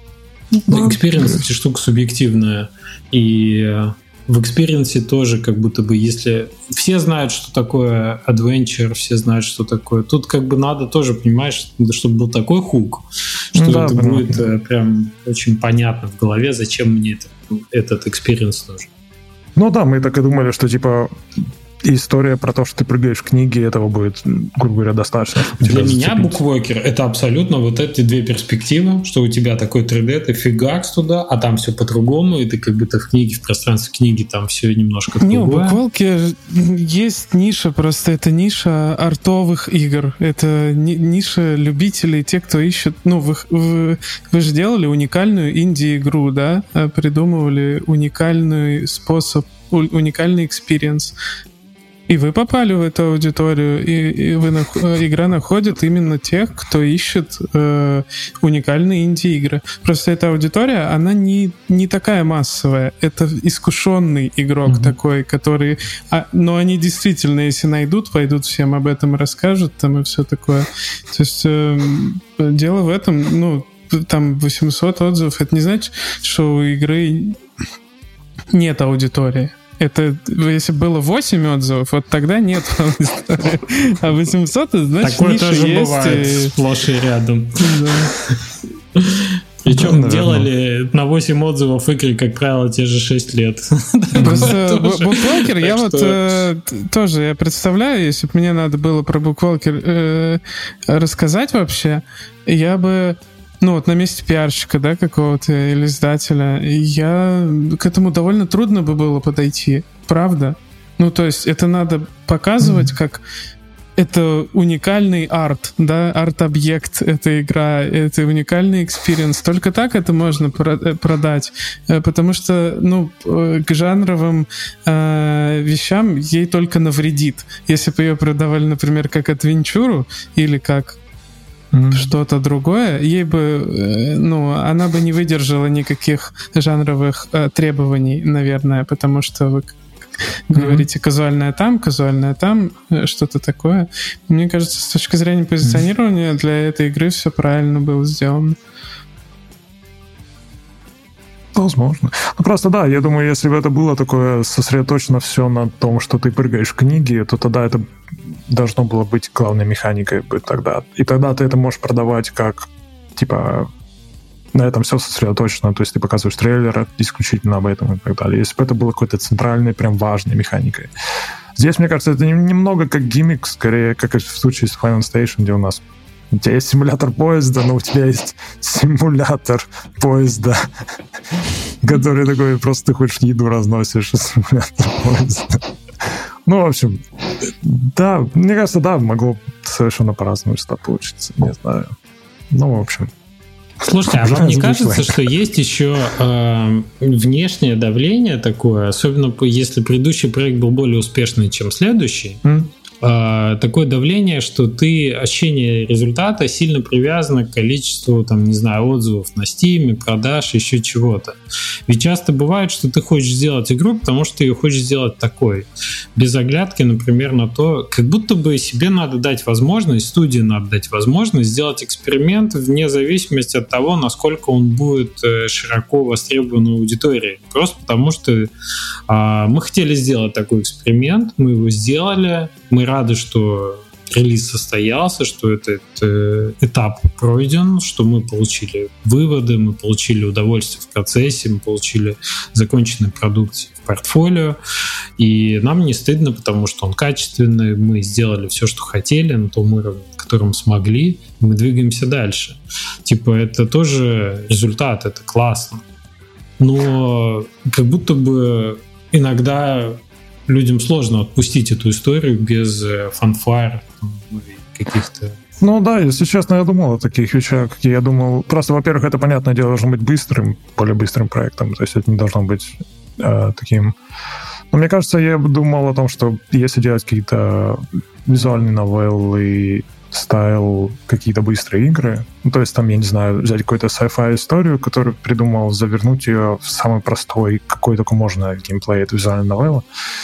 Экспириенс — это штука субъективная. И в экспириенсе тоже как будто бы, если все знают, что такое adventure, все знают, что такое. Тут как бы надо тоже, понимаешь, чтобы был такой хук, что да, это понятно. Будет прям очень понятно в голове, зачем мне это, этот экспириенс нужен. Ну да, мы так и думали, что типа история про то, что ты прыгаешь в книги, этого будет, грубо говоря, достаточно. Для меня Bookwalker — это абсолютно вот эти две перспективы, что у тебя такой три дэ, ты фигакс туда, а там все по-другому, и ты как будто в книге, в пространстве книги там все немножко другое. Не, у Bookwalker есть ниша, просто это ниша артовых игр, это ниша любителей, те, кто ищет, ну, вы, вы, вы же делали уникальную инди-игру, да, придумывали уникальный способ, уникальный экспириенс. И вы попали в эту аудиторию, и, и вы, игра находит именно тех, кто ищет э, уникальные инди-игры. Просто эта аудитория, она не, не такая массовая. Это искушенный игрок mm-hmm. такой, который... А, но они действительно, если найдут, пойдут всем об этом расскажут, там и все такое. То есть э, дело в этом, ну, там восемьсот отзывов, это не значит, что у игры нет аудитории. Это, если было восемь отзывов, вот тогда нет аудитории. А восемьсот, это значит, такое ниша тоже есть. Бывает и... сплошь и рядом. Да. Причем да, делали на восемь отзывов игры, как правило, те же шесть лет. Просто Bookwalker, я вот тоже я представляю, если бы мне надо было про Bookwalker рассказать вообще, я бы... Ну, вот на месте пиарщика, да, какого-то или издателя, я... к этому довольно трудно бы было подойти, правда? Ну, то есть это надо показывать, mm-hmm. как это уникальный арт, да, арт-объект, эта игра, это уникальный экспириенс. Только так это можно про- продать, потому что, ну, к жанровым э, вещам ей только навредит. Если бы ее продавали, например, как адвенчуру или как Mm-hmm. что-то другое, ей бы, ну, она бы не выдержала никаких жанровых э, требований, наверное, потому что вы mm-hmm. говорите казуальное там, казуальное там, что-то такое. Мне кажется, с точки зрения позиционирования mm-hmm. для этой игры все правильно было сделано. Возможно. Ну, просто да, я думаю, если бы это было такое сосредоточено все на том, что ты прыгаешь в книги, то тогда это должно было быть главной механикой быть тогда. И тогда ты это можешь продавать как, типа, на этом все сосредоточено, то есть ты показываешь трейлер исключительно об этом и так далее. Если бы это было какой-то центральной, прям важной механикой. Здесь, мне кажется, это немного как гиммик, скорее, как в случае с Final Station, где у нас у тебя есть симулятор поезда, но у тебя есть симулятор поезда, который такой, просто ты хочешь еду разносишь из симулятора поезда. Ну, в общем, да, мне кажется, да, могло совершенно по-разному что получиться, не знаю. Ну, в общем. Слушайте, а вам не кажется, что есть еще э, внешнее давление такое, особенно если предыдущий проект был более успешный, чем следующий, mm. э, такое давление, что ты ощущение результата сильно привязано к количеству, там, не знаю, отзывов на Steam, продаж, еще чего-то. Ведь часто бывает, что ты хочешь сделать игру, потому что ты ее хочешь сделать такой, без оглядки, например, на то, как будто бы себе надо дать возможность, студии надо дать возможность сделать эксперимент вне зависимости от того, насколько он будет широко востребован у аудитории. Просто потому что а, мы хотели сделать такой эксперимент, мы его сделали, мы рады, что релиз состоялся, что этот э, этап пройден, что мы получили выводы, мы получили удовольствие в процессе, мы получили законченный продукт в портфолио, и нам не стыдно, потому что он качественный, мы сделали все, что хотели, на том уровне, на котором смогли, и мы двигаемся дальше. Типа это тоже результат, это классно. Но как будто бы иногда людям сложно отпустить эту историю без фанфар, каких-то... Ну да, если честно, я думал о таких вещах. Я думал, просто, во-первых, это, понятное дело, должно быть быстрым, более быстрым проектом, то есть это не должно быть э, таким... Но мне кажется, я думал о том, что если делать какие-то визуальные новеллы, стайл, какие-то быстрые игры, ну, то есть там, я не знаю, взять какую-то sci-fi историю, которую придумал, завернуть ее в самый простой, какой только можно геймплей, это визуальная новелла,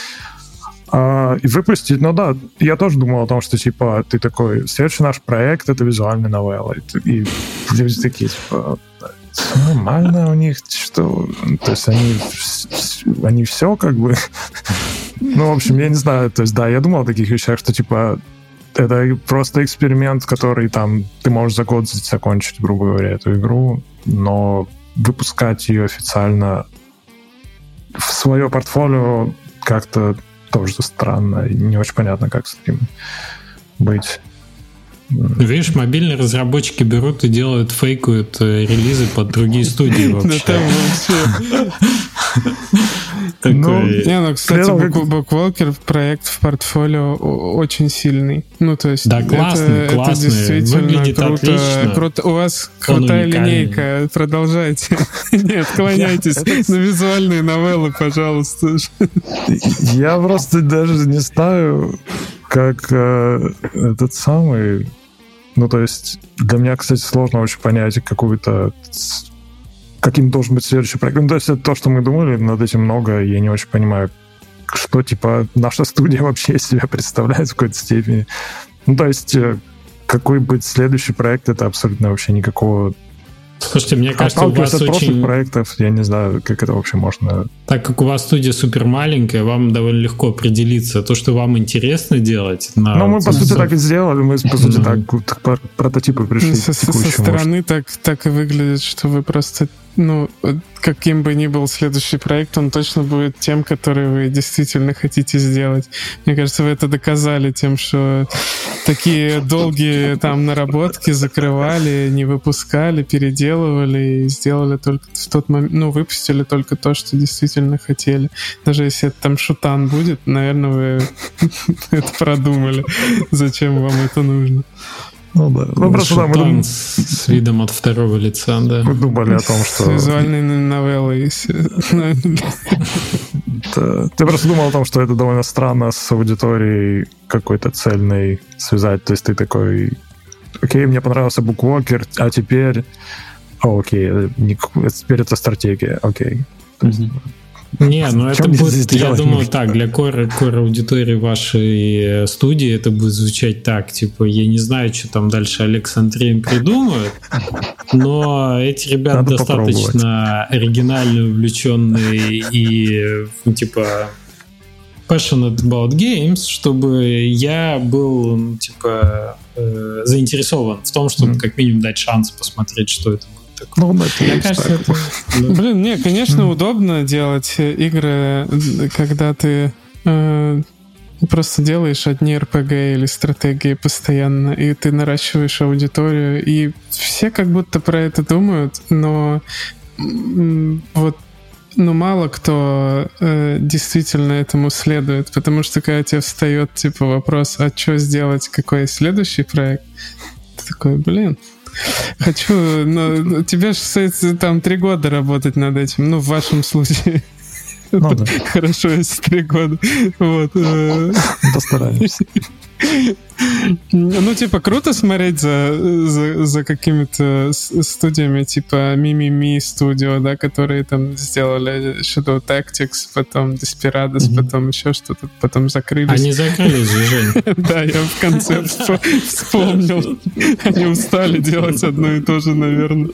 а, и выпустить. Ну да, я тоже думал о том, что типа ты такой, следующий наш проект — это визуальная новелла, и, и люди такие, типа, нормально у них, что... То есть они, они все как бы... Ну, в общем, я не знаю, то есть да, я думал о таких вещах, что типа это просто эксперимент, который там ты можешь за год закончить, грубо говоря, эту игру, но выпускать ее официально в свое портфолио как-то тоже странно, и не очень понятно, как с этим быть. Видишь, мобильные разработчики берут и делают, фейкуют релизы под другие студии вообще. Да там вообще... Не, ну, кстати, Bookwalker проект в портфолио очень сильный. Ну, то есть... Да, классный, классный. Это действительно круто. Круто. У вас крутая линейка. Продолжайте. Не отклоняйтесь на визуальные новеллы, пожалуйста. Я просто даже не знаю, как этот самый... Ну, то есть, для меня, кстати, сложно очень понять какую-то... Каким должен быть следующий проект. Ну, то есть, это то, что мы думали, над этим много, и я не очень понимаю, что, типа, наша студия вообще из себя представляет в какой-то степени. Ну, то есть, какой будет следующий проект, это абсолютно вообще никакого... Слушайте, мне кажется, у вас от очень... прошлых проектов, я не знаю, как это вообще можно... Так как у вас студия супер маленькая, вам довольно легко определиться. То, что вам интересно делать... На... Ну, мы, по сути, так и сделали. Мы, по сути, mm-hmm. так к прототипу пришли. Со, со стороны так, так и выглядит, что вы просто... Ну, каким бы ни был следующий проект, он точно будет тем, который вы действительно хотите сделать. Мне кажется, вы это доказали тем, что такие долгие там наработки закрывали, не выпускали, переделывали и сделали только в тот момент, ну, выпустили только то, что действительно хотели. Даже если это там шутан будет, наверное, вы это продумали, зачем вам это нужно. Ну да. Ну, просто, да, мы дум... с, с видом от второго лица, да. Мы думали о том, что... С визуальной новеллой. Ты просто думал о том, что это довольно странно с аудиторией какой-то цельной связать. То есть ты такой, окей, мне понравился Bookwalker, а теперь... О, окей, теперь это стратегия, окей. Не, ну это будет, я думаю, так, для core, core аудитории вашей студии это будет звучать так, типа, я не знаю, что там дальше Олег с Андреем придумают, но эти ребята Надо достаточно оригинальные, увлеченные и, типа, passionate about games, чтобы я был, типа, э, заинтересован в том, чтобы mm. как минимум дать шанс посмотреть, что это будет. Ну, мне кажется, это... Блин, не, конечно, mm. удобно делать игры, когда ты э, просто делаешь одни эр пи джи или стратегии постоянно, и ты наращиваешь аудиторию, и все как будто про это думают, но м- вот ну, мало кто э, действительно этому следует, потому что когда тебе встает типа вопрос, а что сделать, какой следующий проект, ты такой, блин, хочу, но тебе же там три года работать над этим, ну, в вашем случае. Ну, да. Хорошо, если три года. Вот. Постараемся. Ну, типа, круто смотреть за, за, за какими-то студиями, типа Mimimi Studio, да, которые там сделали Shadow Tactics, потом Desperados, mm-hmm. потом еще что-то, потом закрылись. Они закрылись же, Жень. Да, я в конце вспомнил. Они устали делать одно и то же, наверное.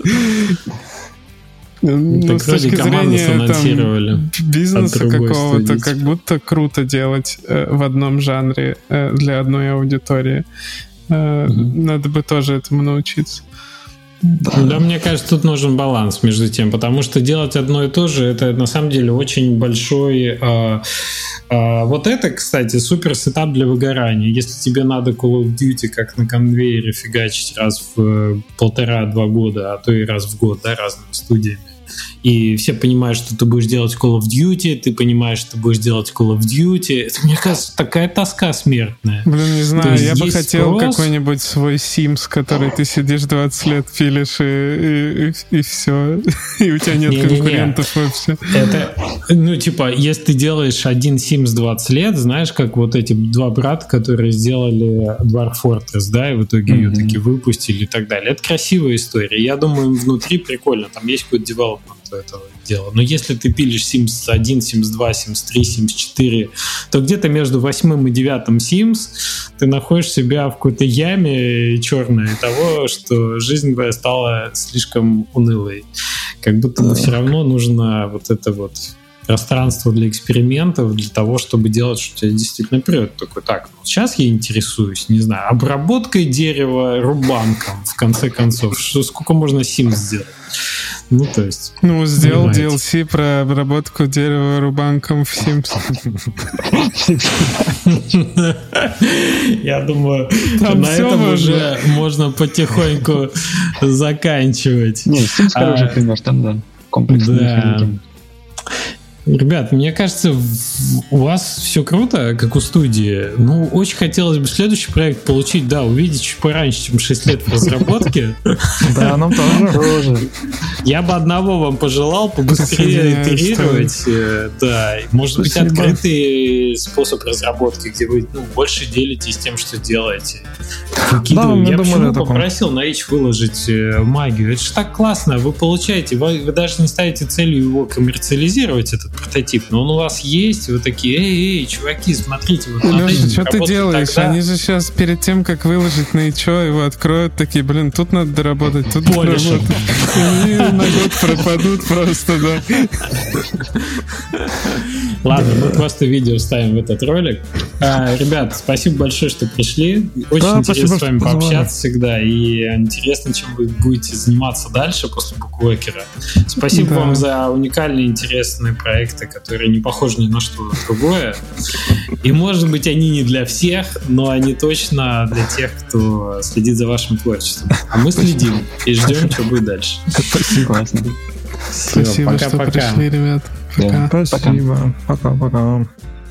Ну, с точки зрения там, бизнеса какого-то, как будто круто делать э, в одном жанре э, для одной аудитории. Э, mm-hmm. Надо бы тоже этому научиться. Да. да, мне кажется, тут нужен баланс между тем, потому что делать одно и то же, это на самом деле очень большой... Э, э, вот это, кстати, супер сетап для выгорания. Если тебе надо Call of Duty как на конвейере фигачить раз в полтора-два года, а то и раз в год, да, разными студиями, и все понимают, что ты будешь делать Call of Duty, ты понимаешь, что ты будешь делать Call of Duty. Это, мне кажется, такая тоска смертная. Блин, не знаю, я бы хотел спрос... какой-нибудь свой Sims, который ты сидишь двадцать лет, пилишь, и, и, и все. И у тебя нет Не-не-не. конкурентов вообще. Это, ну, типа, если ты делаешь один Sims двадцать лет, знаешь, как вот эти два брата, которые сделали Dwarf Fortress, да, и в итоге mm-hmm. ее таки выпустили и так далее. Это красивая история. Я думаю, внутри прикольно. Там есть какой-то девелопмент этого дела. Но если ты пилишь Sims один, Sims два, Sims три, Sims четыре, то где-то между восьмым и девятым Sims ты находишь себя в какой-то яме черной того, что жизнь твоя стала слишком унылой. Как будто бы все равно нужно вот это вот пространство для экспериментов, для того, чтобы делать, что тебя действительно прет. Такой, так, вот сейчас я интересуюсь, не знаю, обработкой дерева рубанком, в конце концов. Что, сколько можно Sims сделать? Ну, то есть... Ну, сделал понимаете. ди эл си про обработку дерева рубанком в Sims. Я думаю, на этом уже можно потихоньку заканчивать. Не, Sims хороший пример, там, да, комплексный механизм. Ребят, мне кажется, у вас все круто, как у студии. Ну, очень хотелось бы следующий проект получить, да, увидеть чуть пораньше, чем шесть лет в разработке. Да, нам тоже. Я бы одного вам пожелал, побыстрее итерировать. Да, может быть, открытый способ разработки, где вы больше делитесь тем, что делаете. Я почему попросил на Ич выложить магию? Это же так классно, вы получаете, вы даже не ставите целью его коммерциализировать, этот прототип, но он у вас есть, вы такие, эй, эй, чуваки, смотрите, вот Леша, что ты делаешь? Тогда... Они же сейчас перед тем, как выложить на ИЧО, его откроют, такие, блин, тут надо доработать, тут Полишем. доработать. И на год пропадут просто, да. Ладно, мы просто видео вставим в этот ролик. А, ребят, спасибо большое, что пришли. Очень да, интересно с вами пообщаться всегда. И интересно, чем вы будете заниматься дальше после буквекера. Спасибо да. вам за уникальные, интересные проекты, которые не похожи ни на что другое. И, может быть, они не для всех, но они точно для тех, кто следит за вашим творчеством. А мы следим и ждем, что будет дальше. Спасибо. Спасибо, что пришли, ребят. Пока. Спасибо. Пока-пока.